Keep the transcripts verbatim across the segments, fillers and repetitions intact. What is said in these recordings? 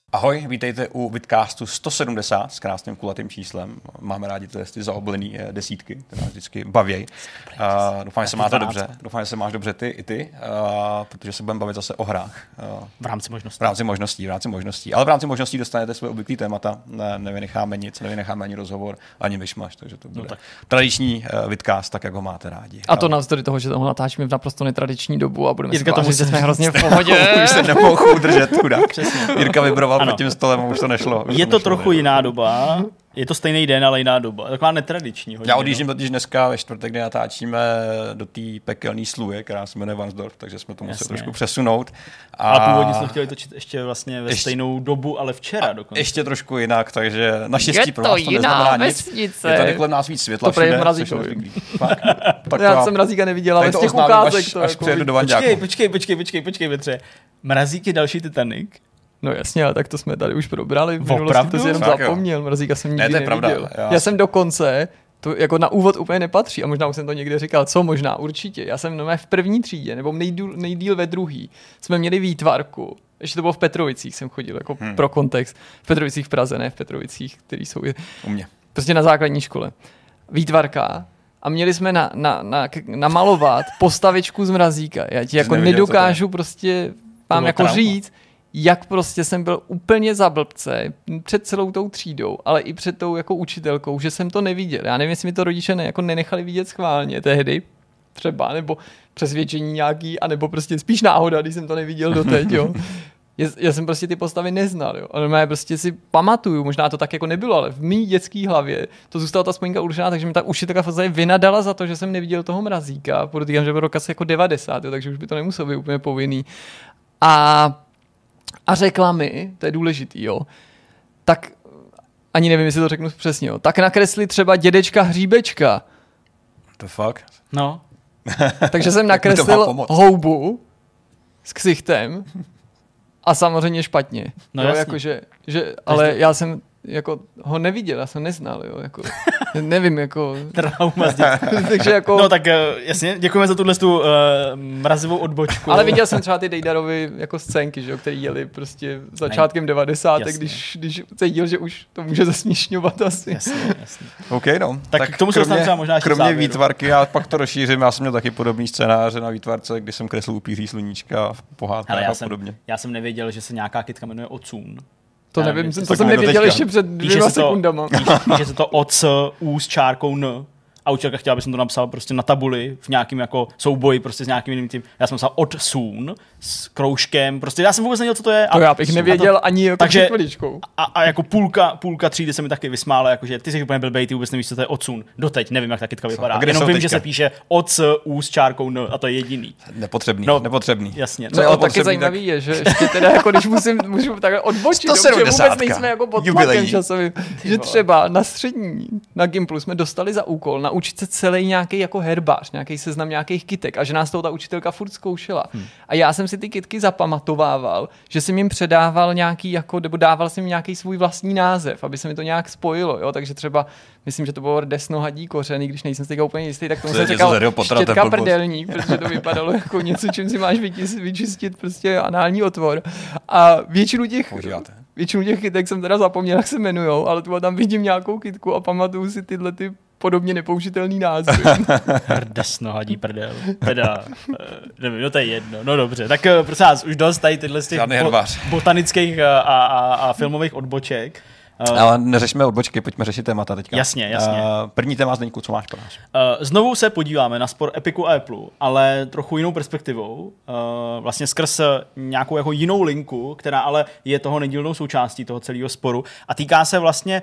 Ahoj, vítejte u Vidcastu sto sedmdesát s krásným kulatým číslem. Máme rádi ty, ty zaoblení desítky, které nás vždycky bavějí. Uh, doufám, že se máte dobře. Doufám, že se máš dobře ty i ty, uh, protože se budeme bavit zase o hrách. Uh, v rámci možností. V rámci možností, v rámci možností. Ale v rámci možností dostanete své obvyklý témata. Ne, nevynecháme nic, nevynecháme ani rozhovor, ani myšmaš, takže to bude no tak. tradiční uh, Vidcast, tak jak ho máte rádi. A to navzdory toho, že toho natáčíme v naprosto netradiční dobu a budeme si tvářit, že jsme hrozně v pohodě. Už se nemohu udržet, chudák. Jirka vybroval pod tím stolem a už to nešlo. Už je to, to nešlo, trochu ne? Jiná doba. Je to stejný den, ale jiná doba. Taková netradiční. Hodně, Já odjíždím totiž dneska ve čtvrtek, kdy natáčíme do té pekelné sluje, která se jmenuje Vansdorf, takže jsme to museli Jasně. trošku přesunout. A, a původně jsme chtěli točit ještě vlastně ve ještě, stejnou dobu, ale včera dokonce. Ještě trošku jinak, takže naštěstí pro vás to neznamená nic. Je tady kolem nás víc světla. To prý mrazíkovi. Já jsem mrazíka neviděl, ale z těch ukázek to až přijedu do Vanďáku. Počkej, počkej, počkej, počkej, Petře. Mrazík je další Titanic. No jasně, ale tak to jsme tady už probrali. V minulosti to si jenom tak zapomněl, Mrazíka jsem nikdy ne, neviděl. Pravda, já... já jsem dokonce, to jako na úvod úplně nepatří a možná už jsem to někde říkal, co možná, určitě. Já jsem no, v první třídě, nebo nejdíl, nejdíl ve druhý, jsme měli výtvarku. Ještě to bylo v Petrovicích, jsem chodil, jako hmm. pro kontext. V Petrovicích v Praze, ne v Petrovicích, který jsou u mě. Prostě na základní škole. Výtvarka. A měli jsme na, na, na, namalovat postavičku z Mrazíka. Já ti jako neviděl, nedokážu prostě vám jako trauma. říct, jak prostě jsem byl úplně za blbce před celou tou třídou, ale i před tou jako učitelkou, že jsem to neviděl. Já nevím, jestli mi to rodiče ne, jako nenechali vidět schválně tehdy třeba, nebo přesvědčení nějaký, anebo prostě spíš náhoda, když jsem to neviděl doteď, jo. Já jsem prostě ty postavy neznal, jo. Ale já prostě si pamatuju, možná to tak jako nebylo, ale v mý dětský hlavě to zůstala ta vzpomínka určená, takže mi ta učitelka v podstatě vynadala za to, že jsem neviděl toho Mrazíka. Podotýkám, že byl rok asi jako devadesát, jo, takže už by to nemuselo být úplně povinný. A A řekla mi, to je důležitý, jo, tak ani nevím, jestli to řeknu přesně, jo, tak nakresli třeba dědečka Hříbečka. The fuck? No. Takže jsem nakreslil houbu s ksichtem a samozřejmě špatně. No jo, jasně. Jako, že, že, ale já jsem jako ho neviděl, já jsem neznal, jo, jako, nevím, jako... Trauma Takže jako... No tak jasně, děkujeme za tuhle tu uh, mrazivou odbočku. Ale viděl jsem třeba ty Dejdarovy jako scénky, že jo, který jeli prostě začátkem devadesátek, když, když cítil, že už to může zasměšňovat asi. Jasně, jasně. OK, no. Tak, tak k tomu se dostaneme třeba možná ještě kromě závěru. výtvarky, já pak to rozšířím, já jsem měl taky podobný scénáře na výtvarce, kdy jsem kreslil upíří sluníčka, pohádkách a podobně. Jsem, já jsem nevěděl, že se nějaká kytka jmenuje Ocún. To nevím, nevím, to jsem nevěděl ještě před dvěma sekundama. Píše se to O C U s čárkou N. A učitelka chtěla, aby jsem to napsal prostě na tabuli v nějakým jako souboji prostě s nějakým jiným tím. Já jsem napsal od soon s kroužkem, prostě já jsem vůbec nevěděl, co to je. To já bych nevěděl to, ani jako takže, chviličkou. A, a jako půlka, půlka třídy se mi taky vysmála, jakože ty jsi úplně blbej, ty vůbec nevíš, co to je od soon. Doteď nevím, jak ta kytka vypadá. Jenom vím, teďka? Že se píše O C U s čárkou N a to je jediný. Nepotřebný, no, nepotřebný. Jasně. No, ale taky zajímavý tak... je, že ještě teda jako když musím, můžu takhle odbočit, že vůbec nejsme jako pod tlakem časovým, že třeba na střední, na Gimplu jsme dostali za úkol naučit se celý nějaký jako herbář, nějaký seznam nějakých kytek a že nás toho ta učitelka furt zkoušela. Hmm. A já jsem si ty kytky zapamatovával, že jsem jim předával nějaký jako, nebo dával jsem jim nějaký svůj vlastní název, aby se mi to nějak spojilo, jo, takže třeba myslím, že to bylo desnohadí kořen, i když nejsem si úplně jistý, tak tomu se říkal štětka prdelník, protože to vypadalo jako něco, čím si máš vyčistit, vyčistit prostě anální otvor. A většinu těch Používáte. Většinu těch kytek jsem teda zapomněl, jak se jmenujou, ale tu tam vidím nějakou kytku a pamatuju si tyhle ty podobně nepoužitelný názvy. Desnohadí prdel. Teda, nevím, no to je jedno. No dobře, tak prosím vás, už dost tady tyhle z těch bo- botanických a, a, a filmových odboček. Uh, Ale neřešme odbočky, pojďme řešit témata teďka. Jasně, jasně. Uh, první téma, Zdeňku, co máš pro nás? Uh, znovu se podíváme na spor Epicu a Apple, ale trochu jinou perspektivou. Uh, vlastně skrz nějakou jako jinou linku, která ale je toho nedílnou součástí toho celého sporu a týká se vlastně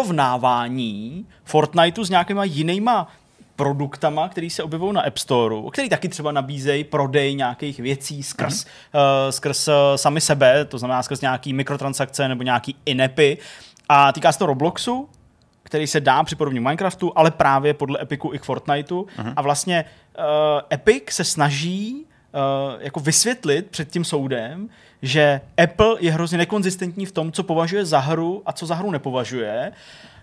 porovnávání Fortniteu s nějakýma jinýma produktama, který se objevují na App Storeu, který taky třeba nabízejí prodej nějakých věcí skrz, mm-hmm. uh, skrz uh, sami sebe, to znamená skrz nějaký mikrotransakce nebo nějaký in-appy. A týká se to Robloxu, který se dá připodobnit Minecraftu, ale právě podle Epicu i k Fortniteu. Uh-huh. A vlastně uh, Epic se snaží uh, jako vysvětlit před tím soudem, že Apple je hrozně nekonzistentní v tom, co považuje za hru a co za hru nepovažuje.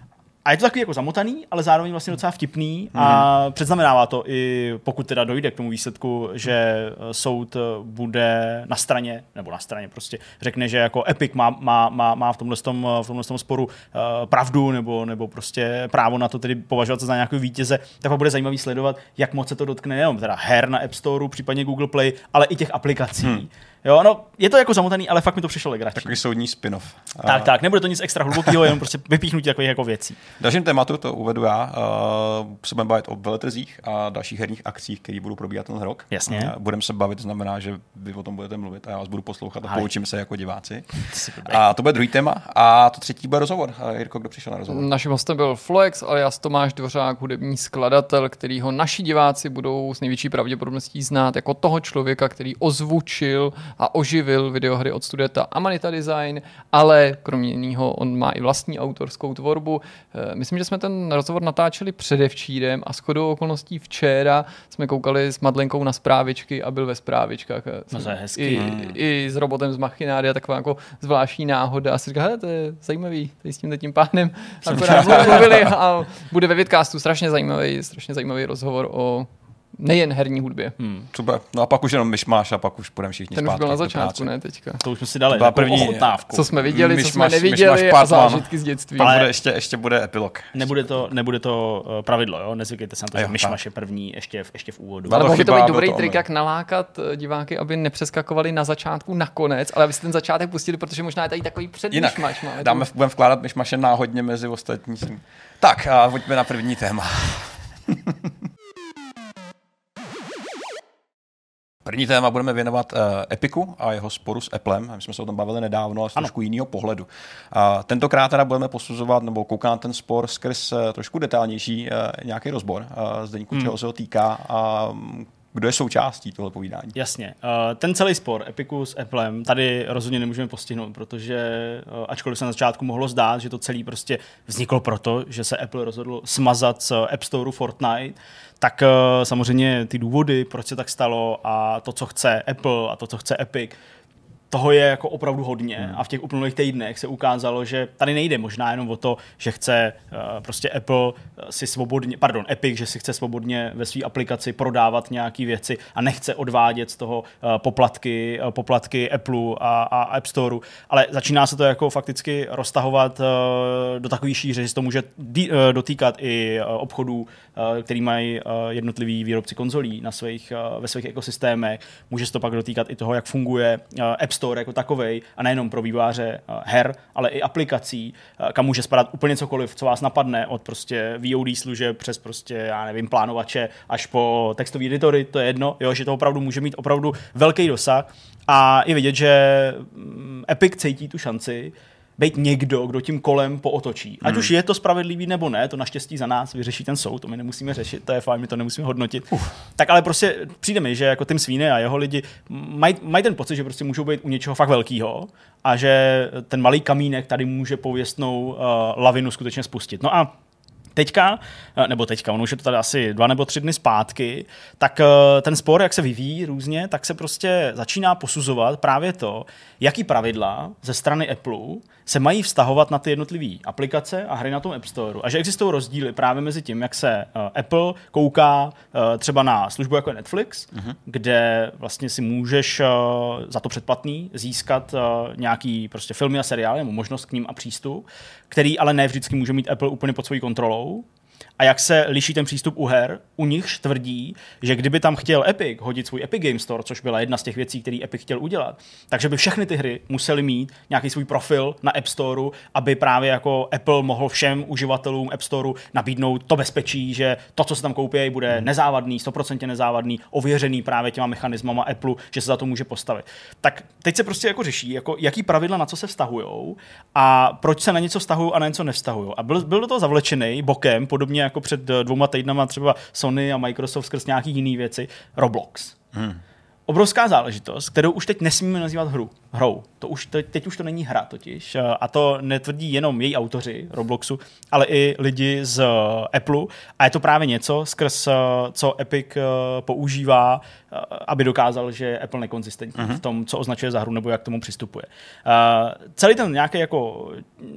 A je to takový jako zamotaný, ale zároveň vlastně docela vtipný a mm. předznamenává to i pokud teda dojde k tomu výsledku, že soud bude na straně, nebo na straně prostě řekne, že jako Epic má, má, má, má v tomhle tom, v tomhle tom sporu uh, pravdu nebo, nebo prostě právo na to tedy považovat se za nějakého vítěze, tak pak bude zajímavý sledovat, jak moc se to dotkne nejenom teda her na App Store, případně Google Play, ale i těch aplikací. Hmm. Jo, no, je to jako zamotaný, ale fakt mi to přišlo legrační. Takový soudní spin-off. Tak, tak, nebude to nic extra hlubokého, jenom prostě vypíchnutí takových jako věcí. Dalším tématu, to uvedu já, uh, se budeme bavit o veletrzích a dalších herních akcích, které budou probíhat ten rok. Jasně. Uh, budeme se bavit, znamená, že vy o tom budete mluvit a já vás budu poslouchat a Aj. poučím se jako diváci. A to bude druhý téma a to třetí bude rozhovor. Uh, Jirko, kdo přišel na rozhovor? Naším hostem byl Floex, alias Tomáš Dvořák, hudební skladatel, kterýho naši diváci budou s největší pravděpodobností znát jako toho člověka, který ozvučil a oživil videohry od studenta Amanita Design, ale kromě jiného on má i vlastní autorskou tvorbu. Myslím, že jsme ten rozhovor natáčeli předevčírem a shodou okolností včera jsme koukali s Madlenkou na zprávičky a byl ve zprávičkách. No to je hezký. I, i s robotem z Machinária, taková jako zvláštní náhoda a si říká, hele, to je zajímavý, tady s tímhle tím pánem mluvili a bude ve Vidcastu strašně zajímavý, strašně zajímavý rozhovor o nejen herní hudbě. Hmm. Super. No a pak už jenom myšmáš a pak už půjdeme všichni Ten spát. Ten už byl na začátku, ne teďka. To už jsme si dali. To první ochutnávku. Co jsme viděli, myšmaš, co jsme neviděli a zážitky z dětství. Ale bude, ještě, ještě bude epilog. Nebude to, nebude to uh, pravidlo, jo? Nezvykejte se na to, že myšmaš je první ještě v, ještě v úvodu. Ale může to být dobrý trik, jak nalákat diváky, aby nepřeskakovali na začátku na konec, ale aby si ten začátek pustili, protože možná je tady takový předmyšmaš. Jinak, dáme, budeme vkládat myšmaše náhodně mezi ostatní. Tak a pojďme na první téma. První téma budeme věnovat uh, Epiku a jeho sporu s Applem. My jsme se o tom bavili nedávno, ale z trošku jiného pohledu. Uh, tentokrát teda budeme posuzovat nebo koukat na ten spor skrz uh, trošku detailnější uh, nějaký rozbor. Uh, Zdeňku, hmm. čeho se ho týká a um, kdo je součástí tohle povídání. Jasně. Uh, ten celý spor Epiku s Applem tady rozhodně nemůžeme postihnout, protože uh, ačkoliv se na začátku mohlo zdát, že to celý prostě vzniklo proto, že se Apple rozhodl smazat z App Storeu Fortnite, tak uh, samozřejmě ty důvody, proč se tak stalo a to, co chce Apple a to, co chce Epic, toho je jako opravdu hodně hmm. a v těch uplynulých týdnech se ukázalo, že tady nejde možná jenom o to, že chce uh, prostě Apple si svobodně, pardon, Epic, že si chce svobodně ve své aplikaci prodávat nějaké věci a nechce odvádět z toho uh, poplatky, uh, poplatky Apple a, a App Storeu, ale začíná se to jako fakticky roztahovat uh, do takové šíře, že se to může dí, uh, dotýkat i uh, obchodů, uh, který mají uh, jednotliví výrobci konzolí na svých, uh, ve svých ekosystémech, může se to pak dotýkat i toho, jak funguje uh, App Store jako takovej a nejenom pro vývojáře her, ale i aplikací, kam může spadat úplně cokoliv, co vás napadne, od prostě V O D služeb přes prostě, já nevím, plánovače až po textový editory, to je jedno, jo, že to opravdu může mít opravdu velký dosah a je vidět, že Epic cítí tu šanci být někdo, kdo tím kolem pootočí. Ať hmm. už je to spravedlivý nebo ne, to naštěstí za nás vyřeší ten soud, to my nemusíme řešit, to je fajn, my to nemusíme hodnotit. Uf. Tak ale prostě přijde mi, že jako Tim Sweeney a jeho lidi mají maj ten pocit, že prostě můžou být u něčeho fakt velkýho a že ten malý kamínek tady může pověstnou uh, lavinu skutečně spustit. No a teďka, nebo teďka, ono už je to tady asi dva nebo tři dny zpátky, tak ten spor, jak se vyvíjí různě, tak se prostě začíná posuzovat právě to, jaký pravidla ze strany Apple se mají vztahovat na ty jednotlivé aplikace a hry na tom App Storeu. A že existují rozdíly právě mezi tím, jak se Apple kouká třeba na službu jako je Netflix, uh-huh. kde vlastně si můžeš za to předplatný získat nějaký prostě filmy a seriály nebo možnost k ním a přístup, který ale ne vždycky může mít Apple úplně pod svojí kontrolou. A jak se liší ten přístup u her, u nichž tvrdí, že kdyby tam chtěl Epic hodit svůj Epic Game Store, což byla jedna z těch věcí, které Epic chtěl udělat, takže by všechny ty hry musely mít nějaký svůj profil na App Storeu, aby právě jako Apple mohl všem uživatelům App Storeu nabídnout to bezpečí, že to, co se tam koupí, bude nezávadný, sto procent nezávadný, ověřený právě těma mechanismama Apple, že se za to může postavit. Tak teď se prostě jako řeší, jako jaký pravidla na co se vztahujou a proč se na něco vztahují a na něco nevztahují. A byl, byl do toho zavlečený bokem, podobně jako před dvouma týdnama třeba Sony a Microsoft skrz nějaký jiný věci, Roblox. Hmm. obrovská záležitost, kterou už teď nesmíme nazývat hru, hrou. To už, teď, teď už to není hra totiž. A to netvrdí jenom její autoři Robloxu, ale i lidi z Apple. A je to právě něco, skrz co Epic používá, aby dokázal, že je Apple nekonzistentní uh-huh. v tom, co označuje za hru nebo jak k tomu přistupuje. Uh, celý ten nějaký jako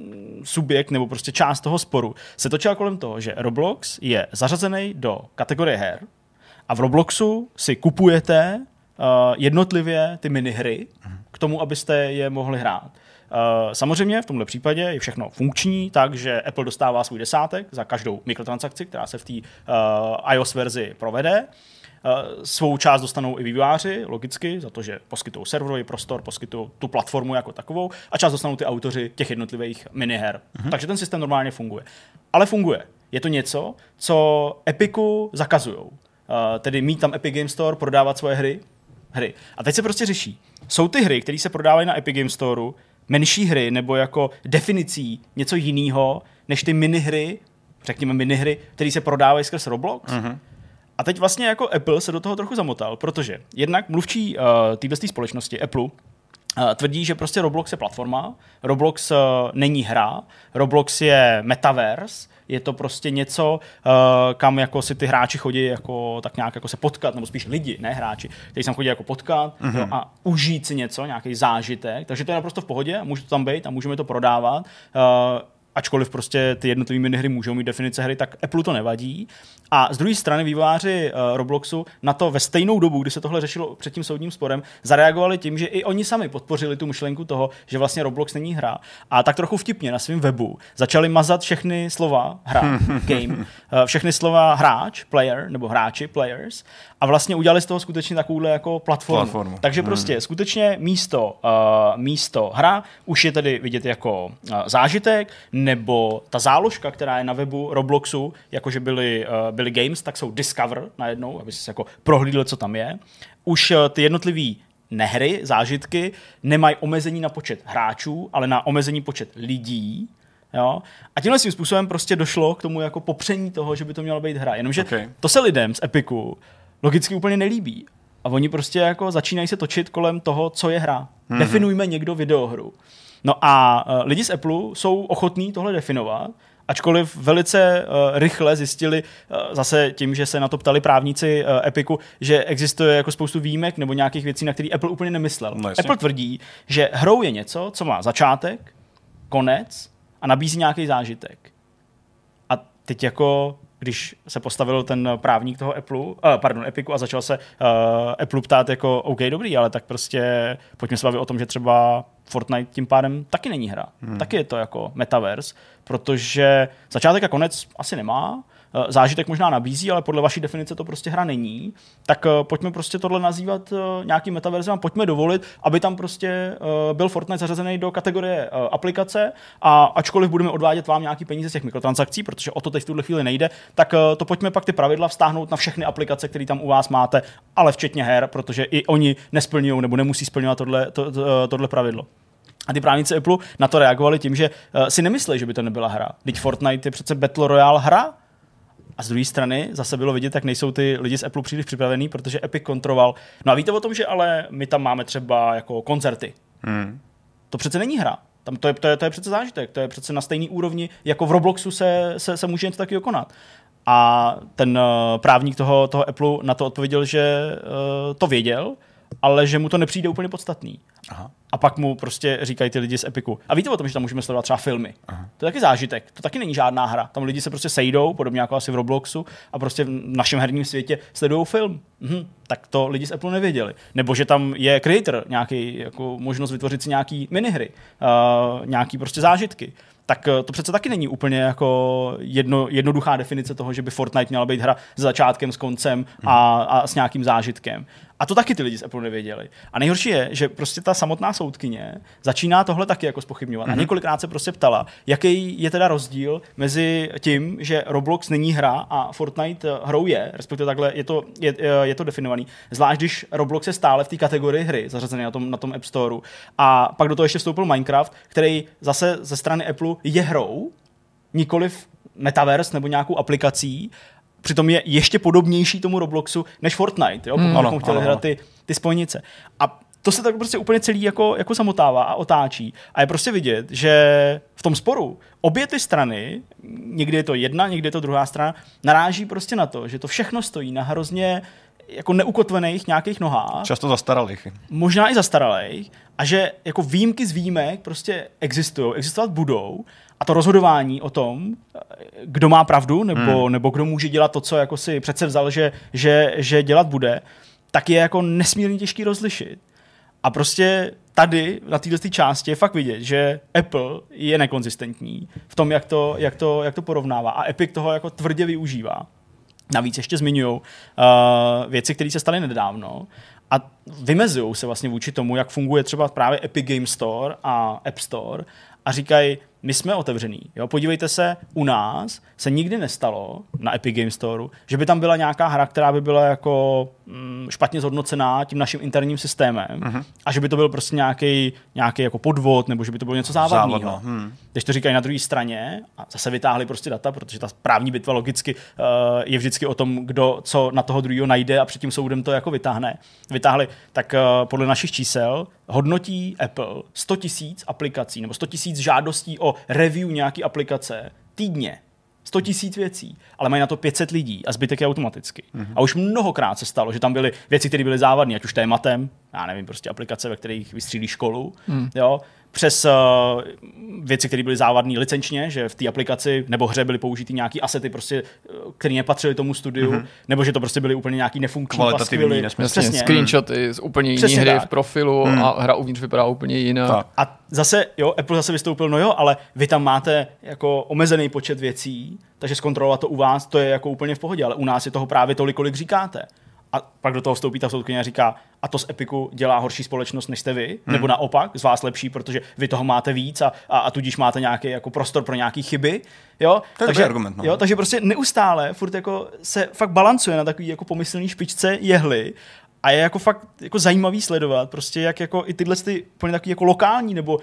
subjekt nebo prostě část toho sporu se točila kolem toho, že Roblox je zařazený do kategorie her a v Robloxu si kupujete Uh, jednotlivě ty minihry k tomu, abyste je mohli hrát. Uh, samozřejmě v tomhle případě je všechno funkční, takže Apple dostává svůj desátek za každou mikrotransakci, která se v té uh, iOS verzi provede. Uh, svou část dostanou i vývojáři, logicky, za to, že poskytují serverový prostor, poskytují tu platformu jako takovou a část dostanou ty autoři těch jednotlivých miniher. Mhm. Takže ten systém normálně funguje. Ale funguje. Je to něco, co Epicu zakazujou. Uh, tedy mít tam Epic Game Store, prodávat svoje hry, hry. A teď se prostě řeší. Jsou ty hry, které se prodávají na Epic Game Storeu, menší hry nebo jako definicí něco jiného, než ty minihry, řekněme minihry, které se prodávají skrz Roblox. Mm-hmm. A teď vlastně jako Apple se do toho trochu zamotal, protože jednak mluvčí uh, této společnosti Apple uh, tvrdí, že prostě Roblox je platforma, Roblox uh, není hra, Roblox je metaverse, je to prostě něco, uh, kam jako si ty hráči chodí jako tak nějak jako se potkat, nebo spíš lidi, ne hráči, kteří sem chodí jako potkat mm-hmm. jo, a užít si něco, nějaký zážitek. Takže to je naprosto v pohodě, může to tam být a můžeme to prodávat. Uh, ačkoliv prostě ty jednotlivé minihry můžou mít definice hry, tak Apple to nevadí. A z druhé strany vývojáři uh, Robloxu na to ve stejnou dobu, kdy se tohle řešilo před tím soudním sporem, zareagovali tím, že i oni sami podpořili tu myšlenku toho, že vlastně Roblox není hra. A tak trochu vtipně na svém webu začali mazat všechny slova hra, game, uh, všechny slova hráč, player, nebo hráči, players, a vlastně udělali z toho skutečně takovouhle jako platformu. platformu. Takže prostě hmm. skutečně místo, uh, místo hra už je tady vidět jako uh, zážitek, nebo ta záložka, která je na webu Robloxu, jakože byly, uh, byly games, tak jsou Discover najednou, aby si jako prohlídl, co tam je. Už uh, ty jednotlivý nehry, zážitky nemají omezení na počet hráčů, ale na omezení počet lidí. Jo? A tímhle svým způsobem prostě došlo k tomu jako popření toho, že by to měla být hra. Jenomže okay. to se lidem z Epicu logicky úplně nelíbí. A oni prostě jako začínají se točit kolem toho, co je hra. Mm-hmm. Definujme někdo videohru. No a uh, lidi z Apple jsou ochotní tohle definovat, ačkoliv velice uh, rychle zjistili, uh, zase tím, že se na to ptali právníci uh, Epicu, že existuje jako spoustu výjimek nebo nějakých věcí, na které Apple úplně nemyslel. No, Apple tvrdí, že hrou je něco, co má začátek, konec a nabízí nějaký zážitek. A teď jako když se postavil ten právník toho Apple, uh, pardon, Epicu a začal se uh, Apple ptát jako OK, dobrý, ale tak prostě pojďme se bavit o tom, že třeba Fortnite tím pádem taky není hra. Hmm. Taky je to jako metaverse, protože začátek a konec asi nemá, zážitek možná nabízí, ale podle vaší definice to prostě hra není, tak pojďme prostě tohle nazývat nějakým metaverzem a pojďme dovolit, aby tam prostě byl Fortnite zařazený do kategorie aplikace a ačkoliv budeme odvádět vám nějaký peníze z těch mikrotransakcí, protože o to teď v tuhle chvíli nejde, tak to pojďme pak ty pravidla vztáhnout na všechny aplikace, které tam u vás máte, ale včetně her, protože i oni nesplňují nebo nemusí splňovat tohle, to, to, tohle pravidlo. A ty právníci Apple na to reagovali tím, že si nemyslí, že by to nebyla hra. Vždyť Fortnite je přece Battle Royale hra. A z druhé strany zase bylo vidět, jak nejsou ty lidi z Apple příliš připravený, protože Epic kontroval. No a víte o tom, že ale my tam máme třeba jako koncerty. Hmm. To přece není hra. Tam to je, to je, to je přece zážitek. To je přece na stejný úrovni, jako v Robloxu se, se, se může něco takového konat. A ten uh, právník toho, toho Apple na to odpověděl, že uh, to věděl, ale že mu to nepřijde úplně podstatný. Aha. A pak mu prostě říkají ty lidi z Epicu. A víte o tom, že tam můžeme sledovat třeba filmy. Aha. To je taky zážitek. To taky není žádná hra. Tam lidi se prostě sejdou, podobně jako asi v Robloxu, a prostě v našem herním světě sledují film. Mhm. Tak to lidi z Apple nevěděli. Nebo že tam je creator, nějaký jako možnost vytvořit si nějaký minihry, uh, nějaký prostě zážitky. Tak to přece taky není úplně jako jedno, jednoduchá definice toho, že by Fortnite měla být hra s začátkem, s koncem a, a s nějakým zážitkem. A to taky ty lidi z Apple nevěděli. A nejhorší je, že prostě ta samotná soudkyně začíná tohle taky jako zpochybňovat. Mm-hmm. A několikrát se prostě ptala, jaký je teda rozdíl mezi tím, že Roblox není hra a Fortnite hrou je, respektive takhle je to, je, je to definovaný. Zvlášť, když Roblox je stále v té kategorii hry, zařazený na tom, na tom App Storeu. A pak do toho ještě vstoupil Minecraft, který zase ze strany Apple je hrou, nikoliv metaverse nebo nějakou aplikací. přitom je ještě podobnější tomu Robloxu než Fortnite, jo, pokud hmm. bychom chtěli ano, hrát ty, ty spojnice. A to se tak prostě úplně celý jako, jako samotává a otáčí. A je prostě vidět, že v tom sporu obě ty strany, někdy je to jedna, někdy je to druhá strana, naráží prostě na to, že to všechno stojí na hrozně jako neukotvených nějakých nohách. Často zastaralých. Možná i zastaralých. A že jako výjimky z výjimek prostě existují, existovat budou. A to rozhodování o tom, kdo má pravdu, nebo, hmm. nebo kdo může dělat to, co jako si přece vzal, že, že, že dělat bude, tak je jako nesmírně těžký rozlišit. A prostě tady, na této části je fakt vidět, že Apple je nekonzistentní v tom, jak to, jak to, jak to porovnává. A Epic toho jako tvrdě využívá. Navíc ještě zmiňují uh, věci, které se staly nedávno a vymezují se vlastně vůči tomu, jak funguje třeba právě Epic Game Store a App Store a říkají, my jsme otevřený. Jo? Podívejte se, u nás se nikdy nestalo na Epic Game Store, že by tam byla nějaká hra, která by byla jako mm, špatně zhodnocená tím naším interním systémem uh-huh. a že by to byl prostě nějaký nějaký jako podvod, nebo že by to bylo něco závadného. Hmm. Když to říkají na druhé straně a zase vytáhli prostě data, protože ta právní bitva logicky uh, je vždycky o tom, kdo co na toho druhého najde a před tím soudem to jako vytáhne. Vytáhli, tak uh, podle našich čísel hodnotí Apple sto tisíc aplikací nebo sto tisíc žádostí o review nějaký aplikace týdně. sto tisíc věcí, ale mají na to pět set lidí a zbytek je automaticky. Mm-hmm. A už mnohokrát se stalo, že tam byly věci, které byly závadné, ať už tématem, já nevím, prostě aplikace, ve kterých vystřílí školu, mm. jo, přes uh, věci, které byly závadné licenčně, že v té aplikaci nebo hře byly použity nějaký asety, prostě, které nepatřily tomu studiu, mm-hmm. nebo že to prostě byly úplně nějaký nefunkční paskvily. Přesně, screenshoty z úplně jiné hry tak. v profilu mm. a hra uvnitř vypadá úplně jinak. A zase, jo, Apple zase vystoupil, no jo, ale vy tam máte jako omezený počet věcí, takže zkontrolovat to u vás, to je jako úplně v pohodě, ale u nás je toho právě tolik, kolik říkáte. A pak do toho vstoupí ta soudkyně a říká, a to z Epiku dělá horší společnost než jste vy, hmm. nebo naopak, z vás lepší, protože vy toho máte víc a, a, a tudíž máte nějaký jako prostor pro nějaký chyby. Jo? To je takže, argument, no. jo, takže prostě neustále furt jako se fakt balancuje na takový jako pomyslný špičce jehly. A je jako fakt jako zajímavý sledovat, prostě jak jako i tyhle ty úplně takový jako lokální nebo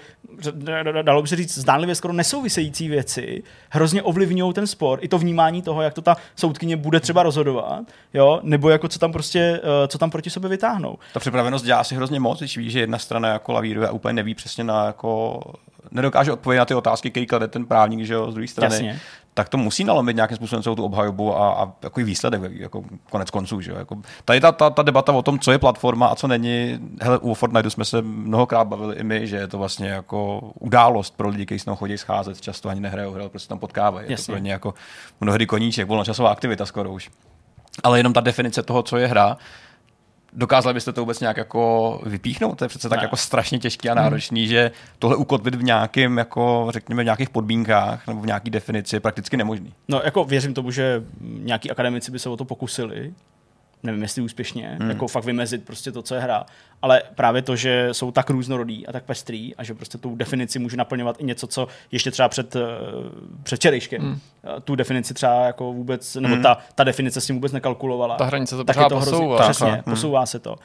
dalo by se říct zdánlivě skoro nesouvisející věci hrozně ovlivňují ten spor, i to vnímání toho, jak to ta soudkyně bude třeba rozhodovat, jo, nebo jako co tam prostě, co tam proti sobě vytáhnou. Ta připravenost dělá si hrozně moc, když ví, že jedna strana jako lavíruje a úplně neví přesně na jako nedokáže odpovědět na ty otázky, který klade ten právník, že jo, z druhé strany. Jasně. Tak to musí nalomit nějakým způsobem celou tu obhajobu a, a jako výsledek, jako konec konců. Že? Jako, tady ta, ta, ta debata o tom, co je platforma a co není, hele, u Fortniteu jsme se mnohokrát bavili i my, že je to vlastně jako událost pro lidi, kteří s námi chodí scházet, často ani nehrajou hry, prostě tam potkávají. Je to pro ně jako mnohdy koníček, volnočasová aktivita skoro už. Ale jenom ta definice toho, co je hra, dokázali byste to vůbec nějak jako vypíchnout? To je přece tak ne. jako strašně těžký a náročný, hmm. že tohle ukotvit v nějakým, jako řekněme, v nějakých podmínkách nebo v nějaký definici je prakticky nemožný. No jako věřím tomu, že nějaký akademici by se o to pokusili, nevím, jestli úspěšně, hmm. jako fakt vymezit prostě to, co je hra, ale právě to, že jsou tak různorodý a tak pestrý a že prostě tu definici může naplňovat i něco, co ještě třeba před, před čerejškem. Hmm. Tu definici třeba jako vůbec, nebo hmm. ta, ta definice s tím vůbec nekalkulovala. Ta hranice to tak pořád to posouvá. Hrozí, přesně, hmm. posouvá se to.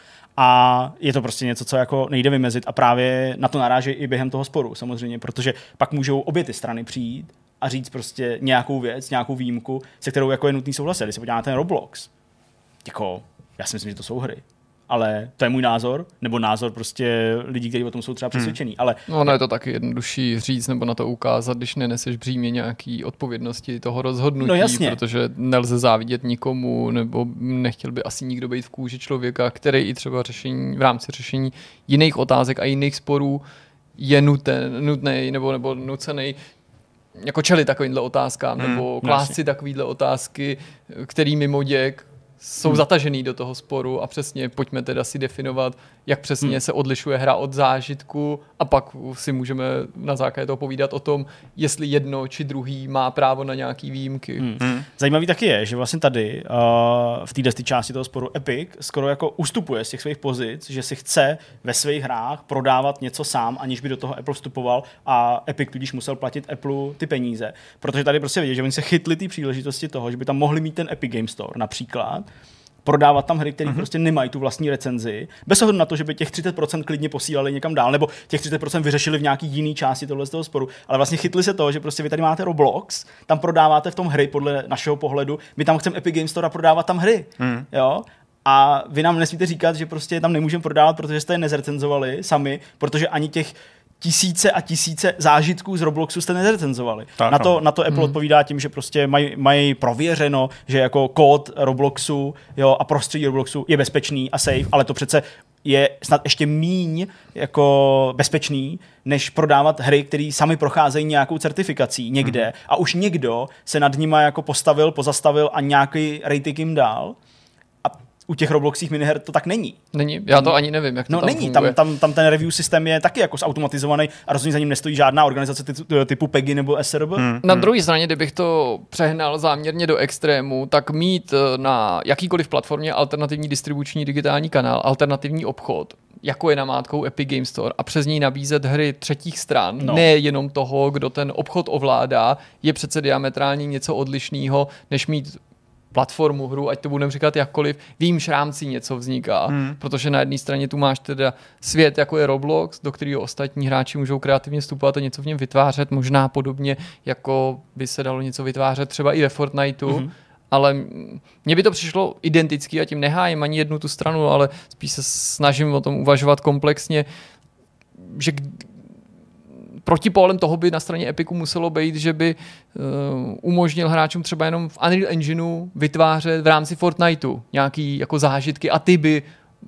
A je to prostě něco, co jako nejde vymezit a právě na to narážejí i během toho sporu samozřejmě, protože pak můžou obě ty strany přijít a říct prostě nějakou věc, nějakou výjimku, se kterou jako je nutný souhlasit. Když se podíváme na ten Roblox, jako, já si myslím, že to jsou hry. Ale to je můj názor, nebo názor prostě lidí, kteří o tom jsou třeba přesvědčení. Hmm. Ale no, ono je to taky jednodušší říct nebo na to ukázat, když neneseš břímě nějaký odpovědnosti toho rozhodnutí, no, jasně. protože nelze závidět nikomu, nebo nechtěl by asi nikdo být v kůži člověka, který i třeba řešení, v rámci řešení jiných otázek a jiných sporů je nuten, nutnej nebo, nebo nucenej jako čelit takovýmhle otázkám, hmm, nebo klást si takovýhle otázky, který mimo děk jsou hmm. zatažený do toho sporu a přesně pojďme teda si definovat, jak přesně hmm. se odlišuje hra od zážitku a pak si můžeme na základě toho povídat o tom, jestli jedno či druhý má právo na nějaký výjimky. Hmm. Hmm. Zajímavý taky je, že vlastně tady uh, v této části toho sporu Epic skoro jako ustupuje z těch svých pozic, že si chce ve svých hrách prodávat něco sám, aniž by do toho Apple vstupoval a Epic tudíž musel platit Apple ty peníze. Protože tady prostě vidět, že oni se chytli ty příležitosti toho, že by tam mohli mít ten Epic Game Store například, prodávat tam hry, které mm-hmm. prostě nemají tu vlastní recenzi, bez ohledu na to, že by těch třicet procent klidně posílali někam dál, nebo těch třicet procent vyřešili v nějaký jiný části tohle z toho sporu, ale vlastně chytli se toho, že prostě vy tady máte Roblox, tam prodáváte v tom hry podle našeho pohledu, my tam chceme Epic Games Store a prodávat tam hry, mm. jo? A vy nám nesmíte říkat, že prostě tam nemůžeme prodávat, protože jste je nezrecenzovali sami, protože ani těch tisíce a tisíce zážitků z Robloxu jste nezrecenzovali. Na to, na to Apple hmm. odpovídá tím, že prostě mají maj prověřeno, že jako kód Robloxu, jo, a prostředí Robloxu je bezpečný a safe, ale to přece je snad ještě míň jako bezpečný, než prodávat hry, které sami procházejí nějakou certifikací někde hmm. a už někdo se nad nima jako postavil, pozastavil a nějaký rating jim dal. U těch Robloxích miniher to tak není. Není, já to ani nevím, jak to no, tam není. Tam, tam, tam ten review systém je taky jako zautomatizovaný a rozhodně za ním nestojí žádná organizace ty, typu P E G I nebo S R B. Hmm. Na druhé straně, kdybych to přehnal záměrně do extrému, tak mít na jakýkoliv platformě alternativní distribuční digitální kanál, alternativní obchod, jako je namátkou Epic Games Store a přes něj nabízet hry třetích stran, no. ne jenom toho, kdo ten obchod ovládá, je přece diametrálně něco odlišného, než mít platformu, hru, ať to budeme říkat jakkoliv, v jímž rámci něco vzniká, hmm. protože na jedné straně tu máš teda svět, jako je Roblox, do kterého ostatní hráči můžou kreativně vstupovat a něco v něm vytvářet, možná podobně, jako by se dalo něco vytvářet třeba i ve Fortniteu, hmm. ale mně by to přišlo identicky a tím nehájím ani jednu tu stranu, ale spíš se snažím o tom uvažovat komplexně, že protipólem toho by na straně Epicu muselo být, že by uh, umožnil hráčům třeba jenom v Unreal Engineu vytvářet v rámci Fortniteu nějaký jako zážitky a ty by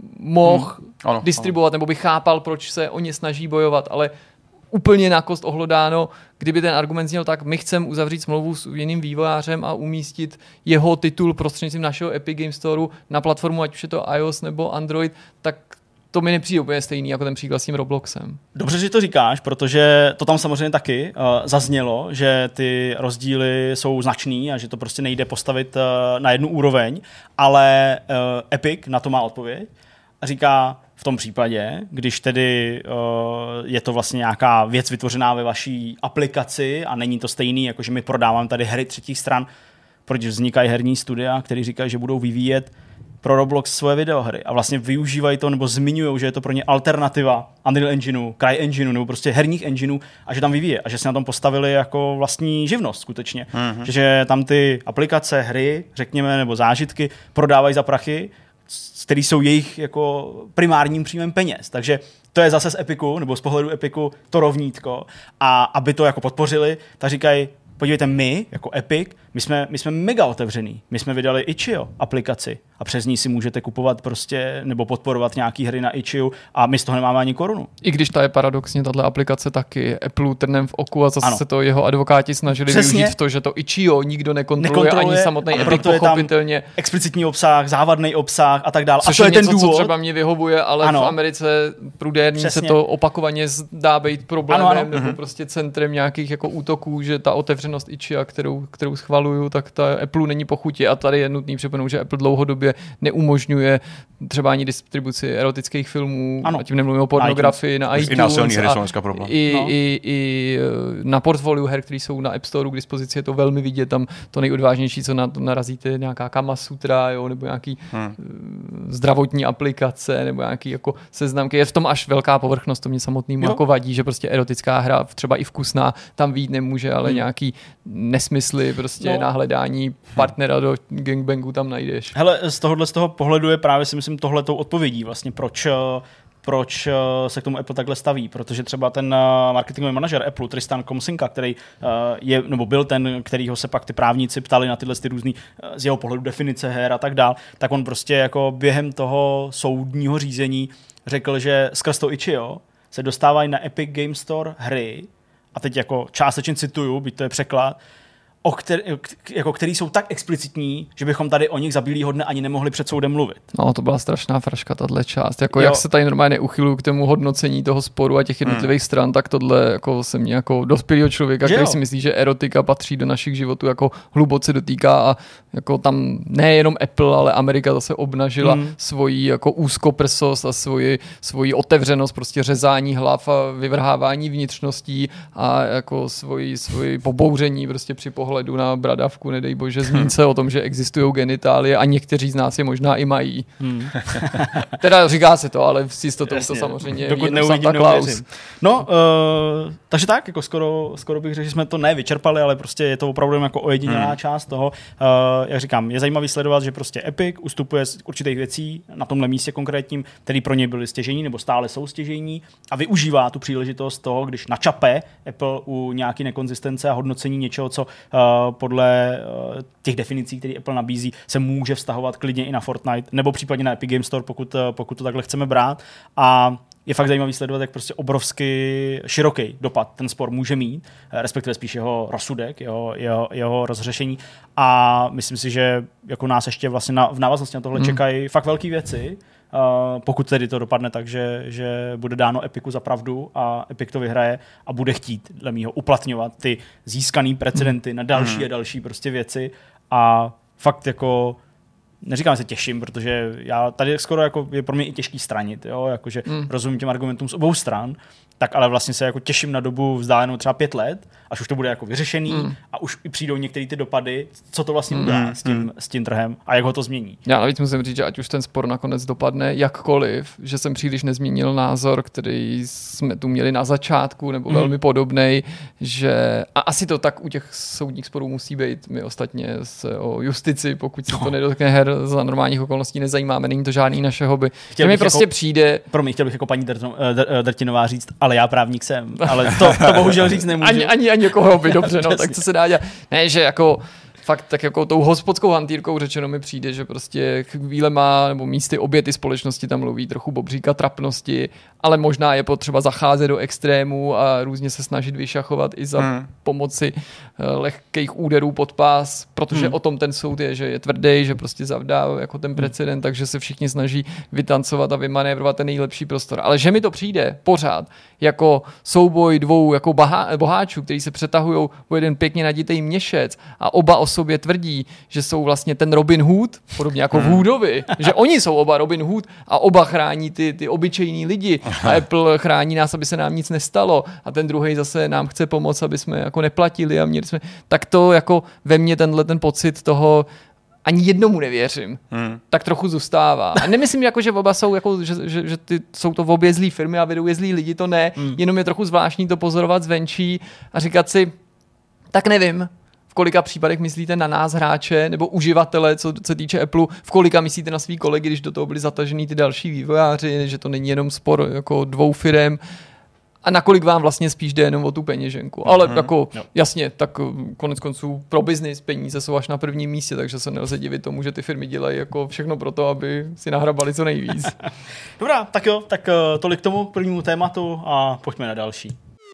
mohl hmm. distribuovat, ano. nebo by chápal, proč se o ně snaží bojovat, ale úplně na kost ohlodáno, kdyby ten argument zněl tak, my chceme uzavřít smlouvu s jiným vývojářem a umístit jeho titul prostřednictvím našeho Epic Games Storeu na platformu, ať už je to iOS nebo Android, tak to mi nepřijde úplně stejný jako ten příklad s tím Robloxem. Dobře, že to říkáš, protože to tam samozřejmě taky uh, zaznělo, že ty rozdíly jsou značný a že to prostě nejde postavit uh, na jednu úroveň, ale uh, Epic na to má odpověď a říká, v tom případě, když tedy uh, je to vlastně nějaká věc vytvořená ve vaší aplikaci a není to stejný, jako že my prodáváme tady hry třetích stran, protože vznikají herní studia, který říkají, že budou vyvíjet pro Roblox svoje videohry a vlastně využívají to nebo zmiňují, že je to pro ně alternativa Unreal Engineu, CryEngineu nebo prostě herních engineů a že tam vyvíje a že se na tom postavili jako vlastní živnost skutečně. Mm-hmm. Že tam ty aplikace, hry, řekněme, nebo zážitky prodávají za prachy, který jsou jejich jako primárním příjmem peněz. Takže to je zase z Epicu, nebo z pohledu Epicu to rovnítko. A aby to jako podpořili, tak říkají, podívejte, my, jako Epic, my jsme, my jsme mega otevřený. My jsme vydali Itch.io aplikaci a přes ní si můžete kupovat prostě nebo podporovat nějaký hry na Itch.io a my z toho nemáme ani korunu. I když ta je paradoxně, tato aplikace taky Apple trnem v oku a zase ano. se to jeho advokáti snažili Přesně. využít v to, že to Itch.io nikdo nekontroluje, nekontroluje ani samotný Epic pochopitelně. Explicitní obsah, závadný obsah a tak dále. Což a to je, je něco, ten důvod. co třeba mě vyhovuje, ale ano. v Americe prudérní se to opakovaně zdá být problémem ano, ano. nebo mm-hmm. prostě centrem nějakých jako útoků, že ta otevřenost Itch.io, kterou, kterou schvaluju, tak ta Apple není po chuti a tady je nutný připomenout, že Apple dlouhodobě neumožňuje třeba ani distribuci erotických filmů, ano. a tím nemluvím o pornografii na iTunes. I na silný hry jsou dneska problém. I, no. i, i na portfoliu her, které jsou na App Storeu k dispozici, je to velmi vidět, tam to nejodvážnější, co na to narazíte, nějaká Kama Sutra, jo, nebo nějaký hmm. zdravotní aplikace, nebo nějaký jako seznamky. Je v tom až velká povrchnost, to mě samotnýmu jako vadí, že prostě erotická hra, třeba i vkusná, tam vyjít nemůže, ale hmm. nějaký nesmysly, prostě no. na hledání partnera do gangbangu tam najdeš. Hele, z tohohle z toho pohledu je právě si myslím tohletou odpovědí vlastně, proč proč se k tomu Apple takhle staví, protože třeba ten marketingový manažer Apple, Tristan Komsinka, který je, nebo byl ten, kterýho se pak ty právníci ptali na tyhle ty různý z jeho pohledu definice her a tak dál, tak on prostě jako během toho soudního řízení řekl, že skrz to Itch.io se dostávají na Epic Games Store hry, a teď jako částečně cituju, byť to je překlad, o který, jako který jsou tak explicitní, že bychom tady o nich za bílýho dne ani nemohli před soudem mluvit. No, to byla strašná fraška, tahle část. Jako jak se tady normálně uchyluju k tomu hodnocení toho sporu a těch jednotlivých hmm. stran, tak tohle jako se mě jako dospělého člověka, že který jo? si myslí, že erotika patří do našich životů, jako hluboce dotýká a jako tam nejenom Apple, ale Amerika zase obnažila hmm. svoji jako úzkoprsost a svoji, svoji otevřenost, prostě řezání hlav a vyvrhávání vnitřností a jako svoji, svoji pobouření prostě při pohledu ohledu na bradavku, nedej bože, zmín se o tom, že existují genitálie a někteří z nás je možná i mají. Hmm. Teda říká se to, ale s jistotou to samozřejmě dokud neuvidím, Klaus. No, uh, takže tak, jako skoro, skoro bych řekl, že jsme to nevyčerpali, ale prostě je to opravdu jako ojedinělá hmm. část toho. Uh, jak říkám, je zajímavý sledovat, že prostě Epic ustupuje z určitých věcí na tomhle místě konkrétním, který pro ně byly stěžejní nebo stále jsou stěžejní a využívá tu příležitost toho, když načape Apple u nějaký nekonzistence a hodnocení něčeho, co uh, podle uh, těch definicí, které Apple nabízí, se může vztahovat klidně i na Fortnite nebo případně na Epic Games Store, pokud, uh, pokud to takhle chceme brát. A je fakt zajímavý sledovat, jak prostě obrovsky široký dopad ten spor může mít, respektive spíš jeho rozsudek, jeho, jeho, jeho rozřešení. A myslím si, že jako nás ještě vlastně na, v návaznosti na tohle hmm. čekají fakt velké věci, uh, pokud tedy to dopadne tak, že, že bude dáno Epiku za pravdu a Epic to vyhraje a bude chtít dle mýho uplatňovat ty získaný precedenty hmm. na další hmm. a další prostě věci. A fakt jako neříkám, že se těším, protože já tady skoro jako je pro mě i těžký stranit, jo, jakože mm. rozumím těm argumentům z obou stran, tak ale vlastně se jako těším na dobu vzdálenou třeba pět let, až už to bude jako vyřešený mm. a už i přijdou některé ty dopady, co to vlastně udělá mm. s, tím, mm. s tím trhem a jak ho to změní. Já navíc musím říct, že ať už ten spor nakonec dopadne jakkoliv, že jsem příliš nezměnil názor, který jsme tu měli na začátku, nebo mm. velmi podobnej, že a asi to tak u těch soudních sporů musí být. My ostatně se o justici, pokud se to nedotkne her za normálních okolností, nezajímáme, není to žádný naše hobby. Chtěl mi prostě jako, přijde... Pro mě chtěl bych jako paní Drtinová říct, ale já právník jsem, ale to, to bohužel říct nemůžu. Ani, ani, ani jako hobby, dobře, no, tak co se dá dělat. Ne, že jako fakt tak jako tou hospodskou hantýrkou řečeno mi přijde, že prostě chvílema nebo místy obě ty společnosti tam mluví trochu bobříka trapnosti, ale možná je potřeba zacházet do extrémů a různě se snažit vyšachovat i za hmm. pomoci lehkých úderů pod pás, protože hmm. o tom ten soud je, že je tvrdý, že prostě zavdá jako ten precedent, takže se všichni snaží vytancovat a vymanévrovat ten nejlepší prostor. Ale že mi to přijde pořád jako souboj dvou jako bahá, boháčů, kteří se přetahují o jeden pěkně naditej měšec a oba o sobě tvrdí, že jsou vlastně ten Robin Hood, podobně jako hmm. Hoodovi, že oni jsou oba Robin Hood a oba chrání ty, ty obyčejní lidi a Apple chrání nás, aby se nám nic nestalo a ten druhý zase nám chce pomoct, aby jsme jako neplatili a měli jsme, tak to jako ve mně tenhle ten pocit toho ani jednomu nevěřím, hmm. tak trochu zůstává. A nemyslím, jako, že oba jsou, jako, že, že, že ty, jsou to v obě zlý firmy a vedou je zlý lidi, to ne, hmm. jenom je trochu zvláštní to pozorovat zvenčí a říkat si, tak nevím, v kolika případech myslíte na nás hráče nebo uživatele, co se týče Apple, v kolika myslíte na svý kolegy, když do toho byli zatažený ty další vývojáři, že to není jenom spor jako dvou firem, a nakolik vám vlastně spíš jde jenom o tu peněženku. Ale mm-hmm. jako jo. jasně, tak konec konců pro biznis peníze jsou až na prvním místě, takže se nelze divit tomu, že ty firmy dělají jako všechno pro to, aby si nahrabali co nejvíc. Dobrá, tak jo, tak tolik k tomu prvnímu tématu a pojďme na další.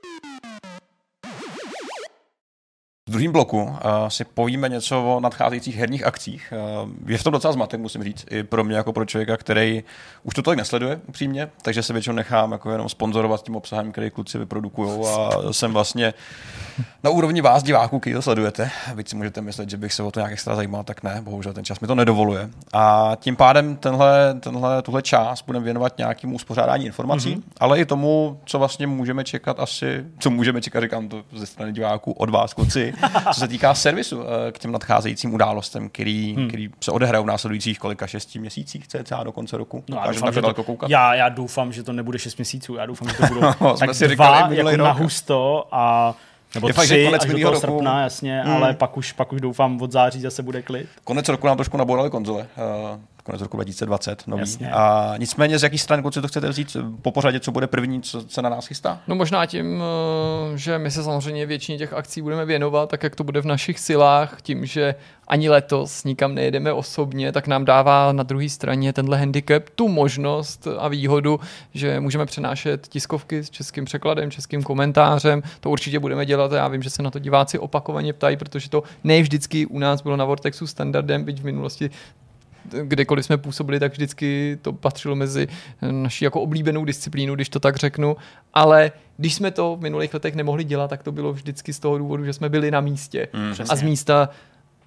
V druhém bloku uh, si povíme něco o nadcházejících herních akcích. Uh, je v tom docela zmatek, musím říct, i pro mě jako pro člověka, který už to tolik nesleduje upřímně, takže se většinou nechám jako jenom sponzorovat tím obsahem, který kluci vyprodukujou a jsem vlastně na úrovni vás, diváků, který to sledujete. Vy si můžete myslet, že bych se o to nějak extra zajímal, tak ne, bohužel ten čas mi to nedovoluje. A tím pádem tenhle, tenhle, tuhle část budeme věnovat nějakému uspořádání informací, mm-hmm. ale i tomu, co vlastně můžeme čekat asi, co můžeme čekat, říkám to ze strany diváků od vás, kluci, co se týká servisu k těm nadcházejícím událostem, který, hmm. který se odehrajou v následujících kolika šesti měsících cca do konce roku. No, já, doufám, že to, já, já doufám, že to nebude šest měsíců, já doufám, že to budou no, tak dva říkali, jako na husto a nebo je tři fakt, konec až do toho srpna, roku, jasně, hmm. ale pak už, pak už doufám od září zase bude klid. Konec roku nám trošku nabourali konzole. Uh, konec roku dva tisíce dvacet, nový. Jasně. A nicméně z jaký strany kluci to chcete vzít po pořadě, co bude první, co se na nás chystá? No možná tím, že my se samozřejmě většině těch akcí budeme věnovat, tak jak to bude v našich silách, tím, že ani letos nikam nejedeme osobně, tak nám dává na druhé straně tenhle handicap tu možnost a výhodu, že můžeme přenášet tiskovky s českým překladem, českým komentářem. To určitě budeme dělat a já vím, že se na to diváci opakovaně ptají, protože to ne vždycky u nás bylo na Vortexu standardem, byť v minulosti kdekoliv jsme působili, tak vždycky to patřilo mezi naši jako oblíbenou disciplínu, když to tak řeknu, ale když jsme to v minulých letech nemohli dělat, tak to bylo vždycky z toho důvodu, že jsme byli na místě. Mm, a z místa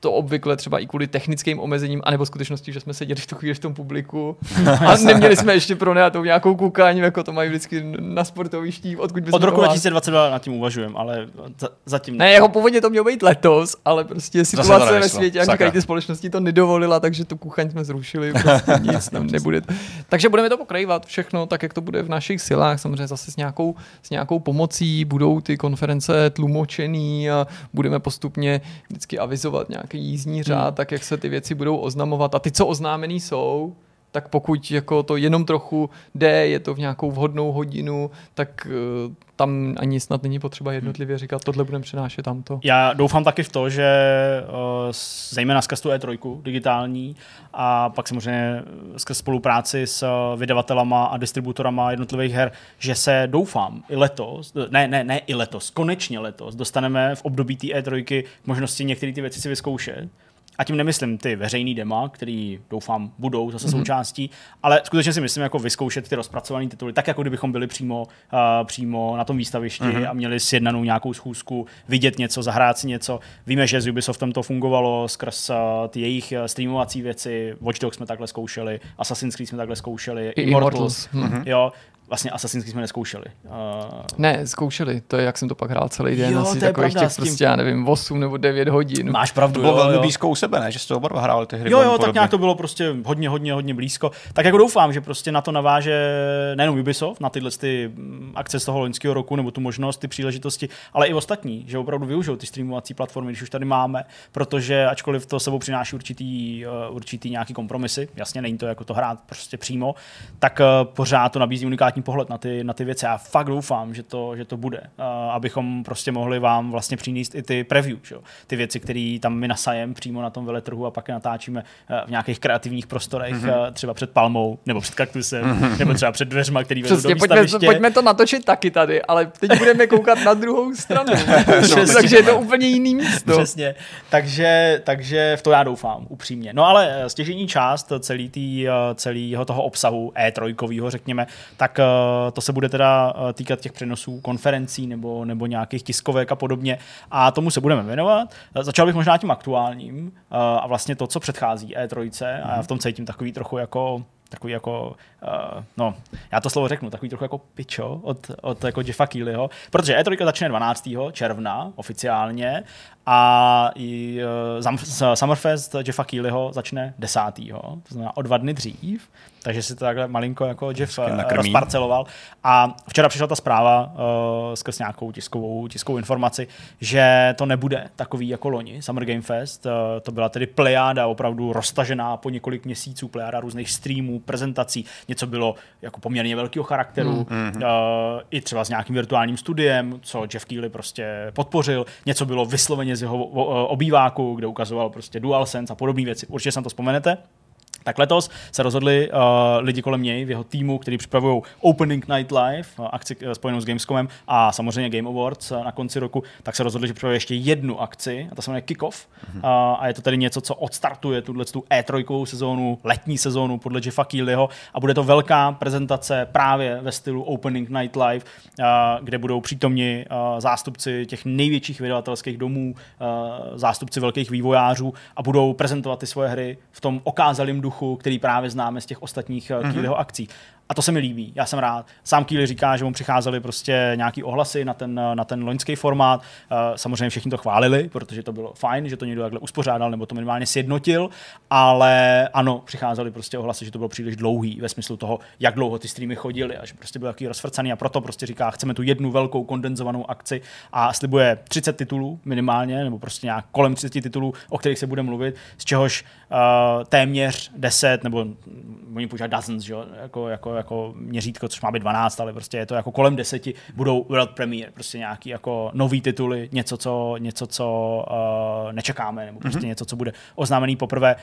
to obvykle třeba i kvůli technickým omezením, anebo skutečnosti, že jsme seděli v tu chvíli v tom publiku a neměli jsme ještě pronajatou nějakou koukáň, jako to mají vždycky na sportovištích, odkud bychom od roku dva tisíce dvacet dva nad tím uvažujeme, ale za, zatím ne. Ne, jako původně to mělo být letos, ale prostě situace ve světě, jak říkají ty společnosti, to nedovolila, takže tu kuchaň jsme zrušili, prostě nic tam nebude. Takže budeme to pokrajovat všechno tak, jak to bude v našich silách, samozřejmě zase s nějakou, s nějakou pomocí, budou ty konference tlumočený a budeme postupně vždycky avizovat nějaký jízdní řád, hmm. tak jak se ty věci budou oznamovat a ty, co oznámený jsou, tak pokud jako to jenom trochu jde, je to v nějakou vhodnou hodinu, tak uh, tam ani snad není potřeba jednotlivě říkat, tohle budeme přenášet tamto. Já doufám taky v to, že uh, zejména skrz tu E tři digitální a pak samozřejmě skrz spolupráci s uh, vydavatelama a distributorama jednotlivých her, že se doufám i letos, ne, ne, ne i letos, konečně letos, dostaneme v období té E tři k možnosti některé ty věci si vyzkoušet. A tím nemyslím ty veřejný dema, který doufám budou zase mm-hmm. součástí, ale skutečně si myslím jako vyzkoušet ty rozpracované tituly, tak jako kdybychom byli přímo, uh, přímo na tom výstavišti mm-hmm. a měli sjednanou nějakou schůzku, vidět něco, zahrát si něco. Víme, že s Ubisoftem to fungovalo skrz uh, ty jejich streamovací věci, Watch Dogs jsme takhle zkoušeli, Assassin's Creed jsme takhle zkoušeli, I Immortals. Mm-hmm. Jo. Vlastně Assassin's Creed jsme neskoušeli. Uh... Ne, zkoušeli. To je, jak jsem to pak hrál celý den. Jo, asi takových těch tím... prostě, já nevím, osm nebo devět hodin. Máš pravdu. To bylo jo, velmi jo. blízko u sebe, ne? Že jste oba dva hráli ty hry. Jo, jo, tak nějak to bylo prostě hodně, hodně, hodně blízko. Tak jako doufám, že prostě na to naváže nejenom Ubisoft, na tyhle ty akce z toho loňského roku, nebo tu možnost, ty příležitosti, ale i ostatní, že opravdu využijou ty streamovací platformy, když už tady máme, protože ačkoliv to sebou přináší určitý, určitý nějaký kompromisy, jasně, není to jako to hrát prostě přímo, tak pořád to nabízí unikátní pohled na ty, na ty věci. Já fakt doufám, že to, že to bude, uh, abychom prostě mohli vám vlastně přinést i ty preview, že? Ty věci, které tam my nasajem přímo na tom veletrhu a pak je natáčíme uh, v nějakých kreativních prostorech, mm-hmm. uh, třeba před palmou, nebo před kaktusem, mm-hmm. nebo třeba před dveřma, který vedou do výstaviště. Pojďme, pojďme to natočit taky tady, ale teď budeme koukat na druhou stranu. no, takže je to úplně jiný místo. Přesně. Takže, takže v to já doufám, upřímně. No ale stěžejní část celý tý, celého toho obsahu E tři, řekněme, tak uh, to se bude teda týkat těch přenosů konferencí nebo, nebo nějakých tiskovek a podobně. A tomu se budeme věnovat. Začal bych možná tím aktuálním a vlastně to, co předchází E tři a já v tom cítím takový trochu jako takový jako, uh, no, já to slovo řeknu, takový trochu jako pičo od, od jako Jeffa Keighleyho, protože E tři začne dvanáctého června oficiálně a i uh, Summerfest Jeffa Keighleyho začne desátého To znamená o dva dny dřív, takže si to takhle malinko jako Jeff rozparceloval. A včera přišla ta zpráva uh, skrz nějakou tiskovou, tiskovou informaci, že to nebude takový jako loni, Summer Game Fest. Uh, to byla tedy plejáda opravdu roztažená po několik měsíců, plejáda různých streamů, prezentací. Něco bylo jako poměrně velkého charakteru, mm. uh, i třeba s nějakým virtuálním studiem, co Jeff Keighley prostě podpořil. Něco bylo vysloveně z jeho obýváku, kde ukazoval prostě DualSense a podobné věci. Určitě se na to vzpomenete. Tak letos se rozhodli uh, lidi kolem něj v jeho týmu, kteří připravují Opening Night Live, uh, akci uh, spojenou s Gamescomem a samozřejmě Game Awards uh, na konci roku, tak se rozhodli, že připravují ještě jednu akci, a to se jmenuje Kickoff. Mm-hmm. Uh, a je to tedy něco, co odstartuje tuhle tu E tři sezónu, letní sezónu podle Jeffa Keighleyho a bude to velká prezentace právě ve stylu Opening Night Live, uh, kde budou přítomni uh, zástupci těch největších vydavatelských domů, uh, zástupci velkých vývojářů a budou prezentovat ty svoje hry v tom okázalým duchu, který právě známe z těch ostatních mm-hmm. Keighleyho akcí. A to se mi líbí, já jsem rád. Sám Keighley říká, že mu přicházely prostě nějaký ohlasy na ten, na ten loňský formát. Samozřejmě všichni to chválili, protože to bylo fajn, že to někdo takhle uspořádal nebo to minimálně sjednotil, ale ano, přicházely prostě ohlasy, že to bylo příliš dlouhý ve smyslu toho, jak dlouho ty streamy chodily a že prostě byl takový rozfrcaný a proto prostě říká, chceme tu jednu velkou kondenzovanou akci a slibuje třicet titulů minimálně, nebo prostě nějak kolem třicet titulů, o kterých se bude mluvit, z čehož uh, téměř deset nebo oni používají dozens, že? Jako, jako, jako měřítko, což má být dvanáct, ale prostě je to jako kolem deseti, budou world premiere, prostě nějaký jako nový tituly, něco, co, něco, co uh, nečekáme, nebo prostě mm-hmm. něco, co bude oznámený poprvé.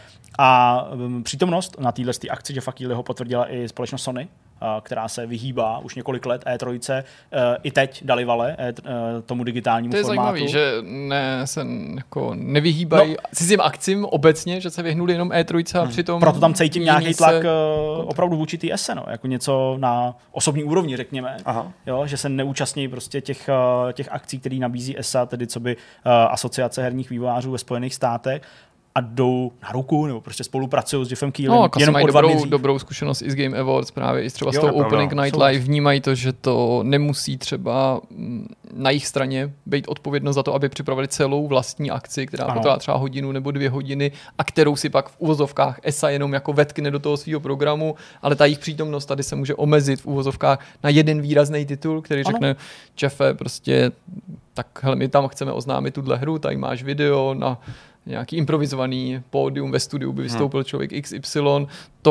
A um, přítomnost na téhle akci Jeffa Keighleyho potvrdila i společnost Sony, která se vyhýbá už několik let E tři, i teď dali vale tomu digitálnímu formátu. To je formátu. Zajímavý, že ne, se jako nevyhýbají no, cizím akcím obecně, že se vyhnuli jenom E tři a hmm. přitom... Proto tam cítím nějaký tlak se... opravdu vůči té ese, no, jako něco na osobní úrovni, řekněme, jo, že se neúčastní prostě těch, těch akcí, které nabízí esa, tedy co by asociace herních vývojářů ve Spojených státech. a jdou na ruku, nebo prostě spolupracují s Jeffem Keelem. No, jenom mají dobrou, dobrou zkušenost i z Game Awards, právě i třeba jo, s tou Opening Night Live, vnímají to, že to nemusí třeba na jejich straně být odpovědnost za to, aby připravili celou vlastní akci, která potrvá třeba hodinu nebo dvě hodiny a kterou si pak v uvozovkách E S A jenom jako vetkne do toho svého programu, ale ta jejich přítomnost tady se může omezit v uvozovkách na jeden výrazný titul, který ano. řekne Jeffe, prostě tak hele, my tam chceme oznámit tuhle hru, tady máš video na nějaký improvizovaný pódium ve studiu, by vystoupil hmm. člověk X Y,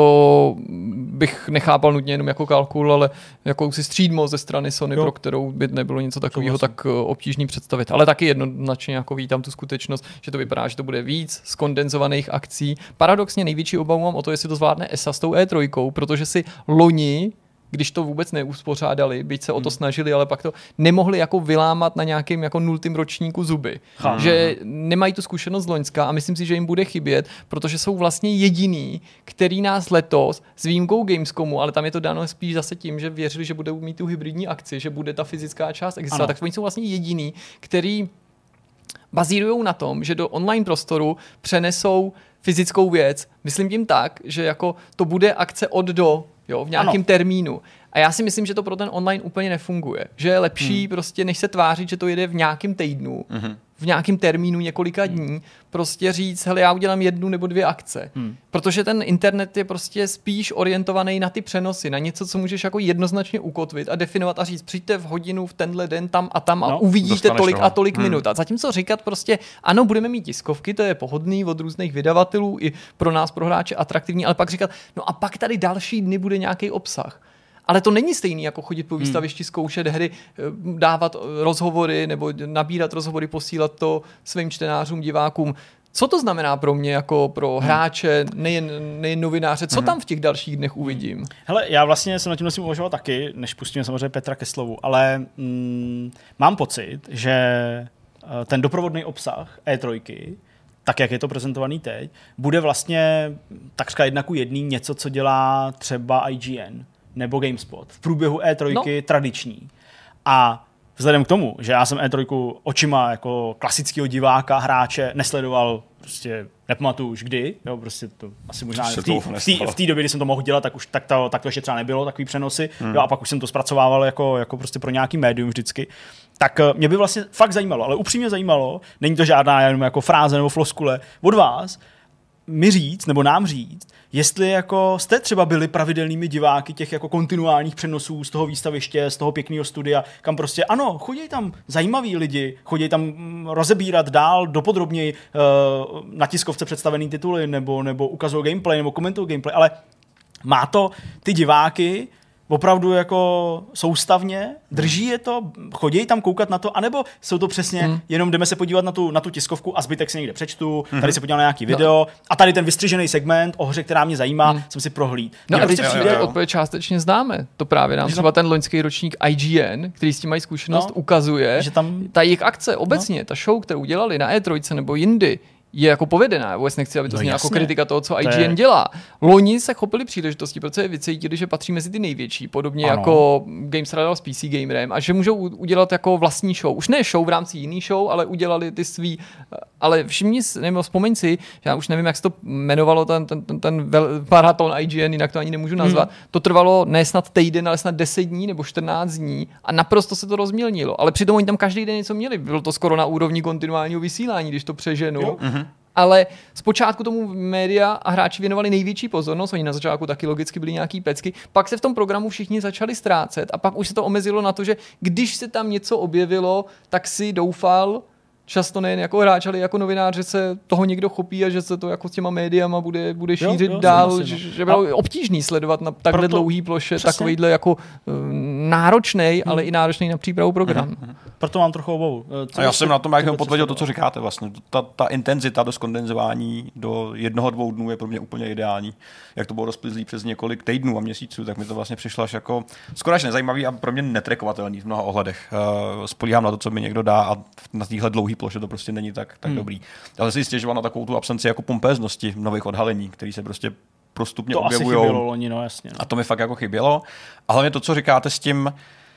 to bych nechápal nutně jenom jako kalkul, ale jakousi střídmost ze strany Sony, jo. pro kterou by nebylo něco takového tak obtížný představit. Ale taky jednoznačně jako vítám tu skutečnost, že to vypadá, že to bude víc skondenzovaných akcí. Paradoxně největší obavu mám o to, jestli to zvládne E S A s tou E tři, protože si loni, když to vůbec neuspořádali, byť se o to snažili, ale pak to nemohli jako vylámat na nějakém jako nultým ročníku zuby. Ha. Že nemají tu zkušenost z loňska a myslím si, že jim bude chybět, protože jsou vlastně jediný, který nás letos s výjimkou Gamescomu, ale tam je to dáno spíš zase tím, že věřili, že budou mít tu hybridní akci, že bude ta fyzická část existovat, tak oni jsou vlastně jediný, který bazírují na tom, že do online prostoru přenesou fyzickou věc. Myslím tím tak, že jako to bude akce od do, jo, v nějakém termínu. A já si myslím, že to pro ten online úplně nefunguje. Že je lepší hmm. prostě, než se tvářit, že to jede v nějakém týdnu, hmm. v nějakém termínu několika dní, hmm. prostě říct, hele, já udělám jednu nebo dvě akce. Hmm. Protože ten internet je prostě spíš orientovaný na ty přenosy, na něco, co můžeš jako jednoznačně ukotvit a definovat a říct, přijďte v hodinu v tenhle den tam a tam a no, uvidíte tolik a tolik hmm. minut. A zatímco říkat prostě, ano, budeme mít tiskovky, to je pohodlný od různých vydavatelů i pro nás, pro hráče atraktivní, ale pak říkat, no a pak tady další dny bude nějaký obsah. Ale to není stejný, jako chodit po výstavišti, zkoušet hry, dávat rozhovory nebo nabírat rozhovory, posílat to svým čtenářům, divákům. Co to znamená pro mě jako pro hráče, nejen, nejen novináře? Co tam v těch dalších dnech uvidím? Hele, já vlastně jsem na tím musím uvažoval taky, než pustíme samozřejmě Petra ke slovu, ale mm, mám pocit, že ten doprovodný obsah E tři, tak jak je to prezentovaný teď, bude vlastně takřka jedna ku jedný něco, co dělá třeba I G N nebo GameSpot v průběhu E tři no. tradiční. A vzhledem k tomu, že já jsem E tři očima jako klasického diváka, hráče nesledoval, prostě nepamatuju už kdy, jo, prostě to asi možná v té době, kdy jsem to mohl dělat, tak už tak to, tak to ještě třeba nebylo, takový přenosy, hmm. jo, a pak už jsem to zpracovával jako, jako prostě pro nějaký médium vždycky. Tak mě by vlastně fakt zajímalo, ale upřímně zajímalo, není to žádná jenom jako fráze nebo floskule od vás, mi říct, nebo nám říct, jestli jako jste třeba byli pravidelnými diváky těch jako kontinuálních přenosů z toho výstaviště, z toho pěkného studia, kam prostě ano, chodí tam zajímaví lidi, chodí tam rozebírat dál, dopodrobněji uh, na tiskovce představený tituly, nebo, nebo ukazují gameplay, nebo komentují gameplay, ale má to ty diváky opravdu jako soustavně, drží je to, chodí tam koukat na to, anebo jsou to přesně, hmm. jenom jdeme se podívat na tu, na tu tiskovku a zbytek si někde přečtu, hmm. tady se podívám na nějaký video no. a tady ten vystřižený segment o hře, která mě zajímá, hmm. jsem si prohlíd. No a prostě přijde, odpověď částečně známe. To právě nám třeba ten loňský ročník I G N, který s tím mají zkušenost, no, ukazuje, že tam ta jejich akce obecně, no. ta show, kterou udělali na E tři nebo jindy, je jako povedená. Vůbec nechci, aby to no znělo jako kritika toho, co I G N je... dělá. Loni se chopili příležitosti, protože vycítili, že patří mezi ty největší, podobně ano. jako Games Radar s P C Gamerem, a že můžou udělat jako vlastní show. Už ne show v rámci jiný show, ale udělali ty svý. Ale všimni si, nebo vzpomeň si, já už nevím, jak se to jmenovalo, ten, ten, ten, ten maraton I G N, jinak to ani nemůžu nazvat. Hmm. To trvalo ne snad týden, ale snad deset dní nebo čtrnáct dní a naprosto se to rozmělnilo. Ale přitom oni tam každý den něco měli. Bylo to skoro na úrovni kontinuálního vysílání, když to přeženu. Jo. Ale zpočátku tomu média a hráči věnovali největší pozornost, oni na začátku taky logicky byli nějaký pecky, pak se v tom programu všichni začali ztrácet a pak už se to omezilo na to, že když se tam něco objevilo, tak si doufal, často nejen jako hráč, ale jako novinář, že se toho někdo chopí a že se to jako s těma médiama bude, bude šířit jo, jo, dál, že, že bylo obtížný sledovat na takhle proto, dlouhý ploše přesně. takovejhle jako uh, náročnej, hmm. ale i náročný na přípravu programu. Hmm. Proto mám trochu obavu. A já jsem na tom, jak jsem potvrdil to, co říkáte vlastně. Ta, ta intenzita do skondenzování do jednoho, dvou dnů je pro mě úplně ideální. Jak to bylo rozplizlý přes několik týdnů a měsíců, tak mi to vlastně přišlo až jako skoro až nezajímavý a pro mě netrekovatelný v mnoha ohledech. Uh, spolíhám na to, co mi někdo dá a na téhle dlouhý ploše to prostě není tak, tak hmm. dobrý. Ale si stěžoval na takovou tu absenci jako pompéznosti nových odhalení, které se prostě prostupně to objevujou. Asi chybělo loni, no jasně. No. A to mi fakt jako chybělo. A hlavně to, co říkáte s tím,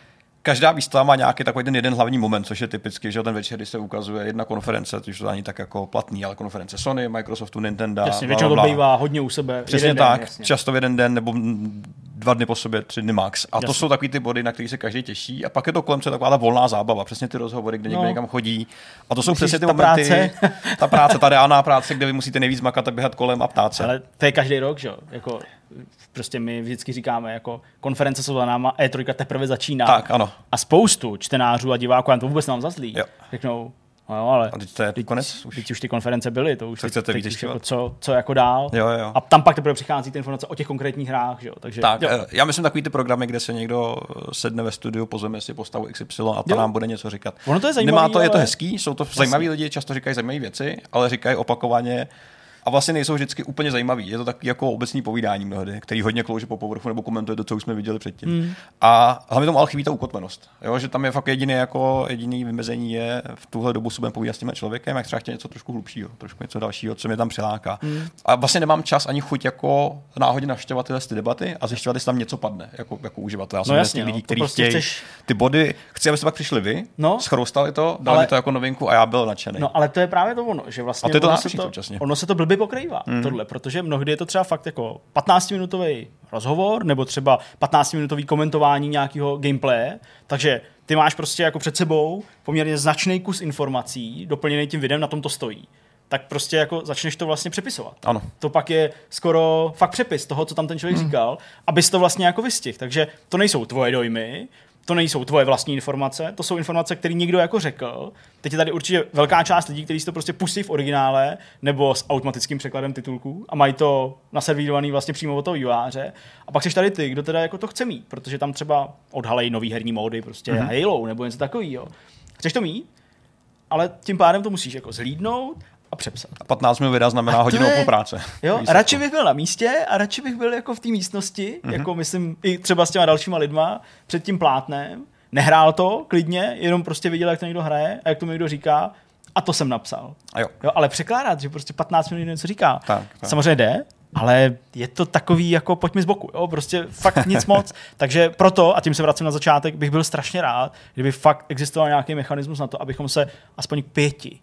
každá výstava má nějaký takový ten jeden hlavní moment, což je typicky, že ten večer, kdy se ukazuje jedna konference, což to ani tak jako platný, ale konference Sony, Microsoftu, Nintendo. Jasně, většinou to bývá hodně u sebe. Přesně tak, den, často v jeden den nebo dva dny po sobě, tři dny max. A jasně. To jsou takový ty body, na který se každý těší. A pak je to kolem taková ta volná zábava, přesně ty rozhovory, kde někdo no. někam chodí. A to jsou Myslíš, přesně ty ta momenty, práce? ta práce, ta reálná práce, kde vy musíte nejvíc makat a běhat kolem a ptát se. Ale to je každý rok, že jo? Jako prostě my vždycky říkáme, jako konference jsou za náma, E tři teprve začíná. Tak, ano. A spoustu čtenářů a diváků, já to vůbec nám zazlí, jo. řeknou, no jo, ale a teď to je teď, konec. Už. Teď už ty konference byly, to už co chcete víc ještě jako co, co jako dál. Jo, jo. A tam pak teprve přichází ty informace o těch konkrétních hrách, že jo. Takže tak, jo. Já myslím takový ty programy, kde se někdo sedne ve studiu, pozveme si postavu X Y a ta nám bude něco říkat. Ono to je zajímavý, Nemá to, ale... je to hezký, jsou to zajímaví lidi, často říkají zajímavé věci, ale říkají opakovaně a vlastně nejsou vždycky úplně zajímavý. Je to takový jako obecný povídání mnohdy, který hodně klouže po povrchu nebo komentuje to, co už jsme viděli předtím. Mm. A hlavně tomu ale chybí ta ukotvenost. Jo? Že tam je fakt jediný jako jediný vymezení je v tuhle dobu si budeme povídat s tím člověkem, jak třeba chtěl něco trošku hlubšího, trošku něco dalšího, co mě tam přiláká. Mm. A vlastně nemám čas ani chuť jako náhodně navštěvovat tyhle ty debaty a zjišťovat, jestli tam něco padne jako, jako uživatel. Já jsem no jasně, lidí, no, kteří prostě chtějí chceš... ty body, chci, abyste pak přišli vy, no, schroustali to, dali ale... to jako novinku a já byl nadšený. No ale to je právě to ono, že vlastně a to je to ono, se to, to, ono se to blbě pokrývá. Mm. Tohle, protože mnohdy je to třeba fakt jako patnáctiminutový rozhovor nebo třeba patnáctiminutový komentování nějakého gameplaye, takže ty máš prostě jako před sebou poměrně značný kus informací, doplněný tím videem, na tom to stojí. Tak prostě jako začneš to vlastně přepisovat. Ano. To pak je skoro fakt přepis toho, co tam ten člověk mm. říkal, abys to vlastně jako vystihl. Takže to nejsou tvoje dojmy, to nejsou tvoje vlastní informace, to jsou informace, které někdo jako řekl. Teď je tady určitě velká část lidí, kteří si to prostě pustí v originále nebo s automatickým překladem titulků a mají to naservírovaný vlastně přímo od toho vývojáře. A pak jsi tady ty, kdo teda jako to chce mít, protože tam třeba odhalejí nový herní módy, prostě mm-hmm. Halo nebo něco takového. Chceš to mít, ale tím pádem to musíš jako zhlídnout a přepsat. A patnáct minut videa znamená hodinu po práce. Jo, radši bych byl na místě a radši bych byl jako v té místnosti, mm-hmm. jako myslím i třeba s těma dalšíma lidma před tím plátnem. Nehrál to klidně, jenom prostě viděl, jak to někdo hraje a jak to mi někdo říká a to jsem napsal. A jo. Jo, ale překládat, že prostě patnáct minut něco říká. Tak, tak. Samozřejmě jde, ale je to takový jako pojď mi z boku, jo, prostě fakt nic moc. Takže proto, a tím se vracím na začátek, bych byl strašně rád, kdyby fakt existoval nějaký mechanismus na to, abychom se aspoň k pěti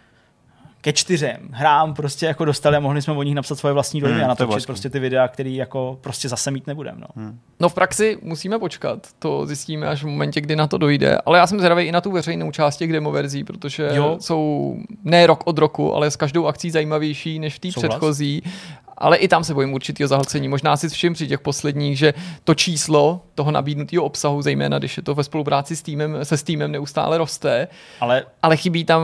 ke čtyřem hrám prostě jako dostali a mohli jsme o nich napsat svoje vlastní dojmy hmm, a natočit prostě ty videa, který jako prostě zase mít nebudem. No. Hmm. no v praxi musíme počkat, to zjistíme až v momentě, kdy na to dojde, ale já jsem zvědavý i na tu veřejnou část těch demoverzí, protože jo. jsou ne rok od roku, ale s každou akcí zajímavější než v té předchozí. Ale i tam se bojím určitého zahlcení. Možná si všim při těch posledních, že to číslo toho nabídnutého obsahu, zejména když je to ve spolupráci s týmem, se Steamem neustále roste, ale, ale chybí tam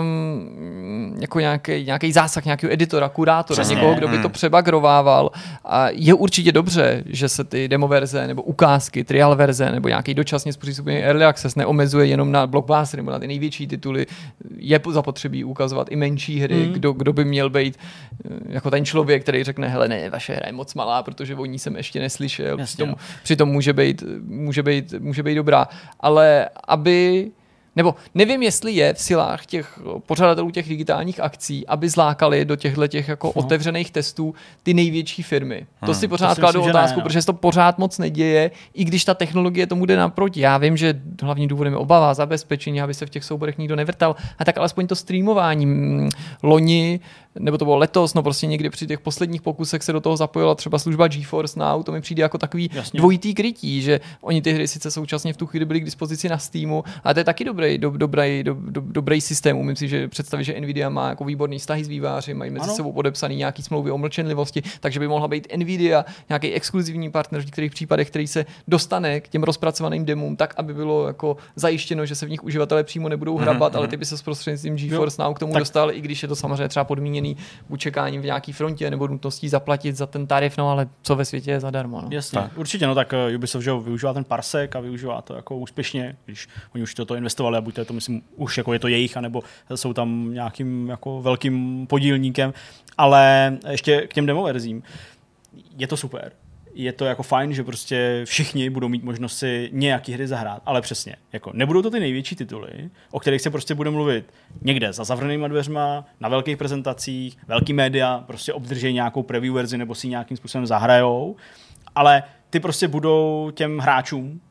jako nějaký, nějaký zásah nějakého editora, kurátora, přesně. někoho, kdo by to přebagrovával. A je určitě dobře, že se ty demoverze nebo ukázky, trial verze nebo nějaký dočasně způsobený early access neomezuje jenom na blockbustery nebo na ty největší tituly. Je zapotřebí ukazovat i menší hry, mm. kdo, kdo by měl být jako ten člověk, který řekne, hele, ne, vaše hra je moc malá, protože o ní jsem ještě neslyšel. Přitom, přitom může být, může být, může být dobrá. Ale aby, nebo nevím, jestli je v silách těch pořadatelů těch digitálních akcí, aby zlákali do těchto těch jako no. otevřených testů ty největší firmy. Hmm. To si pořád to kladu otázku, ne, no. protože se to pořád moc neděje, i když ta technologie tomu jde naproti. Já vím, že hlavním důvodem je obava, zabezpečení, aby se v těch souborech nikdo nevrtal, a tak alespoň to streamování. Loni nebo to bylo letos, no prostě někdy při těch posledních pokusech se do toho zapojila třeba služba GeForce Now, to mi přijde jako takový Jasně. dvojitý krytí, že oni ty hry sice současně v tu chvíli byly k dispozici na Steamu, ale to je taky dobrý, do, dobrý, do, do, dobrý systém. Umím si že představit, že Nvidia má jako výborný vztahy s výváři, mají mezi ano. sebou podepsaný nějaký smlouvy o mlčenlivosti, takže by mohla být Nvidia nějaký exkluzivní partner v některých případech, který se dostane k těm rozpracovaným demům, tak aby bylo jako zajištěno, že se v nich uživatelé přímo nebudou hrabat, mm-hmm. ale ty by se s prostřednictvím GeForce Now k tomu tak. dostal, i když je to samozřejmě třeba podmíněný buď čekáním v nějaký frontě nebo nutností zaplatit za ten tarif, no ale co ve světě je zadarmo. No. Jasně, tak. určitě, no tak Ubisoft že využívá ten parsec a využívá to jako úspěšně, když oni už toto investovali a buď to je to, myslím, už jako je to jejich, anebo jsou tam nějakým jako velkým podílníkem, ale ještě k těm demoverzím. Je to super. Je to jako fajn, že prostě všichni budou mít možnost si nějaký hry zahrát, ale přesně, jako nebudou to ty největší tituly, o kterých se prostě bude mluvit někde za zavřenýma dveřma, na velkých prezentacích, velký média prostě obdrží nějakou preview verzi nebo si nějakým způsobem zahrajou, ale ty prostě budou těm hráčům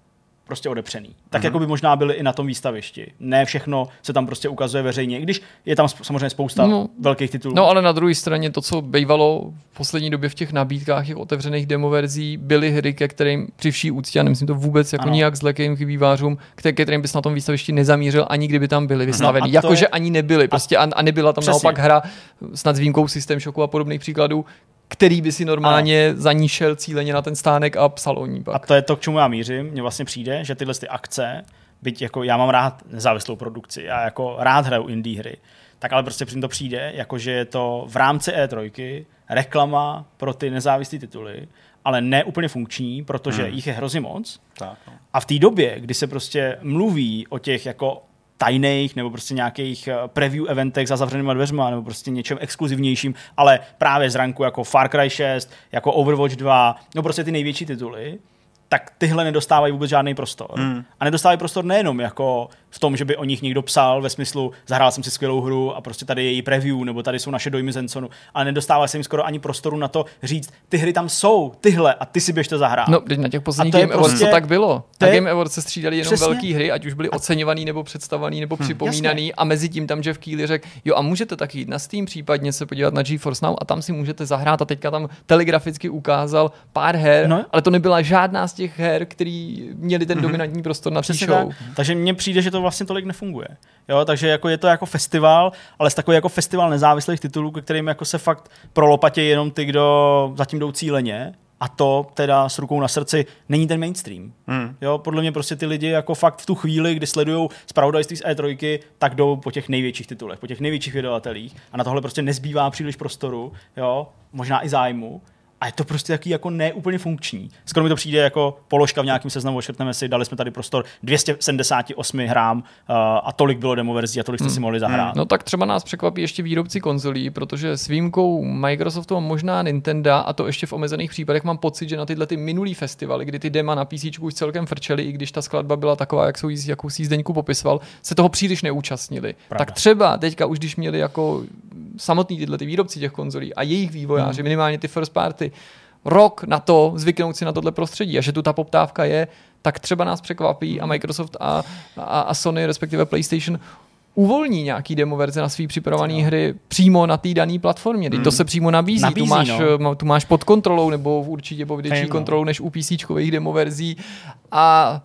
prostě odepřený. Tak mm-hmm. jako by možná byly i na tom výstavišti. Ne všechno se tam prostě ukazuje veřejně, i když je tam samozřejmě spousta no, velkých titulů. No ale na druhé straně to, co bývalo v poslední době v těch nabídkách těch otevřených demoverzí, byly hry, ke kterým při vší úctě, a nemyslím to vůbec jako nijak zlekým vývářům, ke kterým bys na tom výstavišti nezamířil, ani kdyby tam byly vystaveny. No, Jakože je... ani nebyly. Prostě a, a nebyla tam přesně. naopak hra, snad s výjimkou System Shocku a podobných příkladů, který by si normálně ano. za ní šel cíleně na ten stánek a psal o ní pak. A to je to, k čemu já mířím. Mně vlastně přijde, že tyhle ty akce, byť jako já mám rád nezávislou produkci, já jako rád hraju indie hry, tak ale prostě při to přijde, jakože je to v rámci E tři reklama pro ty nezávislé tituly, ale ne úplně funkční, protože hmm. jich je hrozně moc. Tak, no. A v té době, kdy se prostě mluví o těch jako tajných nebo prostě nějakých preview eventech za zavřenýma dveřma nebo prostě něčem exkluzivnějším, ale právě z ranku jako Far Cry šest, jako Overwatch dva, no prostě ty největší tituly, tak tyhle nedostávají vůbec žádný prostor. Hmm. A nedostávají prostor nejenom jako v tom, že by o nich někdo psal ve smyslu zahrál jsem si skvělou hru a prostě tady je její preview nebo tady jsou naše dojmy z Ensonu, ale nedostává se jim skoro ani prostoru na to říct, ty hry tam jsou, tyhle a ty si běžte zahrát. No, teď na těch posledních Game Awards prostě, to tak bylo. Na Game Awards se střídali jenom přesně velké hry, ať už byly oceňovaný nebo představovaný nebo hmm. připomínaný, a mezi tím tam Jeff Keighley řekl, jo, a můžete taky jít na Steam, případně se podívat na GeForce Now a tam si můžete zahrát, a teďka tam telegraficky ukázal pár her, no. ale to nebyla žádná z těch her, který měli ten dominantní prostor na té show. Tak. Takže mně přijde, že to vlastně tolik nefunguje. Jo, takže jako je to jako festival, ale z takový jako festival nezávislých titulů, ke kterým jako se fakt prolopatějí jenom ty, kdo zatím jdou cíleně. A to teda s rukou na srdci není ten mainstream. Hmm. Jo, podle mě prostě ty lidi jako fakt v tu chvíli, kdy sledujou zpravodajství z E tři, tak jdou po těch největších titulech, po těch největších vydavatelích a na tohle prostě nezbývá příliš prostoru, jo, možná i zájmu. A je to prostě taky jako neúplně funkční. Skoro mi to přijde jako položka v nějakém seznamu, oškrtneme si, dali jsme tady prostor dvě stě sedmdesát osm hrám uh, a tolik bylo demoverzí a tolik jste hmm. si mohli zahrát. No tak třeba nás překvapí ještě výrobci konzolí, protože s výjimkou Microsoftu a možná Nintendo, a to ještě v omezených případech, mám pocit, že na tyhle ty minulý festivaly, kdy ty dema na PCčku už celkem frčely, i když ta skladba byla taková, jak jsou jí, jakou si Zdeňku popisoval, se toho příliš neúčastnili. Pravda. Tak třeba teďka už když měli jako samotný tyhle ty výrobci těch konzolí a jejich vývojáři, hmm. minimálně ty first party, rok na to zvyknout si na tohle prostředí a že tu ta poptávka je, tak třeba nás překvapí a Microsoft a, a, a Sony, respektive PlayStation, uvolní nějaký demo verze na svý připravované hry přímo na té dané platformě. Hmm. To se přímo nabízí. nabízí tu, máš, no. tu máš pod kontrolou nebo určitě pod větší kontrolou než u PCčkových demo verzí. A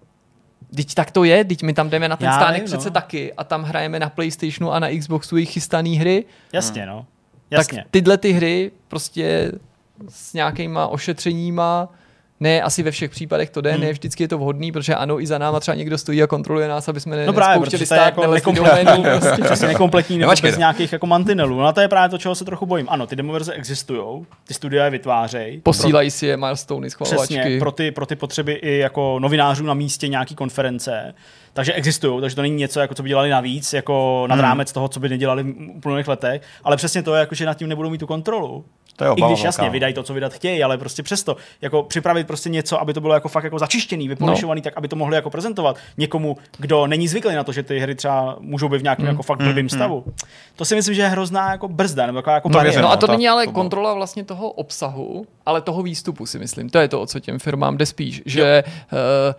teď tak to je, teď my tam jdeme na ten Já stánek vím, přece no. taky a tam hrajeme na PlayStationu a na Xboxu jejich chystaný hry. Jasně, no. Jasně. Tak tyhle ty hry prostě s nějakýma ošetřeníma, ne, asi ve všech případech to jde, hmm. ne vždycky je to vhodný, protože ano, i za náma třeba někdo stojí a kontroluje nás, aby jsme ne, no nespouštěli stát, jako nekompletní, prostě. Přesně nekompletní nebo bez nějakých jako mantinelů. No a to je právě to, čeho se trochu bojím. Ano, ty demoverze existujou, ty studia je vytvářejí. Posílají pro... si je milestone, schvalovačky. Přesně, pro ty, pro ty potřeby i jako novinářů na místě nějaký konference. Takže existují, takže to není něco, jako co by dělali navíc, jako nad rámec toho, co by nedělali v úplných letech, ale přesně to je, jako, že nad tím nebudou mít tu kontrolu. To je obava, I když jasně vydají to, co vydat chtějí, ale prostě přesto jako připravit prostě něco, aby to bylo jako fakt jako začištěný, vypolišovaný, no. tak aby to mohli jako prezentovat někomu, kdo není zvyklý na to, že ty hry třeba můžou být v nějakém mm. jako fakt blbým mm. stavu. To si myslím, že je hrozná jako brzda nebo jako no, no a to není ale to kontrola vlastně toho obsahu, ale toho výstupu, si myslím. To je to, o co těm firmám jde spíš, že uh,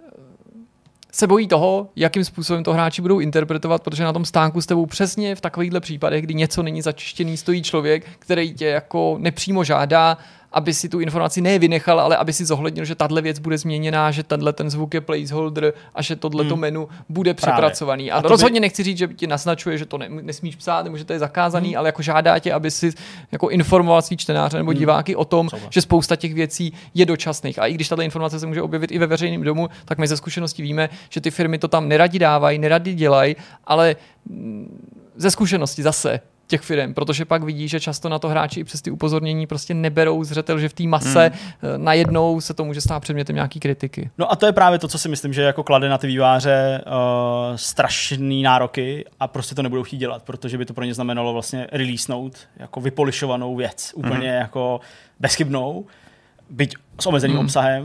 se bojí toho, jakým způsobem to hráči budou interpretovat, protože na tom stánku s tebou přesně v takovýchhle případech, kdy něco není začištěný, stojí člověk, který tě jako nepřímo žádá, aby si tu informaci ne vynechal, ale aby si zohlednil, že tahle věc bude změněná, že tenhle ten zvuk je placeholder a že tohleto hmm. menu bude přepracovaný. A, a rozhodně by... nechci říct, že ti naznačuje, že to ne, nesmíš psát, nebo že to je zakázaný, hmm. ale jako žádá tě, aby si jako informoval svý čtenáře nebo diváky hmm. o tom, Sobě. že spousta těch věcí je dočasných. A i když tato informace se může objevit i ve veřejném domu, tak my ze zkušenosti víme, že ty firmy to tam neradi dávají, neradi dělají, ale ze zkušenosti zase těch firm, protože pak vidí, že často na to hráči i přes ty upozornění prostě neberou zřetel, že v té mase hmm. najednou se to může stát předmětem nějaký kritiky. No a to je právě to, co si myslím, že jako klade na ty výváře uh, strašný nároky a prostě to nebudou chtít dělat, protože by to pro ně znamenalo vlastně releasenout jako vypolišovanou věc, úplně hmm. jako bezchybnou, byť s omezeným hmm. obsahem.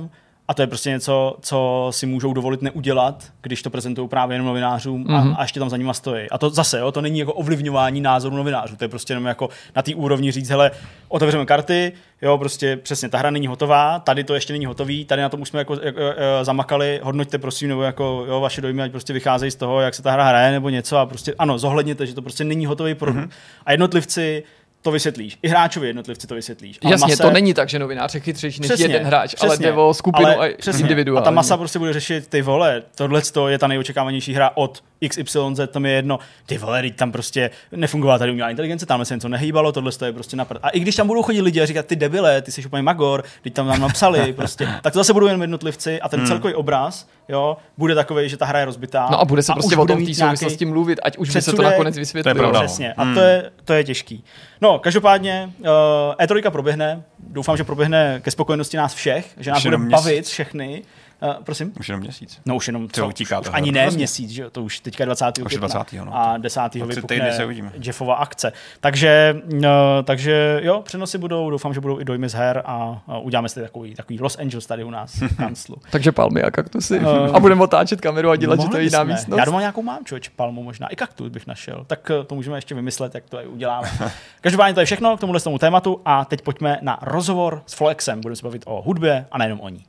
A to je prostě něco, co si můžou dovolit neudělat, když to prezentují právě jenom novinářům mm-hmm. a, a ještě tam za nima stojí. A to zase, jo, to není jako ovlivňování názoru novinářů, to je prostě jenom jako na té úrovni říct, hele, otevřeme karty, jo, prostě přesně, ta hra není hotová, tady to ještě není hotový, tady na tom už jsme jako, jako uh, zamakali, hodnoťte prosím, nebo jako jo, vaše dojmy, ať prostě vycházejí z toho, jak se ta hra hraje nebo něco a prostě ano, zohledněte, že to prostě není hotový produkt. Mm-hmm. A jednotlivci to vysvětlíš. I hráčovi jednotlivci to vysvětlíš. Ale Jasně, mase... to není tak, že novinář je chytřejší než jeden hráč, přesně, ale jde o skupinu ale, a individuálně. A ta masa prostě bude řešit, ty vole, tohleto je ta nejočekávanější hra od X Y Z, tam je jedno, ty vole, teď tam prostě nefungovala tady umělá inteligence, tam se něco nehýbalo, tohle je prostě napřed. A i když tam budou chodit lidi a říkat, ty debile, ty jsi úplně magor, teď tam nám napsali, prostě, tak to zase budou jen jednotlivci a ten hmm. celkový obraz, jo, bude takový, že ta hra je rozbitá. No a bude se a prostě o tom v té souvislosti nějaký... mluvit, ať už by se to nakonec vysvětlilo. Přesně. A to je, to je těžký. No, každopádně uh, E tři proběhne, doufám, že proběhne ke spokojenosti nás všech, že nás bude bavit všechny. Uh, prosím? Už jenom měsíc. No už jenom co? Utíká už ani ne vlastně. Měsíc, že to už teďka dvacátého května dvacátého No. a desátého vypukne Jeffova akce. Takže, uh, takže jo, přenosy budou, doufám, že budou i dojmy z her a, a uděláme si takový, takový Los Angeles tady u nás v kanclu. Takže palmy a kaktusy. Uh, a budeme otáčet kameru a dělat, že to je jiná místnost. Já doma nějakou mám, člověč, palmu možná, i kaktus bych našel. Tak to můžeme ještě vymyslet, jak to uděláme. Každopádně to je všechno k tomuhle tomu tématu a teď pojďme na rozhovor s Flexem. Budeme se bavit o hudbě a nejenom o ní.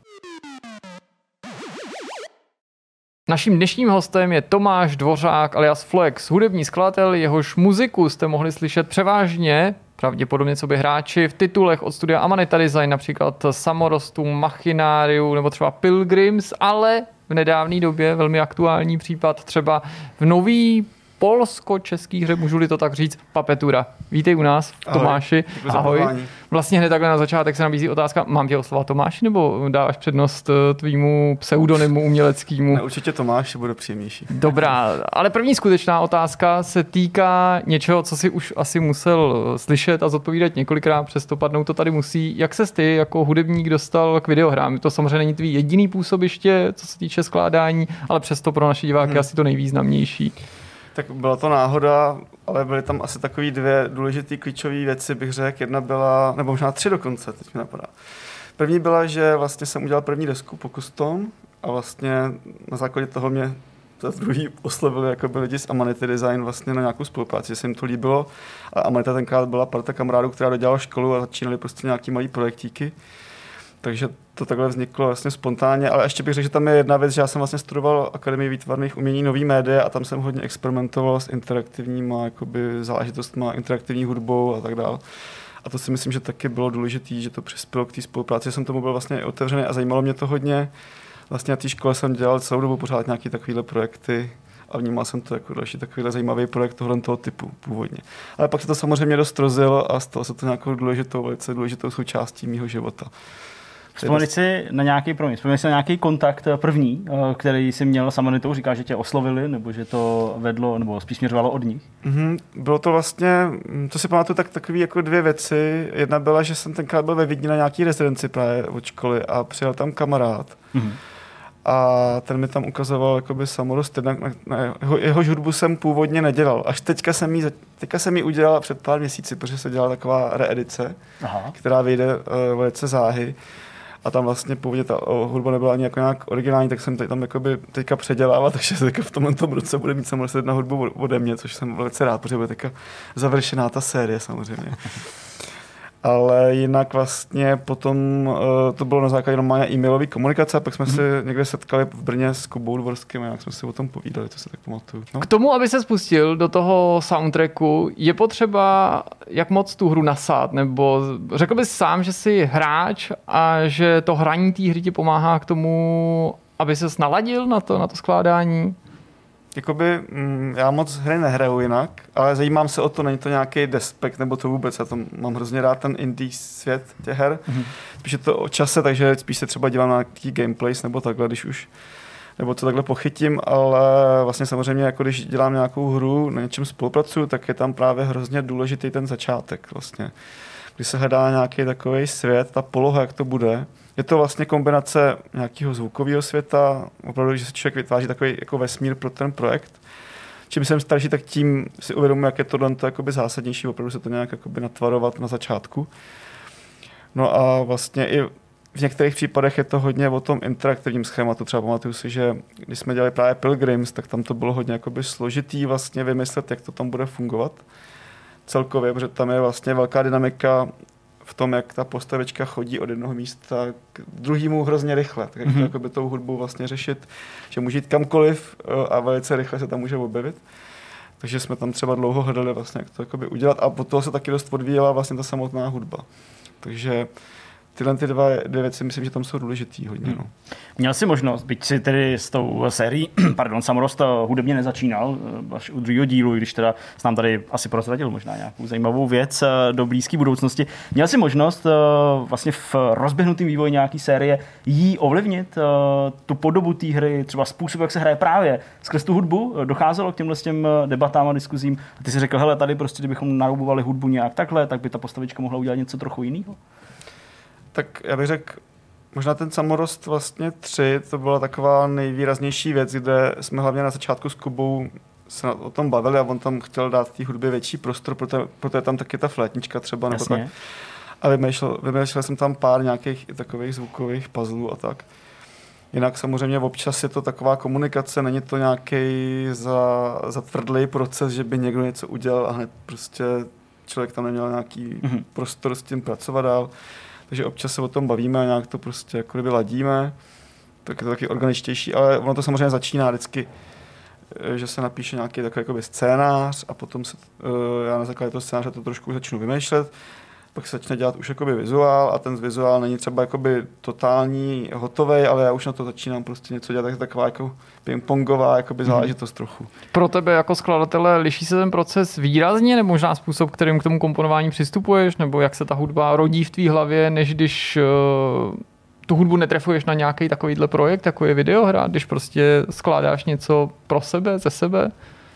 Naším dnešním hostem je Tomáš Dvořák alias Flex, hudební skladatel, jehož muziku jste mohli slyšet převážně, pravděpodobně co by hráči, v titulech od studia Amanita Design, například Samorostu, Machinariu nebo třeba Pilgrims, ale v nedávné době velmi aktuální případ třeba v nový polsko-český hře, můžu-li to tak říct, Papetura. Vítej u nás, Tomáši. Ahoj. Ahoj. Vlastně hned takhle na začátek se nabízí otázka, mám tě oslovat Tomáši, nebo dáváš přednost tvýmu pseudonymu uměleckému? Ne, určitě Tomáš, bude příjemnější. Dobrá, ale první skutečná otázka se týká něčeho, co si už asi musel slyšet a zodpovídat několikrát, přesto padnout to tady musí. Jak ses ty jako hudebník dostal k videohrám? To samozřejmě není tvý jediný působiště, co se týče skládání, ale přesto pro naše diváky hmm. asi to nejvýznamnější. Tak byla to náhoda, ale byly tam asi takové dvě důležité klíčové věci, bych řekl. Jedna byla, nebo možná tři dokonce, teď mi napadá. První byla, že vlastně jsem udělal první desku Pokus Tom a vlastně na základě toho mě to druhý oslovili jako by lidi z Amanita Design vlastně na nějakou spolupráci, že se jim to líbilo. A Amanita tenkrát byla parta kamarádů, která dodělala školu a začínali prostě nějaký malý projektíky. Takže to takhle vzniklo vlastně spontánně, ale ještě bych řekl, že tam je jedna věc, že já jsem vlastně studoval Akademii výtvarných umění nový média a tam jsem hodně experimentoval s interaktivníma jakoby záležitostma, interaktivní hudbou a tak dále. A to si myslím, že taky bylo důležité, že to přispělo k té spolupráci. Jsem tomu byl vlastně otevřený a zajímalo mě to hodně. Vlastně na té škole jsem dělal celou dobu pořád nějaké takovéhle projekty a vnímal jsem to jako další takovýhle zajímavý projekt tohle toho typu původně. Ale pak se to samozřejmě dost rozjelo a stalo se to nějakou důležitou, velice důležitou součástí mýho života. Vzpomněli si na nějaký, promiň, vzpomněli si na nějaký kontakt první, který jsi měl s Amanitou, říká, že tě oslovili, nebo že to vedlo, nebo spíš směřovalo od nich? Mm-hmm. Bylo to vlastně, to si pamatuju, tak takový jako dvě věci. Jedna byla, že jsem tenkrát byl ve Vídni na nějaký rezidenci právě od školy a přijel tam kamarád. Mm-hmm. A ten mi tam ukazoval jakoby Samorost, jednak na, na jeho, jehož hudbu jsem původně nedělal. Až teďka jsem ji, teďka jsem ji udělal před pár měsíci, protože se dělala taková reedice, Aha. která vyjde uh, velice záhy. A tam vlastně původně ta hudba nebyla ani jako nějak originální, tak jsem teď tam jakoby teďka předělával, takže teďka v tomhle roce bude mít samozřejmě jedna hudbu ode mě, což jsem velice rád, protože bude teďka završená ta série samozřejmě. Ale jinak vlastně potom uh, to bylo na základě normálně e-mailové komunikace a pak jsme mm. se někde setkali v Brně s Kubou Dvorským a jak jsme si o tom povídali, to se tak pamatuju. No? K tomu, aby se spustil do toho soundtracku, je potřeba jak moc tu hru nasát, nebo řekl bys sám, že jsi hráč a že to hraní té hry ti pomáhá k tomu, aby ses naladil na to, na to skládání? Jakoby, mm, já moc hry nehraju jinak, ale zajímám se o to, není to nějaký despekt nebo to vůbec, já to mám hrozně rád ten indie svět těch her, mm-hmm. spíš je to o čase, takže spíš se třeba dívám na nějaký gameplays nebo takhle, když už, nebo to takhle pochytím, ale vlastně samozřejmě, jako když dělám nějakou hru, na něčem spolupracuju, tak je tam právě hrozně důležitý ten začátek vlastně, když se hledá nějaký takový svět, ta poloha, jak to bude. Je to vlastně kombinace nějakého zvukového světa, opravdu, že se člověk vytváří takový jako vesmír pro ten projekt. Čím jsem starší, tak tím si uvědomuji, jak je tohle zásadnější, opravdu se to nějak natvarovat na začátku. No a vlastně i v některých případech je to hodně o tom interaktivním schématu. Třeba pamatuju si, že když jsme dělali právě Pilgrims, tak tam to bylo hodně jakoby složitý vlastně vymyslet, jak to tam bude fungovat celkově, protože tam je vlastně velká dynamika v tom, jak ta postavička chodí od jednoho místa k druhému hrozně rychle. Tak jak mm-hmm. to jakoby tou hudbou vlastně řešit, že může jít kamkoliv a velice rychle se tam může objevit. Takže jsme tam třeba dlouho hledali vlastně, jak to jakoby udělat a pod toho se taky dost odvíjela vlastně ta samotná hudba. Takže tyhle ty dva, dvě věci, myslím, že tam jsou důležitý hodně. No. Měl jsi možnost, byť si tedy s tou sérií, pardon, Samorost hudebně nezačínal, až u druhého dílu, když teda s nám tady asi prozradil možná nějakou zajímavou věc do blízké budoucnosti. Měl jsi možnost vlastně v rozběhnutém vývoji nějaký série jí ovlivnit, tu podobu té hry, třeba způsob, jak se hraje právě skrz tu hudbu? Docházelo k těmhle s těm debatám a diskuzím a ty si řekl, hele, tady prostě, kdybychom naroubovali hudbu nějak takhle, tak by ta postavička mohla udělat něco trochu jiného? Tak já bych řekl, možná ten Samorost vlastně tři, to byla taková nejvýraznější věc, kde jsme hlavně na začátku s Kubou se o tom bavili a on tam chtěl dát té hudbě větší prostor, proto, proto je tam taky ta flétnička třeba. Nebo tak. A vymýšlel, vymýšlel jsem tam pár nějakých takových zvukových puzzlů a tak. Jinak samozřejmě občas je to taková komunikace, není to nějaký za, zatvrdlý proces, že by někdo něco udělal a hned prostě člověk tam neměl nějaký mm-hmm. prostor s tím pracovat dál. Takže občas se o tom bavíme a nějak to prostě jako kdyby ladíme, tak je to taky organičtější, ale ono to samozřejmě začíná vždycky, že se napíše nějaký takový jakoby scénář a potom se, já na základě toho scénáře to trošku začnu vymýšlet, pak se začne dělat už jakoby vizuál a ten vizuál není třeba jakoby totální, hotovej, ale já už na to začínám prostě něco dělat, tak taková jako pingpongová jakoby záležitost trochu. Pro tebe jako skladatele liší se ten proces výrazně, nebo možná způsob, kterým k tomu komponování přistupuješ, nebo jak se ta hudba rodí v tvý hlavě, než když uh, tu hudbu netrefuješ na nějaký takovýhle projekt, jako je videohra, když prostě skládáš něco pro sebe, ze sebe?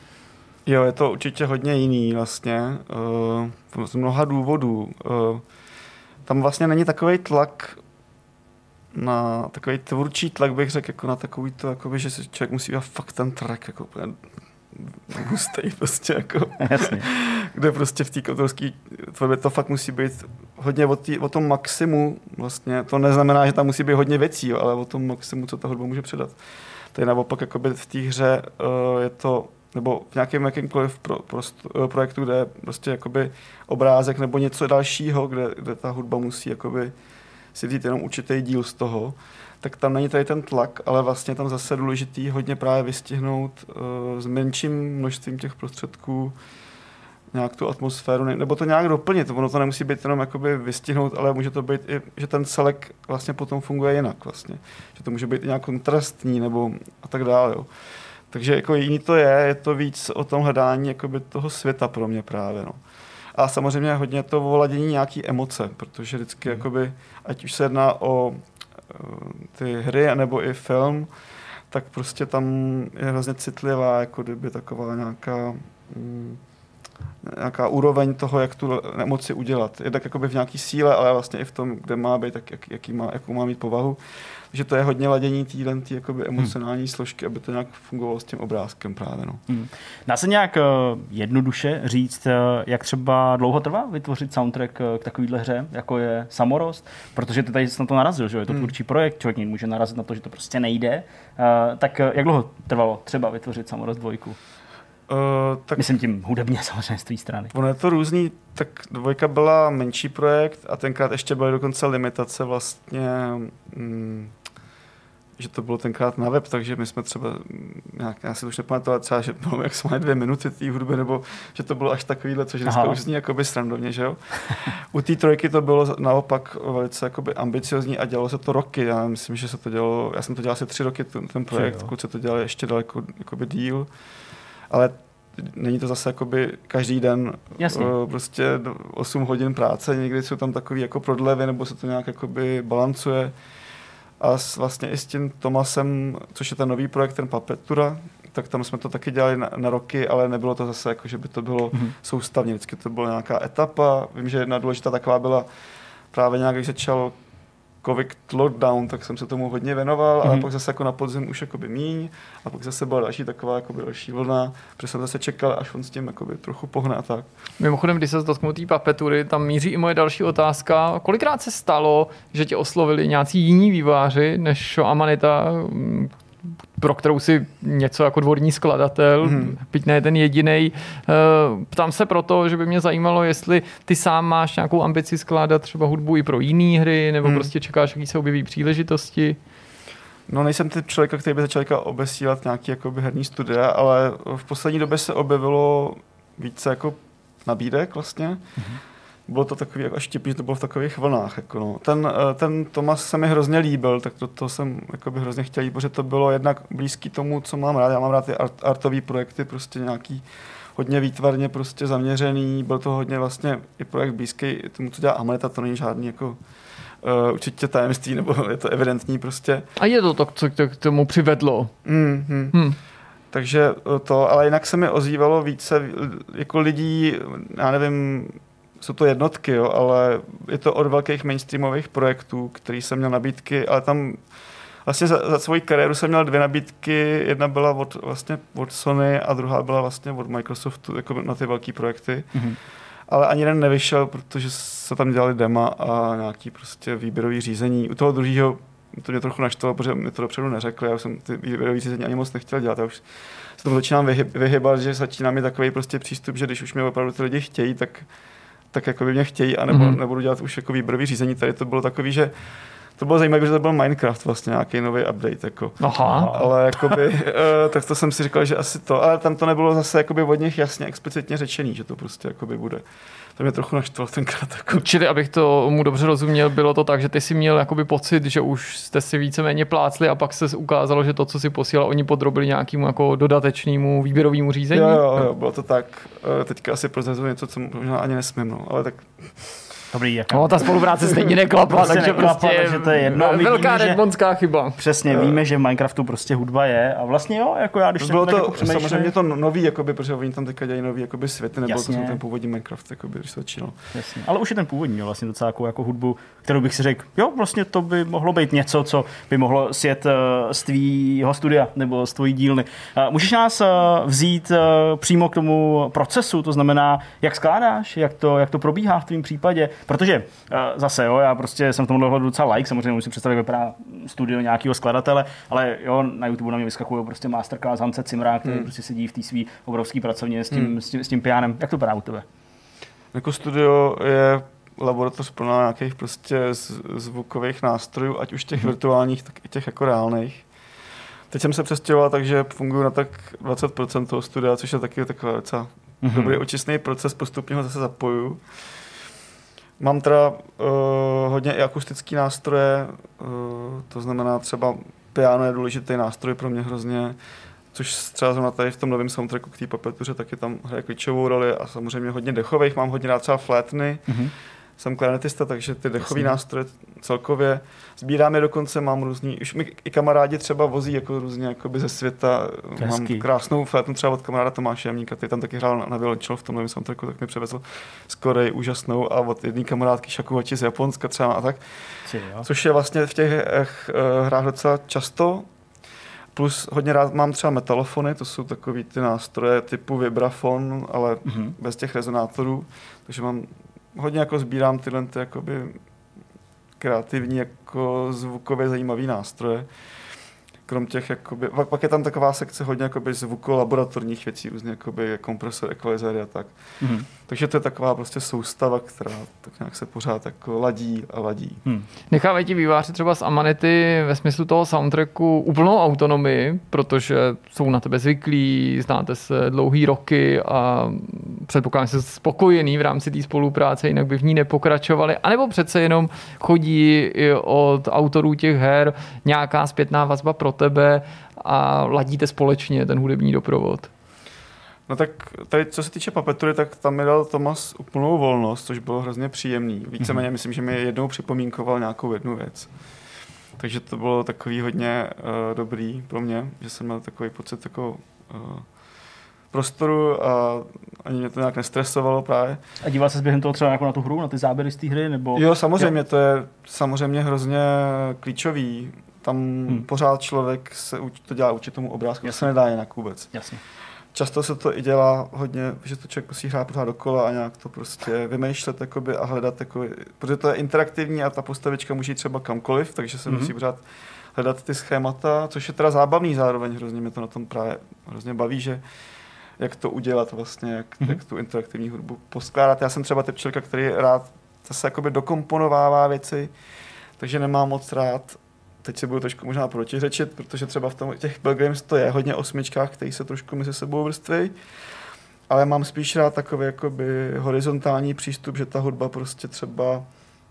Jo, je to určitě hodně jiný vlastně, uh, z mnoha důvodů. Uh, tam vlastně není takovej tlak na takový tvůrčí tlak, bych řekl, jako na takový to, jakoby, že si člověk musí udělat fakt ten track, jako hustej prostě, jako, jasně. Kde prostě v té autorské tvorbě to fakt musí být hodně o, tý, o tom maximu, vlastně, to neznamená, že tam musí být hodně věcí, jo, ale o tom maximu, co ta hudba může předat. Tady naopak, jakoby v té hře uh, je to nebo v nějakém jakýmkoliv pro, pro, projektu, kde je prostě jakoby obrázek nebo něco dalšího, kde, kde ta hudba musí jakoby si vzít jenom určitý díl z toho, tak tam není tady ten tlak, ale vlastně tam zase důležitý hodně právě vystihnout uh, s menším množstvím těch prostředků nějak tu atmosféru, nebo to nějak doplnit. Ono to nemusí být jenom jakoby vystihnout, ale může to být i, že ten celek vlastně potom funguje jinak vlastně. Že to může být i nějak kontrastní nebo a tak dále, jo. Takže jako jiný to je, je to víc o tom hledání jakoby toho světa pro mě právě. No. A samozřejmě hodně to o ladění nějaký emoce, protože vždycky, mm. jakoby, ať už se jedná o uh, ty hry nebo i film, tak prostě tam je hrozně citlivá, jako kdyby taková nějaká, um, nějaká úroveň toho, jak tu emoci udělat. Je tak jakoby v nějaký síle, ale vlastně i v tom, kde má být, tak jak, jaký má, jakou má mít povahu. Takže to je hodně ladění téhle tý jakoby emocionální hmm. složky, aby to nějak fungovalo s tím obrázkem právě. No. Hmm. Dá se nějak uh, jednoduše říct, uh, jak třeba dlouho trvá vytvořit soundtrack uh, k takovýhle hře, jako je Samorost? Protože ty tady jsi na to narazil, že je to tvůrčí hmm. projekt, člověk může narazit na to, že to prostě nejde. Uh, tak uh, jak dlouho trvalo třeba vytvořit Samorost dvojku? Uh, tak myslím tím hudebně samozřejmě z tvý strany. Ono je to různý, tak dvojka byla menší projekt a tenkrát ještě byly dokonce limitace vlastně, mm, že to bylo tenkrát na web, takže my jsme třeba, nějak, já si to už nepamatuju, třeba, že bylo jak jsme dvě minuty té hudby, nebo že to bylo až takovýhle, což dneska už zní jakoby srandovně, že jo. U té trojky to bylo naopak velice jakoby ambiciozní a dělalo se to roky, já myslím, že se to dělalo, já jsem to dělal asi tři roky, ten, ten projekt, pokud se to dělalo ještě daleko jakoby díl. Ale není to zase jakoby každý den uh, prostě osm hodin práce, někdy jsou tam takový jako prodlevy, nebo se to nějak jakoby balancuje. A s, vlastně i s tím Tomasem, což je ten nový projekt, ten Papetura, tak tam jsme to taky dělali na, na roky, ale nebylo to zase jako, že by to bylo mm-hmm. soustavně, vždycky to byla nějaká etapa. Vím, že jedna důležitá taková byla právě nějak, když začal COVID lockdown, tak jsem se tomu hodně věnoval, mm-hmm. ale pak zase jako na podzim už jakoby míň a pak zase byla další taková jakoby další vlna, protože jsem zase čekal, až on s tím jakoby trochu pohne a tak. Mimochodem, když se dotknu té papetury, tam míří i moje další otázka. Kolikrát se stalo, že tě oslovili nějací jiní vývojáři než Amanita, pro kterou si něco jako dvorní skladatel, hmm. byť ne ten jedinej. Ptám se proto, že by mě zajímalo, jestli ty sám máš nějakou ambici skládat třeba hudbu i pro jiné hry, nebo hmm. prostě čekáš, jaký se objeví příležitosti. No nejsem typ člověka, který by začal obesílat nějaký jakoby herní studia, ale v poslední době se objevilo více jako nabídek vlastně. Hmm. Bylo to takový až vtipný, že to bylo v takových vlnách. Jako no. Ten, ten Tomas se mi hrozně líbil, tak to, to jsem jakoby hrozně chtěl jít, protože to bylo jednak blízký tomu, co mám rád. Já mám rád ty art, artové projekty, prostě nějaký hodně výtvarně prostě zaměřený. Byl to hodně vlastně i projekt blízký tomu, co dělá Amanita, to není žádný jako uh, určitě tajemství, nebo je to evidentní prostě. A je to to, co k tomu přivedlo. Mm, mm. Hmm. Takže to, ale jinak se mi ozývalo více jako lidí, já nevím, jsou to jednotky, jo, ale je to od velkých mainstreamových projektů, který jsem měl nabídky, ale tam vlastně za, za svou kariéru jsem měl dvě nabídky, jedna byla od, vlastně od Sony a druhá byla vlastně od Microsoftu, jako na ty velký projekty. Mm-hmm. Ale ani jeden nevyšel, protože se tam dělali dema a nějaký prostě výběrový řízení. U toho druhého to mě trochu naštvalo, protože mi to dopředu neřekli, já jsem ty výběrový řízení ani moc nechtěl dělat, já už se tomu začínám vyhyb, vyhybat, že začíná mi takový prostě přístup, že když už mě opravdu ty lidi chtějí, tak tak jako by mě chtějí a nebo, mm-hmm. nebudu dělat už jako výběrový řízení. Tady to bylo takový, že to bylo zajímavé, že to byl Minecraft vlastně, nějaký nový update. Jako. Aha. Ale jakoby, uh, tak to jsem si říkal, že asi to, ale tam to nebylo zase jakoby od nich jasně, explicitně řečený, že to prostě jakoby bude. To mě trochu naštvalo tenkrát. Jako. Čili, abych to mu dobře rozuměl, bylo to tak, že ty si měl jakoby pocit, že už jste si víceméně plácli a pak se ukázalo, že to, co si posílal, oni podrobili nějakému jako dodatečnému výběrovému řízení? Jo, jo, jo, bylo to tak. Teďka asi prozrazuji něco, co možná ani nesmím, no, ale tak... Dobrý, jaká... No, ta spolupráce stejně neklapla, takže neklapla, prostě takže to je jedno. Velká redmondská chyba. Přesně, víme, že v Minecraftu prostě hudba je a vlastně jo, jako já, když bylo jsem to, tak jako samozřejmě to nový, jakoby, protože oni tam teďka dělají nový jakoby světy, nebo to ten původní Minecraft, jakoby, když se začínal. Jasně. Ale už je ten původní, jo, vlastně docela jako, jako hudbu, kterou bych si řekl, jo, vlastně to by mohlo být něco, co by mohlo sjet uh, z tvýho studia nebo z tvojí dílny. Uh, můžeš nás uh, vzít uh, přímo k tomu procesu, to znamená, jak skládáš, jak to, jak to probíhá v tvém případě, protože uh, zase, jo, já prostě jsem v tomhle hledu docela like, samozřejmě musím představit, jak vypadá studio nějakého skladatele, ale jo, na YouTube na mě vyskakují prostě masterclass Hance Cimra, který hmm. prostě sedí v té svý obrovské pracovně s tím, hmm. s tím, s tím pianem. Jak to vypadá u tebe? Jako studio je laboratoř plná nějakých prostě zvukových nástrojů, ať už těch hmm. virtuálních, tak i těch jako reálných. Teď jsem se přestěhoval, takže funguji na tak dvacet procent toho studia, což je taky takový docela hmm. dobrý očistný proces, postupně ho zase zapojuju. Mám teda uh, hodně i akustický nástroje, uh, to znamená třeba piano je důležitý nástroj pro mě hrozně, což třeba zrovna tady v tom novém soundtracku k té papetuře taky tam hraje klíčovou roli a samozřejmě hodně dechových, mám hodně rád třeba flétny, mm-hmm. jsem klarinetista, takže ty dechový nástroje celkově sbírám je dokonce, mám různý, už mi i kamarádi třeba vozí jako různě jakoby ze světa, Hezký. Mám krásnou flétnu třeba od kamaráda Tomáše Jamníka, který tam taky hrál na, na violoncello v tom novém soundtracku, tak mi přivezl z Koreji úžasnou a od jedné kamarádky šakuhači z Japonska třeba a tak, což je vlastně v těch uh, hrách docela často. Plus hodně rád mám třeba metalofony, to jsou takový ty nástroje typu vibrafon, ale mm-hmm. bez těch rezonátorů, takže mám hodně jako sbírám tyhle ty jakoby kreativní jako zvukově zajímavý nástroje. Krom těch jakoby, pak je tam taková sekce hodně jakoby zvukolaboratorních věcí, různě jakoby kompresor, equalizery a tak. Mm-hmm. Takže to je taková prostě soustava, která tak nějak se pořád jako ladí a ladí. Hmm. Nechávají ti výváři třeba z Amanity ve smyslu toho soundtracku úplnou autonomii, protože jsou na tebe zvyklí, znáte se dlouhý roky a předpokládám, že jste spokojený v rámci té spolupráce, jinak by v ní nepokračovali, anebo přece jenom chodí i od autorů těch her nějaká zpětná vazba pro tebe a ladíte společně ten hudební doprovod? No tak tady, co se týče papetury, tak tam mi dal Tomas úplnou volnost, což bylo hrozně příjemný. Víceméně mm-hmm. myslím, že mi jednou připomínkoval nějakou jednu věc. Takže to bylo takový hodně uh, dobrý pro mě, že jsem měl takový pocit jako uh, prostoru a ani mě to nějak nestresovalo právě. A díval se během toho třeba jako na tu hru, na ty záběry z té hry? Nebo... Jo, samozřejmě, jo? To je samozřejmě hrozně klíčový. Tam hmm. pořád člověk se to dělá učit tomu obrázku, to se nedá jinak vůbec. Jasně. Často se to i dělá hodně, že to člověk musí hrát pořád dokola a nějak to prostě vymýšlet jakoby, a hledat, jakoby, protože to je interaktivní a ta postavička může jít třeba kamkoliv, takže se mm-hmm. musí pořád hledat ty schémata, což je teda zábavný zároveň, hrozně mě to na tom právě hrozně baví, že jak to udělat vlastně, jak, mm-hmm. jak tu interaktivní hudbu poskládat. Já jsem třeba typ člověka, který rád zase jakoby dokomponovává věci, takže nemám moc rád. Teď si budu trošku možná protiřečit, protože třeba v tom, těch Pilgrims to je hodně osmičkách, který se trošku mezi sebou vrství, ale mám spíš rád takový jakoby horizontální přístup, že ta hudba prostě třeba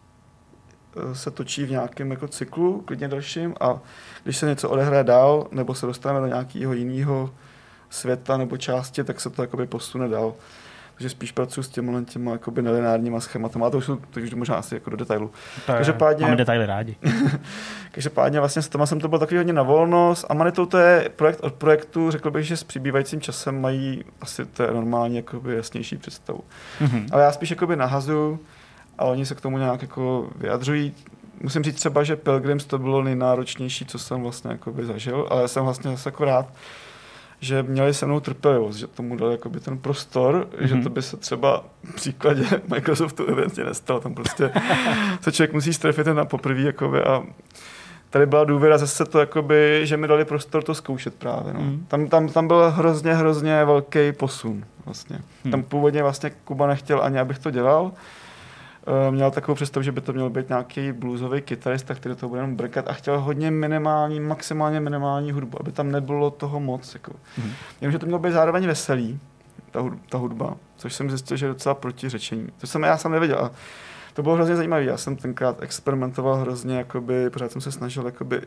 se točí v nějakém jako cyklu, klidně dalším, a když se něco odehraje dál, nebo se dostaneme do nějakého jiného světa nebo části, tak se to jakoby posune dál. Takže spíš pracuji s těmi těma jakoby nelineárníma schématama, a to už, jsou, to už možná asi jako do detailu. Každopádně, máme detaily rádi. Každopádně vlastně s Toma jsem to byl takový hodně na volnost. A Manitou to je projekt od projektu, řekl bych, že s přibývajícím časem mají asi to je normálně jakoby jasnější představu. Mm-hmm. Ale já spíš jakoby nahazuju a oni se k tomu nějak jako vyjadřují. Musím říct třeba, že Pilgrims to bylo nejnáročnější, co jsem vlastně jakoby zažil, ale já jsem vlastně zase jako rád, že měli se mnou trpělivost, že tomu dali jakoby ten prostor, mm-hmm. že to by se třeba v příkladě Microsoftu evidentně nestalo. Tam prostě se člověk musí strefit na poprvé jakoby, a tady byla důvěra zase to, jakoby, že mi dali prostor to zkoušet právě. No. Mm. Tam, tam, tam byl hrozně, hrozně velký posun. Vlastně. Mm. Tam původně vlastně Kuba nechtěl ani, abych to dělal. Měl takovou představu, že by to měl být nějaký bluesový kytarista, který to bude jenom brkat, a chtěl hodně minimální, maximálně minimální hudbu, aby tam nebylo toho moc. Jako. Mm-hmm. Jenomže to mělo být zároveň veselý, ta hudba, ta hudba, což jsem zjistil, že je docela protiřečení. To jsem já jsem nevěděl. A to bylo hrozně zajímavé. Já jsem tenkrát experimentoval hrozně, jakoby, pořád jsem se snažil, jakoby,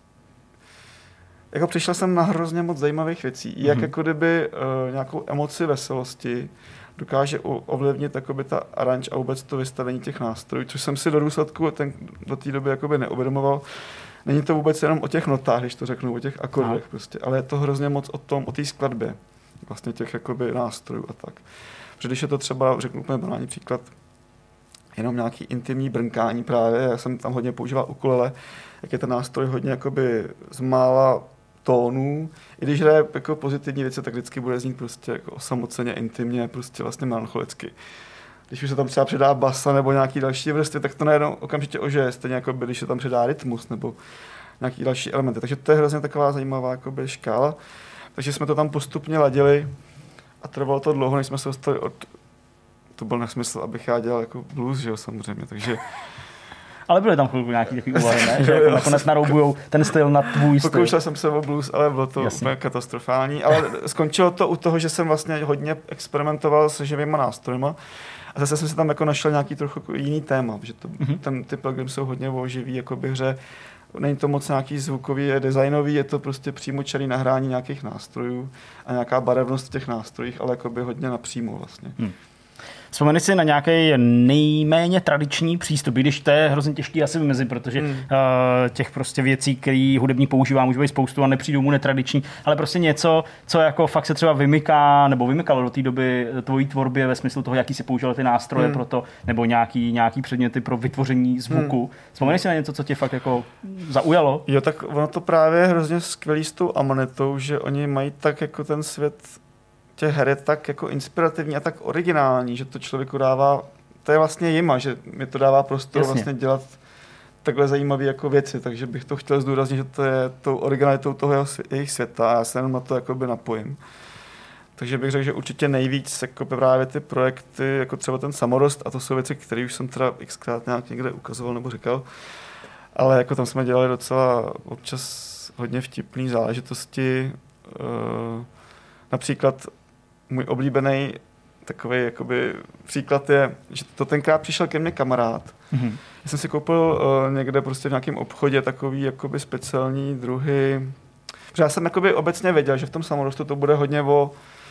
jako přišel jsem na hrozně moc zajímavých věcí. Jak mm-hmm. jako kdyby uh, nějakou emoci veselosti dokáže ovlivnit jakoby ta aranž a vůbec to vystavení těch nástrojů, což jsem si do důsledku ten, do té doby jakoby neuvědomoval. Není to vůbec jenom o těch notách, když to řeknu, o těch akordech no. prostě, ale je to hrozně moc o tom, o té skladbě, vlastně těch jakoby nástrojů a tak. Protože když je to třeba, řeknu úplně banální příklad, jenom nějaký intimní brnkání právě, já jsem tam hodně používal ukulele, jak je ten nástroj hodně jakoby z mála tónů. I když hraje jako pozitivní věci, tak vždycky bude znít prostě jako osamoceně, intimně, prostě vlastně melancholicky. Když už se tam třeba přidá basa nebo nějaký další vrstvy, tak to najednou okamžitě ožije, stejně jako by, když se tam přidá rytmus nebo nějaký další elementy. Takže to je hrozně taková zajímavá jakoby škála. Takže jsme to tam postupně ladili a trvalo to dlouho, než jsme se dostali od... To byl nesmysl, abych já dělal jako blues, že jo, samozřejmě, takže... Ale byly tam chvilku nějaký takový úvahy, ne? Že jako nakonec naroubujou ten styl na tvůj styl. Pokoušel jsem se o blues, ale bylo to Jasně. úplně katastrofální. Ale skončilo to u toho, že jsem vlastně hodně experimentoval se živýma nástrojma. A zase jsem si tam jako našel nějaký trochu jiný téma, že to, mm-hmm. ten, ty Pilgrims jsou hodně o živý jakoby hře. Není to moc nějaký zvukový, designový, je to prostě přímočarý nahrání nějakých nástrojů a nějaká barevnost v těch nástrojích, ale jakoby hodně napřímo vlastně. Hmm. Vzpomeni si na nějaký nejméně tradiční přístup, když to je hrozně těžký asi vymezit, protože hmm. uh, těch prostě věcí, které hudebník používá, může být spoustu a nepřijdou mu netradiční, ale prostě něco, co jako fakt se třeba vymyká, nebo vymykalo do té doby tvojí tvorbě ve smyslu toho, jaký si používal ty nástroje hmm. pro to, nebo nějaký, nějaký předměty pro vytvoření zvuku. Hmm. Vzpomeni si na něco, co tě fakt jako zaujalo? Jo, tak ono to právě je hrozně skvělý s tou Amanitou, že oni mají tak jako ten svět těch her je tak jako inspirativní a tak originální, že to člověku dává, to je vlastně jima, že mi to dává prostor Jasně. vlastně dělat takhle zajímavé jako věci, takže bych to chtěl zdůraznit, že to je tou originalitou toho jeho, jejich světa a já se jenom na to jakoby napojím. Takže bych řekl, že určitě nejvíc jako právě ty projekty, jako třeba ten Samorost, a to jsou věci, které už jsem teda xkrát nějak někde ukazoval nebo říkal, ale jako tam jsme dělali docela občas hodně vtipný záležitosti, uh, například můj oblíbený takový jakoby příklad je, že to tenkrát přišel ke mně kamarád. Mm-hmm. Já jsem si koupil uh, někde prostě v nějakém obchodě takový jakoby speciální druhy. Protože já jsem jakoby obecně věděl, že v tom Samorostu to bude hodně o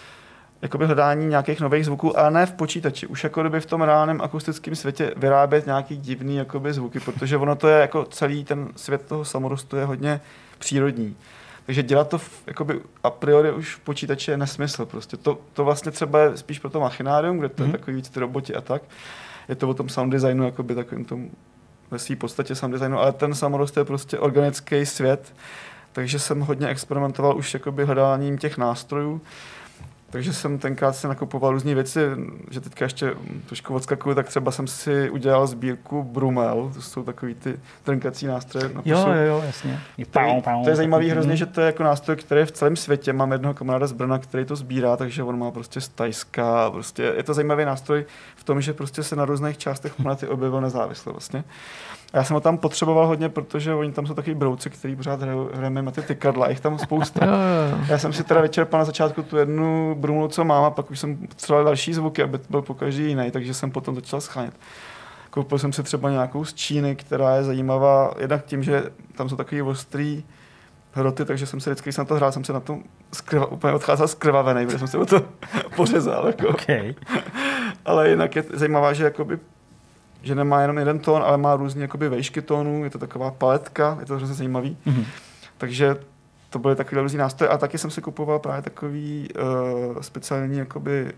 jakoby hledání nějakých nových zvuků, ale ne v počítači. Už jako kdyby v tom reálném akustickém světě vyrábět nějaký divný jakoby zvuky, protože ono to je jako celý ten svět toho Samorostu je hodně přírodní. Takže dělat to v, jakoby a priori už v počítači je nesmysl prostě. To, to vlastně třeba je spíš pro to machinárium, kde to mm-hmm. je takový víc ty roboti a tak. Je to o tom sound designu, jakoby takovým tom ve své podstatě sound designu, ale ten samorost je prostě organický svět, takže jsem hodně experimentoval už jakoby hledáním těch nástrojů. Takže jsem tenkrát si nakupoval různé věci, že teďka ještě trošku odskakuju, tak třeba jsem si udělal sbírku Brumel, to jsou takový ty trnkací nástroje. Jo, jo, jo, jasně. Pau, pau, to je zajímavý hrozně, že to je jako nástroj, který je v celém světě. Mám jednoho kamaráda z Brna, který to sbírá, takže on má prostě z Tajska. Prostě je to zajímavý nástroj v tom, že prostě se na různých částech planety objevil nezávisle vlastně. A já jsem ho tam potřeboval hodně, protože oni tam jsou takový brouci, který pořád hrajeme na ty tykadla, jich tam spousta. Já jsem si teda vyčerpal na začátku tu jednu brumlu, co mám, a pak už jsem potřeboval další zvuky, aby to byl po každý jiný, takže jsem potom začal schánět. Koupil jsem si třeba nějakou z Číny, která je zajímavá, jednak tím, že tam jsou takový ostrý hroty, takže jsem se vždycky, když jsem na to hrál, jsem se na tom skrva, úplně odcházel skrvavený, protože jsem se o to pořezal. Jako. Okay. Ale jinak je zajímavá, že jakoby že nemá jenom jeden tón, ale má různé jakoby vejšky tónů, je to taková paletka, je to hrozně zajímavý. Mm-hmm. Takže to byly takové různý nástroje a taky jsem si kupoval právě takový uh, speciální jakoby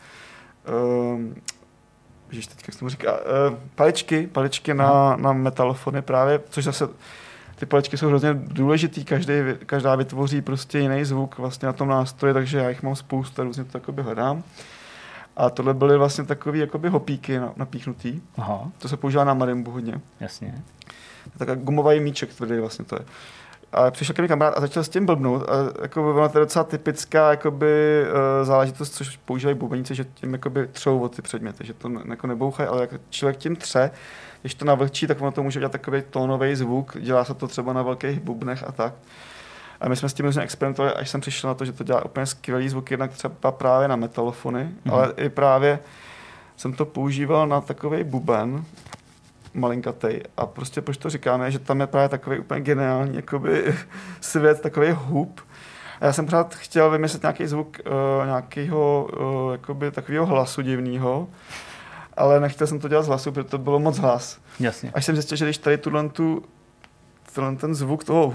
uh, ježiš, teď jak se tomu říká, uh, paličky, paličky na, na metalofony právě, což zase ty paličky jsou hrozně důležitý, každý, každá vytvoří prostě jiný zvuk vlastně na tom nástroji, takže já jich mám spoustu, různě to jakoby hledám. A tohle byly vlastně takový jakoby hopíky napíchnutý. Aha. To se používá na marimbu hodně. Jasně. Takový gumový míček tvrdý vlastně to je. A přišel ke mi kamarád a začal s tím blbnout. A jako byla to docela typická jakoby, uh, záležitost, což používají bubeníci, že tím jakoby třou o ty předměty, že to jako nebouchají, ale jako člověk tím tře, když to navlhčí, tak ono to může dělat takový tónový zvuk, dělá se to třeba na velkých bubnech a tak. A my jsme s tím různě experimentovali, až jsem přišel na to, že to dělá úplně skvělý zvuk, jednak třeba právě na metalofony, mm. ale i právě jsem to používal na takovej buben, malinkatej. A prostě proč to říkáme, že tam je právě takový úplně geniální jakoby, svět, takový hub. A já jsem pořád chtěl vymyslet nějaký zvuk uh, nějakého uh, jakoby takového hlasu divného, ale nechtěl jsem to dělat z hlasu, protože to bylo moc hlas. Jasně. Až jsem zjistil, že když tady tuhle tu Ten, ten zvuk toho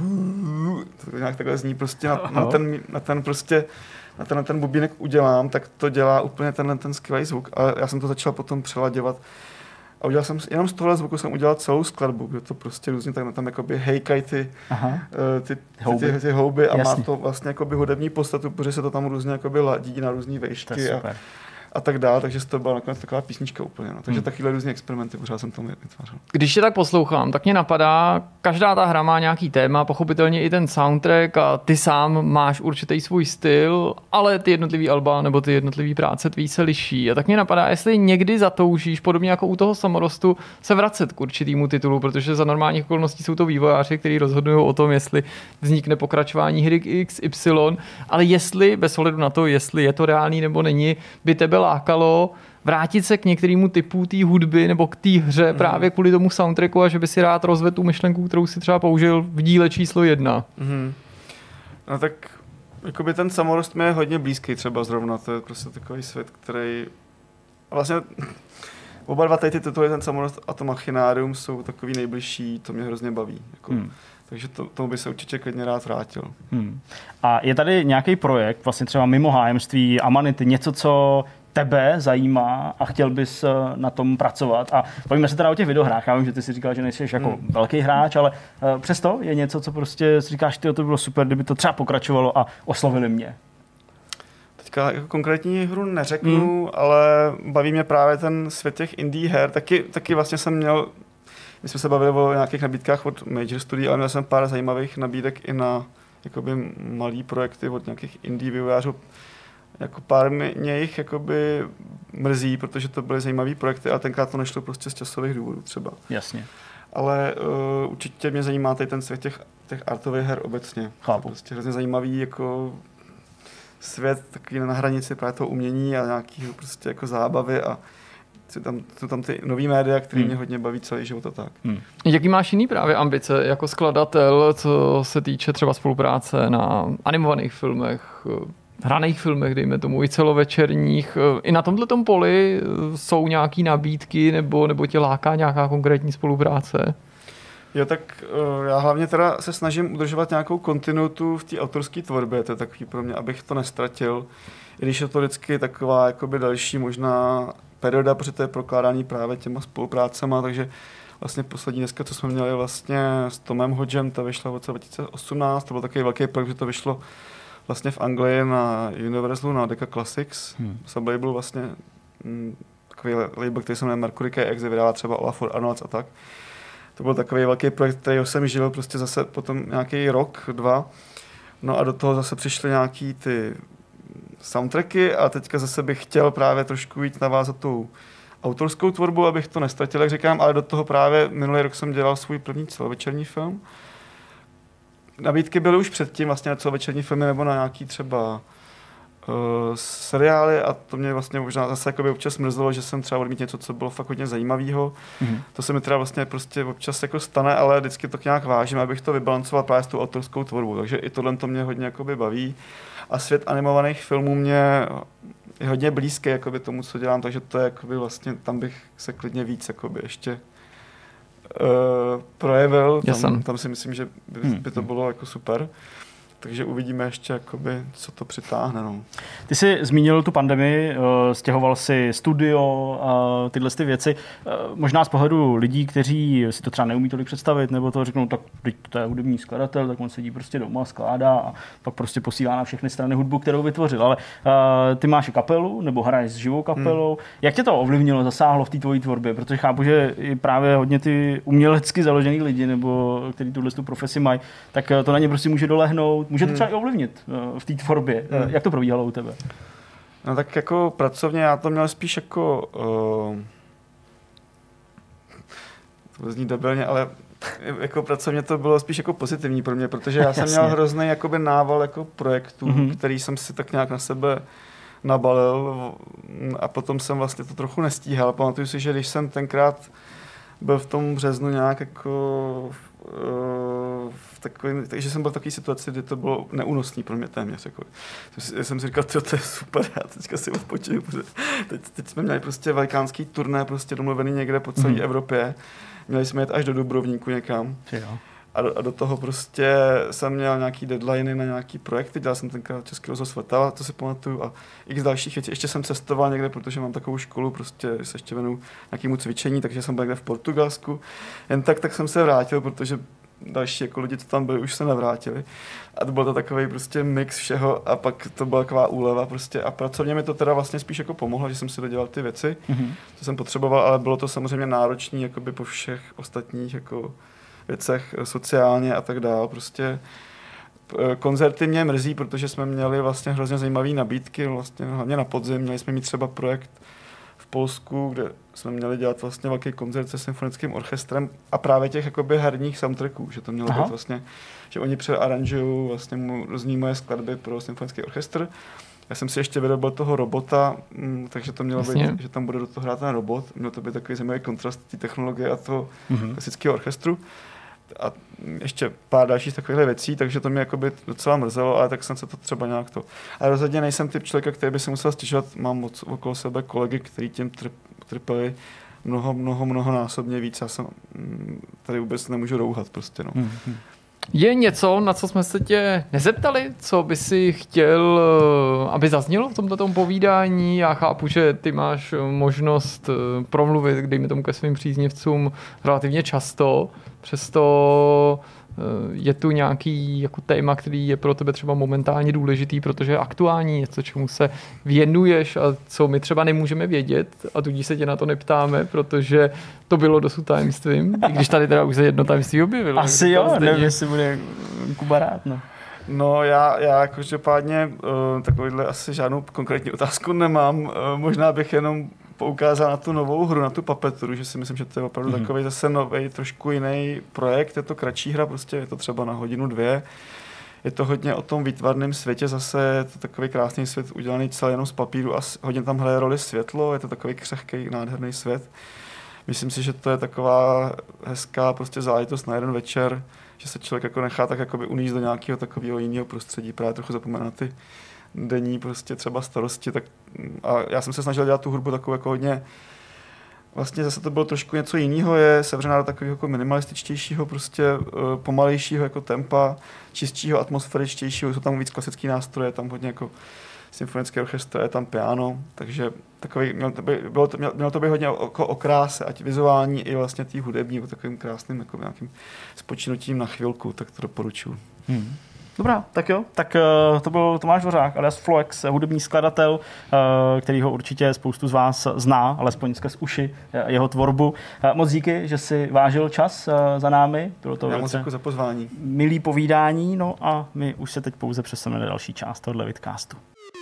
to nějak takhle zní prostě na, na, ten, na ten prostě na ten, na ten bubínek udělám, tak to dělá úplně tenhle ten skvělý zvuk. A já jsem to začal potom přeladěvat a udělal jsem, jenom z tohle zvuku jsem udělal celou skladbu, kde to prostě různě tak tam jakoby hejkají ty, ty, ty, houby. Ty, ty houby a Jasně. má to vlastně jakoby hudební podstatu, protože se to tam různě jakoby ladí na různý vejšky a, a tak dále, takže to byla nakonec taková písnička úplně. No. Takže hmm. takovýhle různý experimenty pořád jsem tam vytvářel. Když je tak poslouchám, tak mě napadá, každá ta hra má nějaký téma, pochopitelně i ten soundtrack a ty sám máš určitý svůj styl, ale ty jednotlivý alba nebo ty jednotlivý práce tvý se liší. A tak mě napadá, jestli někdy zatoužíš, podobně jako u toho Samorostu, se vracet k určitýmu titulu, protože za normálních okolností jsou to vývojáři, kteří rozhodují o tom, jestli vznikne pokračování hry X Y, ale jestli, bez ohledu na to, jestli je to reálný nebo není, by tebe lákalo vrátit se k některému typu té hudby nebo k té hře mm. právě kvůli tomu soundtracku a že by si rád rozvedl tu myšlenku, kterou si třeba použil v díle číslo jedna. Mm. No tak jakoby ten Samorost mi je hodně blízký třeba zrovna, to je prostě takový svět, který vlastně oba dva tady ty tituly, ten Samorost a to Machinarium jsou takový nejbližší, to mě hrozně baví. Jako. Mm. Takže to, tomu by se určitě klidně rád vrátil. Hmm. A je tady nějaký projekt, vlastně třeba mimo hájemství, Amanity, něco, co tebe zajímá a chtěl bys na tom pracovat? A pojďme se teda o těch videohrách. Já vím, že ty si říkal, že nejsi jako hmm. velký hráč, ale uh, přesto je něco, co prostě si říkáš, ty, to by bylo super, kdyby to třeba pokračovalo a oslovili mě. Teďka jako konkrétní hru neřeknu, hmm. ale baví mě právě ten svět těch indie her. Taky, taky vlastně jsem měl My jsme se bavili o nějakých nabídkách od Major Studií, ale měl jsem pár zajímavých nabídek i na jakoby malý projekty od nějakých indie vývojářů. Jako pár mě jich jakoby mrzí, protože to byly zajímavý projekty, ale tenkrát to nešlo prostě z časových důvodů třeba. Jasně. Ale uh, určitě mě zajímá tady ten svět těch, těch artových her obecně. Chápu. To je prostě hrozně zajímavý jako svět takový na hranici právě toho umění a nějakého prostě jako zábavy a jsou tam, jsou tam ty nový média, které hmm. mě hodně baví celý život a tak. Hmm. Jaký máš jiný právě ambice jako skladatel, co se týče třeba spolupráce na animovaných filmech, hraných filmech, dejme tomu, i celovečerních. I na tomhletom poli jsou nějaký nabídky nebo, nebo tě láká nějaká konkrétní spolupráce? Jo, tak uh, já hlavně teda se snažím udržovat nějakou kontinuitu v té autorské tvorbě, to je takový pro mě, abych to nestratil. I když je to vždycky taková jakoby další možná perioda, protože to je prokládání právě těma spoluprácema, takže vlastně poslední dneska, co jsme měli vlastně s Tomem Hodgem, ta vyšla v roce dva tisíce osmnáct, to byl takový velký projekt, že to vyšlo vlastně v Anglii na Universalu, na Decca Classics, hmm. sublabel vlastně, m, takový label, který se jmenuje Mercury K X, vydává třeba Ola for Arnolds a tak. To byl takový velký projekt, který jsem žil prostě zase potom nějaký rok, dva. No a do toho zase přišly nějaký ty soundtracky a teďka zase bych chtěl právě trošku víc navázat tu autorskou tvorbu, abych to nestratil, jak říkám, ale do toho právě minulý rok jsem dělal svůj první celovečerní film. Nabídky byly už předtím vlastně na celovečerní filmy nebo na nějaký třeba uh, seriály a to mě vlastně možná zase jakoby občas mrzelo, že jsem třeba odmít něco, co bylo fakt hodně zajímavého. Mm-hmm. To se mi teda vlastně prostě občas jako stane, ale vždycky to nějak vážím, abych to vybalancoval právě s tou autorskou tvorbou, takže i tohle to mě hodně jakoby baví. A svět animovaných filmů mě je hodně blízký jakoby tomu, co dělám, takže to je jakoby vlastně, tam bych se klidně víc jakoby ještě uh, projevil. Tam, tam si myslím, že by, hmm. by to bylo jako super. Takže uvidíme ještě, jakoby, co to přitáhne. No. Ty jsi zmínil tu pandemii, stěhoval si studio a tyhle ty věci. Možná z pohledu lidí, kteří si to třeba neumí tolik představit, nebo to řeknou, tak to je hudební skladatel, tak on sedí prostě doma, skládá a pak prostě posílá na všechny strany hudbu, kterou vytvořil. Ale uh, ty máš kapelu, nebo hraješ s živou kapelou. Hmm. Jak tě to ovlivnilo, zasáhlo v té tvojí tvorbě? Protože chápu, že i právě hodně ty umělecky založený lidi, nebo kteří tuhle tu profesi mají, tak to na ně prostě může dolehnout. Může to třeba i ovlivnit uh, v té tvorbě. Hmm. Jak to probíhalo u tebe? No tak jako pracovně já to měl spíš jako... Uh, to zní debilně, ale jako pracovně to bylo spíš jako pozitivní pro mě, protože já jsem měl hrozný jakoby nával jako projektů, mm-hmm. který jsem si tak nějak na sebe nabalil a potom jsem vlastně to trochu nestíhal. Pamatuju si, že když jsem tenkrát byl v tom březnu nějak jako... v takový, takže jsem byl v takové situaci, kdy to bylo neúnosný pro mě téměř. Jako. Já jsem si říkal, to je super, já teďka si odpočinu. Teď, teď jsme měli prostě velikánský turné, prostě domluvený někde po celé mm. Evropě. Měli jsme jet až do Dubrovníku někam. A do, a do toho prostě jsem měl nějaký deadliny na nějaký projekty, dělal jsem tenkrát Český rozhlas Vltava, to si pamatuju, a x dalších věcí. Ještě jsem cestoval někde, protože mám takovou školu, prostě se ještě věnuju nějakému cvičení, takže jsem byl někde v Portugalsku. Jen tak, tak jsem se vrátil, protože další jako lidi, co tam byli, už se nevrátili. A to byl to takový prostě mix všeho a pak to byla taková úleva prostě a pracovně mi to teda vlastně spíš jako pomohlo, že jsem si dodělal ty věci, mm-hmm. co jsem potřeboval, ale bylo to samozřejmě náročný jakoby po všech ostatních jako věcech sociálně a tak dále. Prostě koncerty mě mrzí, protože jsme měli vlastně hrozně zajímavé nabídky, vlastně hlavně na podzim. Měli jsme mít třeba projekt v Polsku, kde jsme měli dělat vlastně velký koncert se symfonickým orchestrem a právě těch jakoby herních soundtracků, že to mělo Aha. být vlastně, že oni přearanžují vlastně různý moje skladby pro symfonický orchestr. Já jsem si ještě vyrobil toho robota, m, takže to mělo Jasně. být, že tam bude do toho hrát ten robot. Měl to být takový zajímavý kontrast té technologie a toho mm-hmm. klasického orchestru. A ještě pár dalších takových věcí, takže to mě jakoby docela mrzelo, ale tak jsem se to třeba nějak to... Ale rozhodně nejsem typ člověka, který by se musel stěžovat. Mám moc okolo sebe kolegy, kteří tím trp, trpěli mnoho, mnoho, mnoho násobně víc. Já jsem tady vůbec nemůžu rouhat prostě, no. Mm-hmm. Je něco, na co jsme se tě nezeptali, co by si chtěl, aby zaznělo v tomto povídání? Já chápu, že ty máš možnost promluvit, dejme tomu, ke svým příznivcům relativně často, přesto je tu nějaký jako téma, který je pro tebe třeba momentálně důležitý, protože je aktuální, něco, čemu se věnuješ a co my třeba nemůžeme vědět a tudíž se tě na to neptáme, protože to bylo dosud tajemstvím, i když tady teda už se jedno tajemství objevilo. Asi jo, nevím, jestli bude Kuba rád, no. No já, já jakožepádně uh, takovýhle asi žádnou konkrétní otázku nemám, uh, možná bych jenom poukázal na tu novou hru, na tu Papeturu, že si myslím, že to je opravdu mm-hmm. takový zase nový, trošku jiný projekt, je to kratší hra, prostě je to třeba na hodinu, dvě. Je to hodně o tom výtvarném světě, zase je to takový krásný svět udělaný celý jenom z papíru a hodně tam hraje roli světlo, je to takový křehký, nádherný svět. Myslím si, že to je taková hezká prostě záležitost na jeden večer, že se člověk jako nechá tak jakoby uníst do nějakého takového jiného prostředí, právě trochu zapomene na ty denní prostě třeba starosti, tak a já jsem se snažil dělat tu hudbu takovou jako hodně vlastně zase to bylo trošku něco jiného, je sevřená do takového jako minimalističtějšího, prostě uh, pomalejšího jako tempa, čistšího, atmosféričtějšího, jsou tam víc klasický nástroje, tam hodně jako symfonický orchestr, je tam piano, takže takový, mělo to být, bylo to, mělo to být hodně o, o kráse, ať vizuální i vlastně tý hudební, o takovým krásným jako nějakým spočinutím na chvilku, tak to doporučuji. Hmm. Dobrá, tak jo, tak uh, to byl Tomáš Dvořák, alias Floex, hudební skladatel, uh, který ho určitě spoustu z vás zná, alespoň z uši uh, jeho tvorbu. Uh, moc díky, že si vážil čas uh, za námi. Bylo to Já moc děkuji za pozvání. Milý povídání, no a my už se teď pouze přesuneme na další část tohoto vidcastu.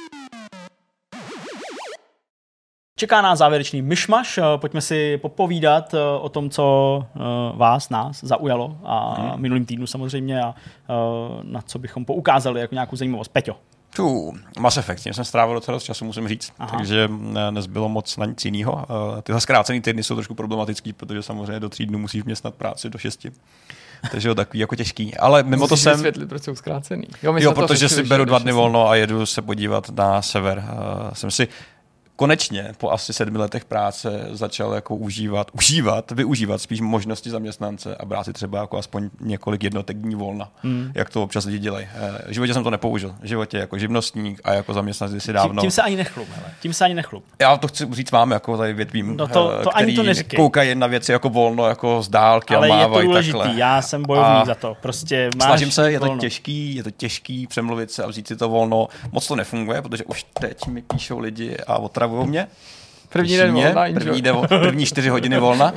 Čeká nás závěrečný myšmaš, pojďme si popovídat o tom, co vás, nás zaujalo a hmm. minulým týdnu samozřejmě a na co bychom poukázali jako nějakou zajímavost. Peťo. Tu, Mass Effect, tím jsem strávil docela dost času, musím říct, Aha. takže nezbylo moc na nic jiného. Tyhle zkrácený týdny jsou trošku problematický, protože samozřejmě do tří dnů musíš městnat práci do šesti. Takže jo, takový jako těžký. Ale mimo Musíš to jsem... vysvětlit, proč jsou zkrácený. Jo, jo protože si beru dva dny volno a jedu se podívat na sever. Jsem si konečně po asi sedmi letech práce začal jako užívat, užívat, využívat spíš možnosti zaměstnance a brát si třeba jako aspoň několik jednotek dní volna, hmm. jak to občas lidi dělají. V životě jsem to nepoužil. V životě jako živnostník a jako zaměstnanec si dávno. Tím, tím se ani nechlup, hele. Tím se ani nechlup. Já to chci říct vám, jako tady větvím, no to, to který ani to neříkej. Koukají na věci jako volno, jako z dálky ale a mávají takhle. Ale je to důležitý, já jsem bojovník za to. Prostě máš snažím se, je to volno. těžký, je to těžký přemluvit se a vzít si to volno. Moc to nefunguje, protože už teď mi píšou lidi a otravujou mě. První den volna, první, den, první čtyři hodiny volna,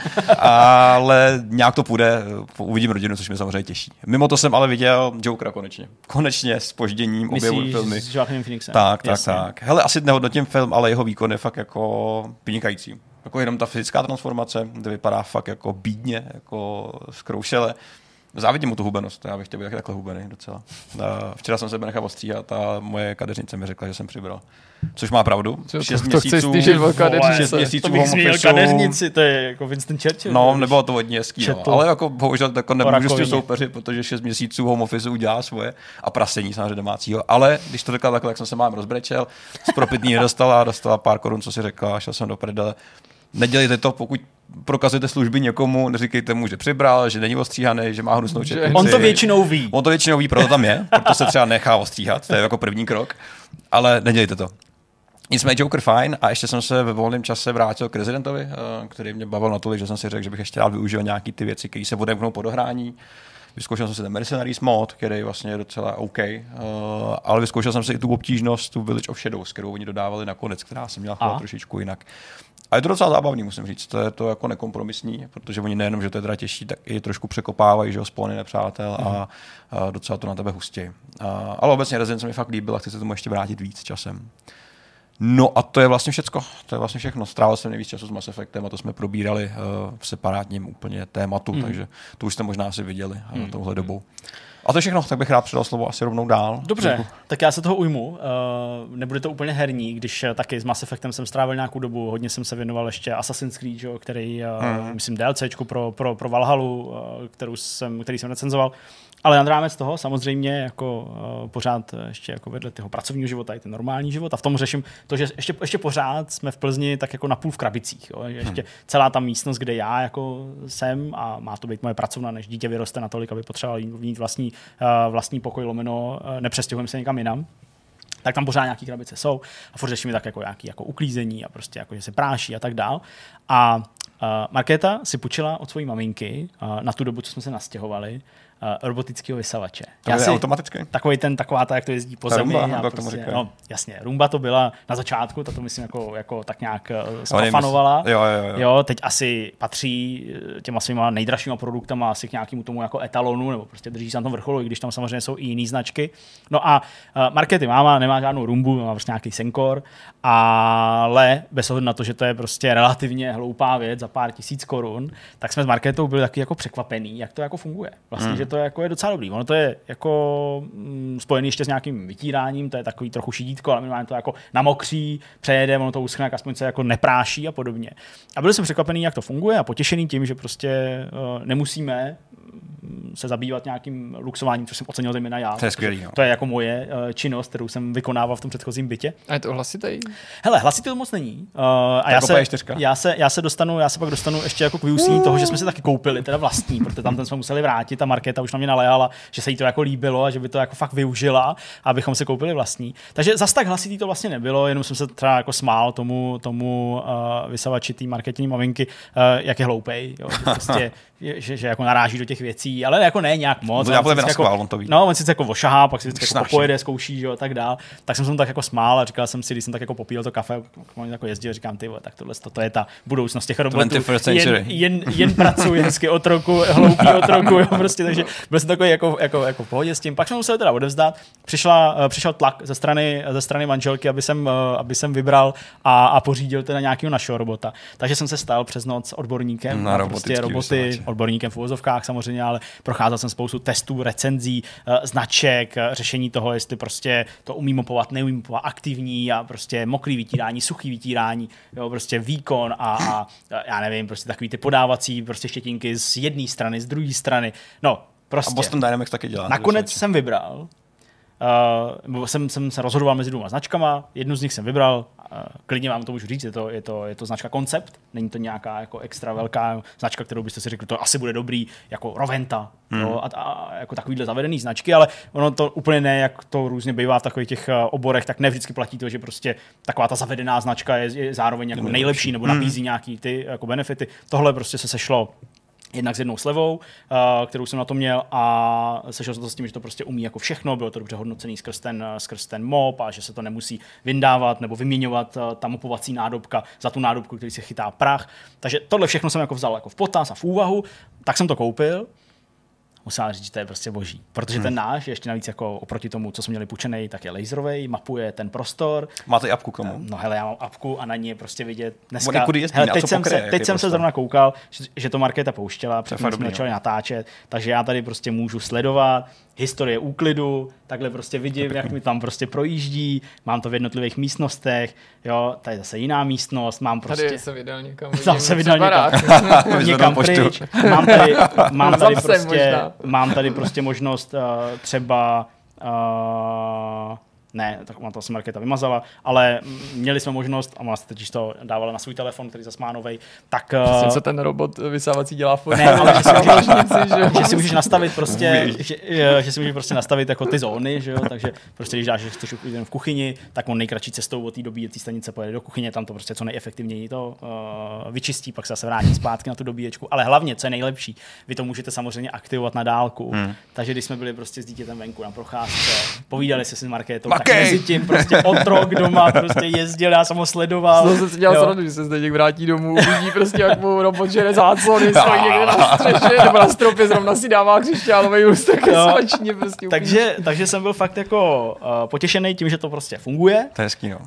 ale nějak to půjde, uvidím rodinu, což mě samozřejmě těší. Mimo to jsem ale viděl Jokera konečně. Konečně s zpožděním objevu filmy. S Joaquinem Phoenixem. Tak, tak, Jasně. tak. Hele, asi nehodnotím film, ale jeho výkon je fakt jako vynikající. Jako jenom ta fyzická transformace, kde vypadá fakt jako bídně, jako zkroušele. Závidím mu tu hubenost, já bych chtěl být takhle hubený docela. Včera jsem se nechal ostříhat a moje kadeřnice mi řekla, že jsem přibral. Což má pravdu. Co, šest to měsíců, šest měsíců to bych zmínil kadeřnici, to je jako Winston Churchill. No, nebylo to hodně hezký, no. Ale jako bohužel jako nemůžu s tím soupeřit, protože šest měsíců home office udělá svoje a prasení samozřejmě domácího. Ale když to řekla takhle, jak jsem se mám rozbrečel, z propitný nedostala, dostala pár korun, co si řekla, šel jsem do prdele. Nedělejte to, pokud prokazujete služby někomu, neříkejte mu, že přibral, že není ostříhaný, že má hnusnou čepici. On to většinou ví. On to většinou ví, proto tam je, proto se třeba nechá ostříhat, to je jako první krok, ale nedělejte to. Nicméně Joker fajn a ještě jsem se ve volném čase vrátil k Residentovi, který mě bavil natolik, že jsem si řekl, že bych ještě rád využil nějaký ty věci, které se odemknou po dohrání. Vyzkoušel jsem si ten Mercenaries mod, který vlastně je docela OK, uh, ale vyzkoušel jsem si i tu obtížnost, tu Village of Shadows, kterou oni dodávali nakonec, která se měla chovat trošičku jinak. A je to docela zábavný, musím říct, to je to jako nekompromisní, protože oni nejenom, že to je teda těžší, tak i trošku překopávají, že ho spawny nepřátel mm. a, a docela to na tebe hustějí. Ale obecně Resident se mi fakt líbil a chci se tomu ještě vrátit víc časem. No a to je vlastně všecko, to je vlastně všechno. Strávil jsem nejvíc času s Mass Effectem a to jsme probírali uh, v separátním úplně tématu, mm. takže to už jste možná asi viděli mm. touhle dobou. A to je všechno, tak bych rád předal slovo asi rovnou dál. Dobře, Děkuji. Tak já se toho ujmu. Uh, nebude to úplně herní, když taky s Mass Effectem jsem strávil nějakou dobu, hodně jsem se věnoval ještě Assassin's Creed, jo, který, uh, mm. myslím, DLCčku pro, pro, pro Valhallu, uh, kterou jsem, který jsem recenzoval. Ale nad rámec toho samozřejmě jako uh, pořád ještě jako vedle toho pracovního života i ten normální život a v tom řeším to, že ještě, ještě pořád jsme v Plzni tak jako napůl v krabicích. Jo? Ještě hmm. celá ta místnost, kde já jako jsem a má to být moje pracovna, než dítě vyroste natolik, aby potřeboval mít vlastní, uh, vlastní pokoj lomeno, uh, nepřestěhujeme se někam jinam. Tak tam pořád nějaký krabice jsou a furt řešíme tak jako nějaký jako uklízení a prostě jako, že se práší a tak dál. A uh, Markéta si půjčila od své maminky uh, na tu dobu, co jsme se nastěhovali, uh, robotického vysavače. To je automatický? Takový ten, taková ta, jak to jezdí po ta zemi. Rumba, a prostě, no, jasně, Rumba to byla na začátku, ta to myslím jako, jako tak nějak uh, spafanovala. Jo, jo, jo. jo, teď asi patří těma svýma nejdražšíma produktama asi k nějakému tomu jako etalonu, nebo prostě drží se na tom vrcholu, i když tam samozřejmě jsou i jiný značky. No a uh, Markety máma nemá žádnou Rumbu, má prostě nějaký Senkor, ale bez ohledu na to, že to je prostě relativně hloupá věc za pár tisíc korun, tak jsme s Marketou byli taky jako překvapený, jak to jako funguje. Vlastně, hmm. že to jako je docela dobrý. Ono to je jako mm, spojený ještě s nějakým vytíráním, to je takový trochu šidítko, ale minimálně to jako namokří, přejede, ono to uschne, aspoň se jako nepráší a podobně. A byl jsem překvapený, jak to funguje a potěšený tím, že prostě uh, nemusíme se zabývat nějakým luxováním, což jsem ocenil zejména já. To je skvělý, no. To je jako moje uh, činnost, kterou jsem vykonával v tom předchozím bytě. A je to hlasitý? Hele, hlasitý to moc není. Uh, a já se, já, se, já se dostanu, já se pak dostanu ještě jako k vyústění toho, že jsme si taky koupili, teda vlastní, protože tam ten jsme museli vrátit a Markéta už na mě naléhala, že se jí to jako líbilo a že by to jako fakt využila, abychom si koupili vlastní. Takže zas tak hlasitý to vlastně nebylo, jenom jsem se třeba jako smál tomu, tomu uh, vysavači té marketingové maminky, uh, jak je hloupej, jo, že, prostě, že, že jako naráží do těch věcí, ale jako ne nějak moc. No, on, jako, schvál, on, to ví. No, on sice jako ošahá, pak si vždycky jako pojede, zkouší, jo, a tak dál. Tak jsem se mu tak jako smál a říkal jsem si, když jsem tak jako popíjel to kafe, on jako jezdil, říkám, ty vole, tak tohle to je ta budoucnost těch robotů. Jen, jen, jen pracuji hezky od roku, hloupý od roku, jo, prostě, takže byl jsem takový jako, jako, jako v pohodě s tím. Pak jsem musel teda odevzdat. Přišla, přišel tlak ze strany, ze strany manželky, aby jsem, aby jsem vybral a, a pořídil teda nějakého našeho robota. Takže jsem se stal přes noc odborníkem na prostě roboty, vysavače. Odborníkem v uvozovkách samozřejmě, ale procházel jsem spoustu testů, recenzí, značek, řešení toho, jestli prostě to umí mopovat, neumí mopovat, aktivní a prostě mokrý vytírání, suchý vytírání, jo, prostě výkon a, a já nevím, prostě takový ty podávací prostě štětinky z jedné strany, z druhé strany. No, prostě. A Boston Dynamics taky dělá. Nakonec jsem vybral. Uh, jsem, jsem se rozhodoval mezi dvěma značkama, jednu z nich jsem vybral, uh, klidně vám to můžu říct, je to, je to, je to značka Concept, není to nějaká jako extra velká značka, kterou byste si řekli, to asi bude dobrý, jako Roventa, hmm. jo, a, a jako takovýhle zavedený značky, ale ono to úplně ne, jak to různě bývá v takových těch uh, oborech, tak ne vždycky platí to, že prostě taková ta zavedená značka je, je zároveň jako nejlepší nebo nabízí hmm. nějaký ty jako benefity. Tohle prostě se sešlo jednak s jednou slevou, uh, kterou jsem na to měl a sešel jsem to s tím, že to prostě umí jako všechno, bylo to dobře hodnocený skrz ten, skrz ten mop a že se to nemusí vyndávat nebo vyměňovat uh, ta mopovací nádobka za tu nádobku, který se chytá prach. Takže tohle všechno jsem jako vzal jako v potaz a v úvahu, tak jsem to koupil. Musím říct, že to je prostě boží. Protože hmm. ten náš, ještě navíc jako oproti tomu, co jsme měli půjčenej, tak je laserovej, mapuje ten prostor. Máte i apku k tomu? No hele, já mám apku a na ní je prostě vidět dneska. Jezdí, hele, teď jsem, pokryje, se, teď jsem se zrovna koukal, že, že to Markéta pouštěla, předtím jsme začali natáčet, takže já tady prostě můžu sledovat historie úklidu, takhle prostě vidím, jak mi tam prostě projíždí, mám to v jednotlivých místnostech, jo, tady zase jiná místnost, mám prostě... Tady se vydal někam, tam se vydal někam, někam pryč, mám tady, mám tady prostě, mám tady prostě možnost uh, třeba uh, ne, tak má to asi Markéta vymazala, ale měli jsme možnost, a ona se teď to dávala na svůj telefon, který zase má novej, tak... Přesně, co ten robot vysávací dělá v Ne, ale že si, můžeš, že, že si můžeš nastavit prostě, že, že si můžeš prostě nastavit jako ty zóny, že jo, takže prostě když dáš, že chceš v kuchyni, tak on nejkratší cestou od té dobíjecí stanice pojede do kuchyně, tam to prostě co nejefektivněji to uh, vyčistí, pak se zase vrátí zpátky na tu dobíječku, ale hlavně, co je nejlepší, vy to můžete samozřejmě aktivovat na dálku, hmm. takže když jsme byli prostě s dítětem venku na procházce, povídali se s Markétou, tak mezi tím prostě otrok doma prostě jezdil, já jsem ho sledoval. To jsem si dělal srandu, že se zde někdo vrátí domů, uvidí prostě, jak mu robot žere záclony, stojí někde na střeše, nebo na stropě, zrovna si dává křišťálový ústek a svačně prostě. Takže, takže jsem byl fakt jako uh, potěšený tím, že to prostě funguje. To je hezký, no. Uh,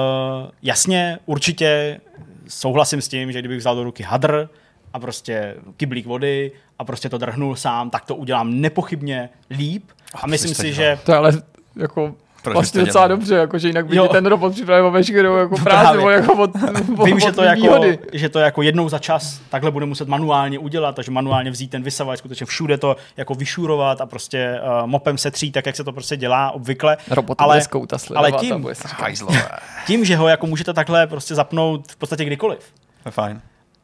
jasně, určitě souhlasím s tím, že kdybych vzal do ruky hadr a prostě kyblík vody a prostě to drhnul sám, tak to udělám nepochybně líp. A, a myslím si, že... To je ale jako... Proč vlastně docela dobře, jakože jinak by ten robot připravil veškerou jako práci, nebo jako od, Vím, že to, jako, že to jako jednou za čas takhle bude muset manuálně udělat, takže manuálně vzít ten vysavač, skutečně všude to jako vyšurovat a prostě uh, mopem setřít, tak jak se to prostě dělá obvykle. Robot ale, bude skouta sledovat. Ale tím, tím, že ho jako můžete takhle prostě zapnout v podstatě kdykoliv. To je fajn.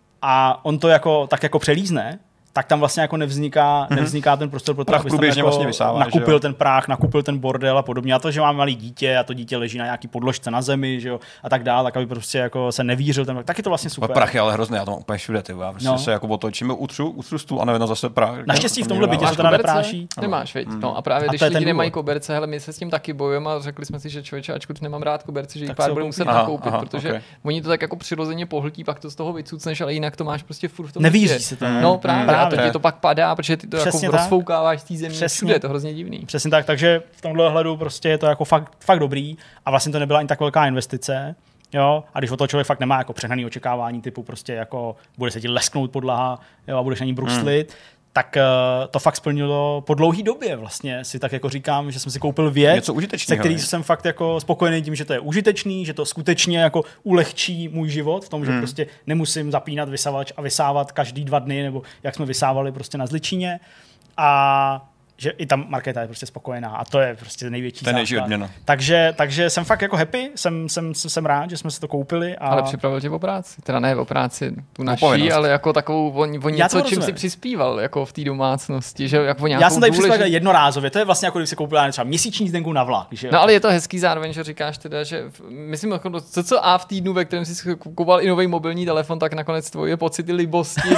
A on to jako tak jako přelízne, tak tam vlastně jako nevzniká, mm-hmm. nevzniká ten prostor pro to, aby tam jako vlastně vysává, nakupil ten práh, nakupil ten bordel a podobně. A to, že mám malý dítě a to dítě leží na nějaký podložce na zemi, že jo, a tak dále, tak aby prostě jako se nevířil ten, tak je to vlastně super. Prach je ale hrozný, já to mám úplně všude, ty, já prostě no. se jako otočím, utřu, utřu stůl a nevím, zase prach. Naštěstí v tomhle bytě se teda nepráší. Nemáš, veď. No a právě a když lidi nemají koberce, hele, my se s tím taky bojujeme a řekli jsme si, že člověče, ačkoliv nemám rád koberce, že jich pár budeme muset nakoupit, protože oni to tak jako přirozeně pohltí, pak to z toho vycucneš, ale jinak to máš prostě furt v tom. Nevíří se to. No právě, a to ti to pak padá, protože ty to přesně jako rozfoukáváš z té země, všude, je to hrozně divný. Přesně tak, takže v tomhle hledu prostě je to jako fakt, fakt dobrý a vlastně to nebyla ani tak velká investice. Jo, a když o toho člověk fakt nemá jako přehnaný očekávání typu prostě jako bude se ti lesknout podlaha, jo, a budeš na ní bruslit, hmm. tak uh, to fakt splnilo po dlouhý době vlastně. Si tak jako říkám, že jsem si koupil věc, se který jsem fakt jako spokojený tím, že to je užitečný, že to skutečně jako ulehčí můj život v tom, že hmm. prostě nemusím zapínat vysavač a vysávat každý dva dny, nebo jak jsme vysávali prostě na Zličíně. a že i tam Markéta je prostě spokojená a to je prostě největší základ. Ten odměna. Takže, takže jsem fakt jako happy, jsem, jsem, jsem rád, že jsme si to koupili. A... Ale připravil tě o práci, teda ne o práci tu naší, ale jako takovou o, o něco, čím si přispíval jako v té domácnosti, že jako nějakou Já jsem tady důležit... přispíval jednorázově, to je vlastně jako když si koupil třeba měsíční jízdenku na vlak. Že? No ale je to hezký zároveň, že říkáš teda, že myslím, jako co co a v týdnu, ve kterém jsi kupoval i nový mobilní telefon, tak nakonec tvoje pocity libosti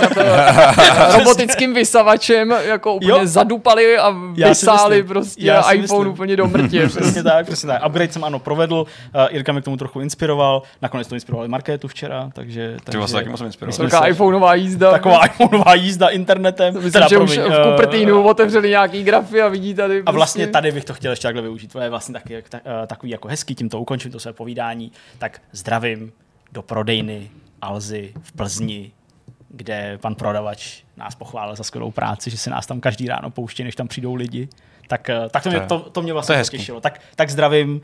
na robotickým vysavačem jako úplně jo. zadupali a vysáli prostě já iPhone myslím. Úplně do mrtě. Přesně tak, přesně tak. Upgrade jsem ano provedl, uh, Jirka mě k tomu trochu inspiroval, nakonec to inspiroval i Markétu včera, takže... takže vás taky musím inspirovat. Taková iPhoneová jízda. Taková iPhoneová jízda internetem. Myslím, teda, že promiň, už v Kupertínu uh, otevřeli nějaký grafy a vidí tady prostě... A vlastně tady bych to chtěl ještě takhle využít. To je vlastně taky, uh, takový jako hezký, tímto ukončím to své povídání. Tak zdravím do prodejny Alzy v Plzni, kde pan prodavač nás pochválil za skvělou práci, že se nás tam každý ráno pouští, než tam přijdou lidi. Tak, tak to, mě, to, to mě vlastně potěšilo. Tak, tak zdravím uh,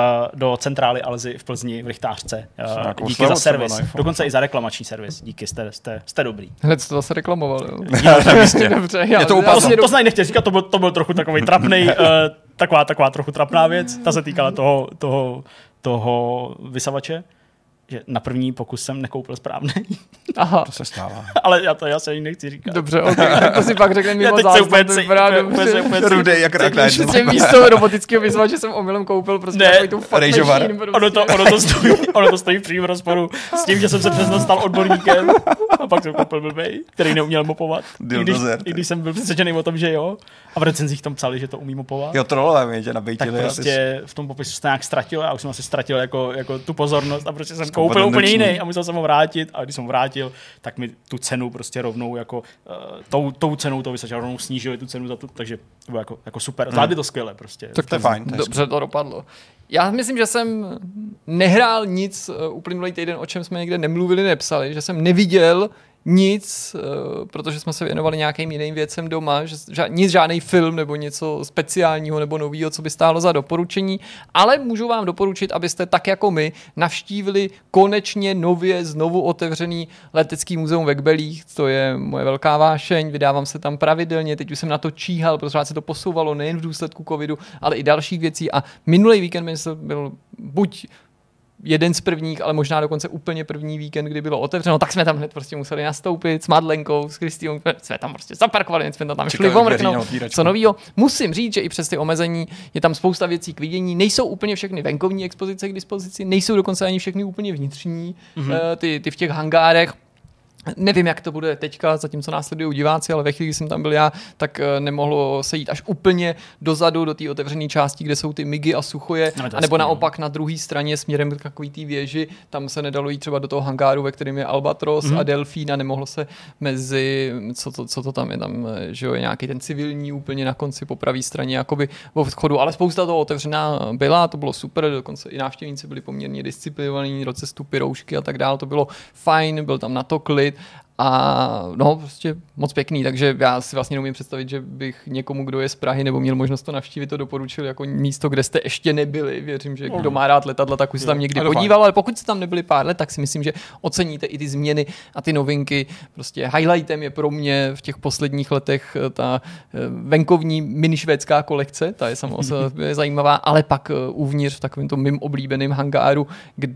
do centrály Alzy v Plzni v Rychtářce. Uh, díky za servis. Dokonce i za reklamační servis. Díky, jste, jste, jste dobrý. Hned to zase reklamoval. Jo? Dobře, já, to, to, to, to snad nechtěl říkat, to byl, to byl trochu takový trapnej, uh, taková, taková trochu trapná věc. Ta se týkala toho, toho, toho vysavače. Že na první pokus jsem nekoupil správný. Aha. To se stává. Ale já to já se jí nechci říkat. Dobře, okay, tak to si pak řekne mimo záznam. Rudej, jak rák na jednu. Místo robotického vyzvače jsem omylem koupil prostě takový tu fuck machine. Prostě. Ono, to, ono, to stojí, ono to stojí přímo v rozporu s tím, že jsem se přesně stal odborníkem a pak jsem koupil blbej, který neuměl mopovat. I když, I když jsem byl přesvědčený o tom, že jo. A v recenzích tam psali, že to umí mopovat. Jo, trolové mě tě nabejtili. Tak prostě v tom popisu jste nějak ztratil a už jsem asi ztratil jako, jako tu pozornost a prostě jsem koupil úplně jiný a musel jsem ho vrátit a když jsem ho vrátil, tak mi tu cenu prostě rovnou jako uh, tou, tou cenou to vysačil, rovnou snížili tu cenu za tu, takže to bylo jako, jako super. Zvládli hmm. to skvěle prostě. Tak to je fajn. Dobře to dopadlo. Já myslím, že jsem nehrál nic uh, uplynulý týden, o čem jsme někde nemluvili, nepsali, že jsem neviděl nic, protože jsme se věnovali nějakým jiným věcem doma, že, nic, žádný film nebo něco speciálního nebo novýho, co by stálo za doporučení, ale můžu vám doporučit, abyste tak jako my navštívili konečně nově znovu otevřený letecký muzeum ve Kbelích, to je moje velká vášeň, vydávám se tam pravidelně, teď už jsem na to číhal, protože se to posouvalo nejen v důsledku covidu, ale i dalších věcí a minulý víkend byl buď jeden z prvních, ale možná dokonce úplně první víkend, kdy bylo otevřeno, tak jsme tam hned prostě museli nastoupit s Madlenkou, s Kristýnou, jsme tam prostě zaparkovali, jsme tam šli omrknout. Co novýho? Musím říct, že i přes ty omezení je tam spousta věcí k vidění, nejsou úplně všechny venkovní expozice k dispozici, nejsou dokonce ani všechny úplně vnitřní, mm-hmm. ty, ty v těch hangárech. Nevím, jak to bude teďka, zatímco následují diváci, ale ve chvíli, kdy jsem tam byl já, tak nemohlo se jít až úplně dozadu do té otevřené části, kde jsou ty migy a suchoje, no, anebo naopak na druhé straně směrem k takový té věži, tam se nedalo jít třeba do toho hangáru, ve kterém je Albatros mm-hmm. a Delfín a nemohlo se mezi, co to, co to tam je, tam že jo, je nějaký ten civilní úplně na konci po pravé straně jakoby v vchodu, ale spousta toho otevřená byla, to bylo super, dokonce i návštěvníci byli poměrně disciplinovaní, rozestupy, roušky a tak dále, to bylo fajn, byl tam na to klid. A no, prostě moc pěkný, takže já si vlastně neumím představit, že bych někomu, kdo je z Prahy nebo měl možnost to navštívit, to doporučil jako místo, kde jste ještě nebyli. Věřím, že kdo má rád letadla, tak už se tam někdy podíval, ale pokud jste tam nebyli pár let, tak si myslím, že oceníte i ty změny a ty novinky. Prostě highlightem je pro mě v těch posledních letech ta venkovní mini švédská kolekce, ta je samozřejmě zajímavá, ale pak uvnitř v takovém tom mým oblíbeným hangáru,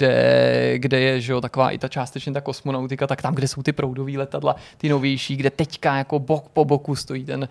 kde, kde je že jo, taková i ta částečně ta kosmonautika, tak tam, kde jsou ty proudové letadla, ty novější, kde teďka jako bok po boku stojí ten,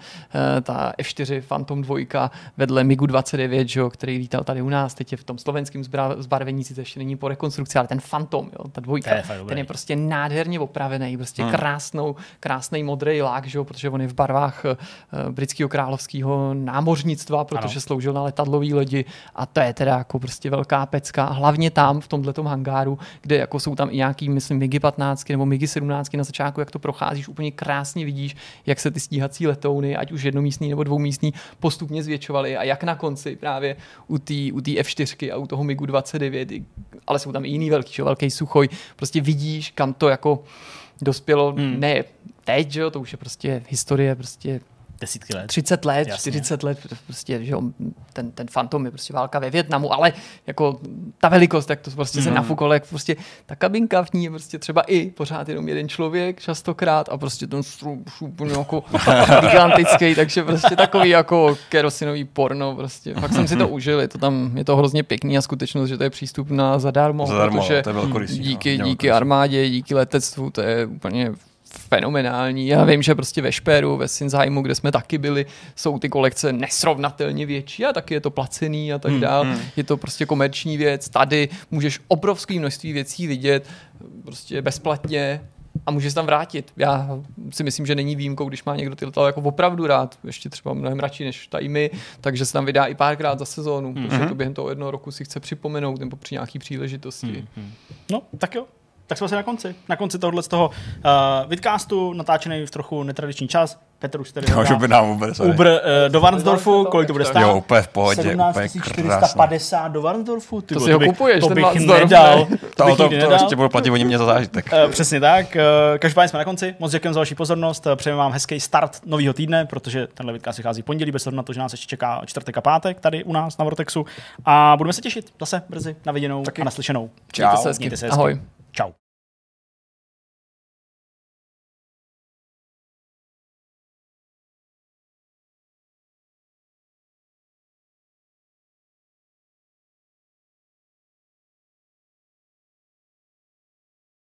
ta F čtyři Phantom dva vedle MiGu dvacet devět, že, který lítal tady u nás, teď je v tom slovenském zbarvení, sice ještě není po rekonstrukci, ale ten Phantom, jo, ta dvojka, je ten je prostě nádherně opravený, prostě hmm. krásnou, krásný modrý lák, že, protože on je v barvách uh, britského královského námořnictva, protože ano. sloužil na letadlový lodi a to je teda jako prostě velká pecka, hlavně tam v tomhletom hangáru, kde jako jsou tam i nějaký, myslím, MiGy patnáct nebo MiGy sedmnáct na začátku, jak to procházíš, úplně krásně vidíš, jak se ty stíhací letouny, ať už jednomístní nebo dvoumístní, postupně zvětšovaly a jak na konci právě u té u té F čtyři a u toho MiGu dvacet devět, ale jsou tam i jiný velký, čo, velký Suchoj, prostě vidíš, kam to jako dospělo, hmm. ne teď, že jo, to už je prostě historie prostě Desítky let. třicet let, Jasně. čtyřicet let, prostě, že jo, ten, ten Phantom je prostě válka ve Vietnamu, ale jako ta velikost, jak to prostě mm. se nafukalo, jak prostě ta kabinka v ní je prostě třeba i pořád jenom jeden člověk, častokrát a prostě ten strup úplně jako gigantický, takže prostě takový jako kerosinový porno, prostě. Fakt jsem si to užil, je to tam, je to hrozně pěkný a skutečnost, že to je přístupná zadarmo, zadarmo protože to je díky, no, díky armádě, díky letectvu, to je úplně fenomenální. Já vím, že prostě ve Špéru, ve Sinzheimu, kde jsme taky byli, jsou ty kolekce nesrovnatelně větší a taky je to placený a tak hmm, dál. Hmm. Je to prostě komerční věc. Tady můžeš obrovské množství věcí vidět prostě bezplatně a můžeš tam vrátit. Já si myslím, že není výjimkou, když má někdo ty letadla jako opravdu rád, ještě třeba mnohem radši než tady my, takže se tam vydá i párkrát za sezónu, hmm. protože to během toho jednoho roku si chce připomenout nebo při nějaký příležitosti. Hmm. No, tak jo. Tak jsme se na konci. Na konci tohohle z toho uh, vidcastu, natáčený v trochu netradiční čas. Petr už tady Uber uh, do Varnsdorfu, kolik to bude stát? Jo, úplně v pohodě, sedmnáct tisíc čtyři sta padesát do Varnsdorfu. To si ho kupuješ, to ten bych Varnsdorf, nedal. Ne? To, to, to, to ještě budu platit oni mě za zážitek. Uh, přesně tak. Uh, každopádně jsme na konci. Moc děkujeme za vaši pozornost. Přejeme vám hezký start nového týdne, protože tenhle vidcast vychází pondělí, bez na to, že nás ještě čeká čtvrtek a pátek tady u nás na Vortexu. A budeme se těšit zase brzy na viděnou a naslyšenou. Čau. Mějte se hezky. Ahoj.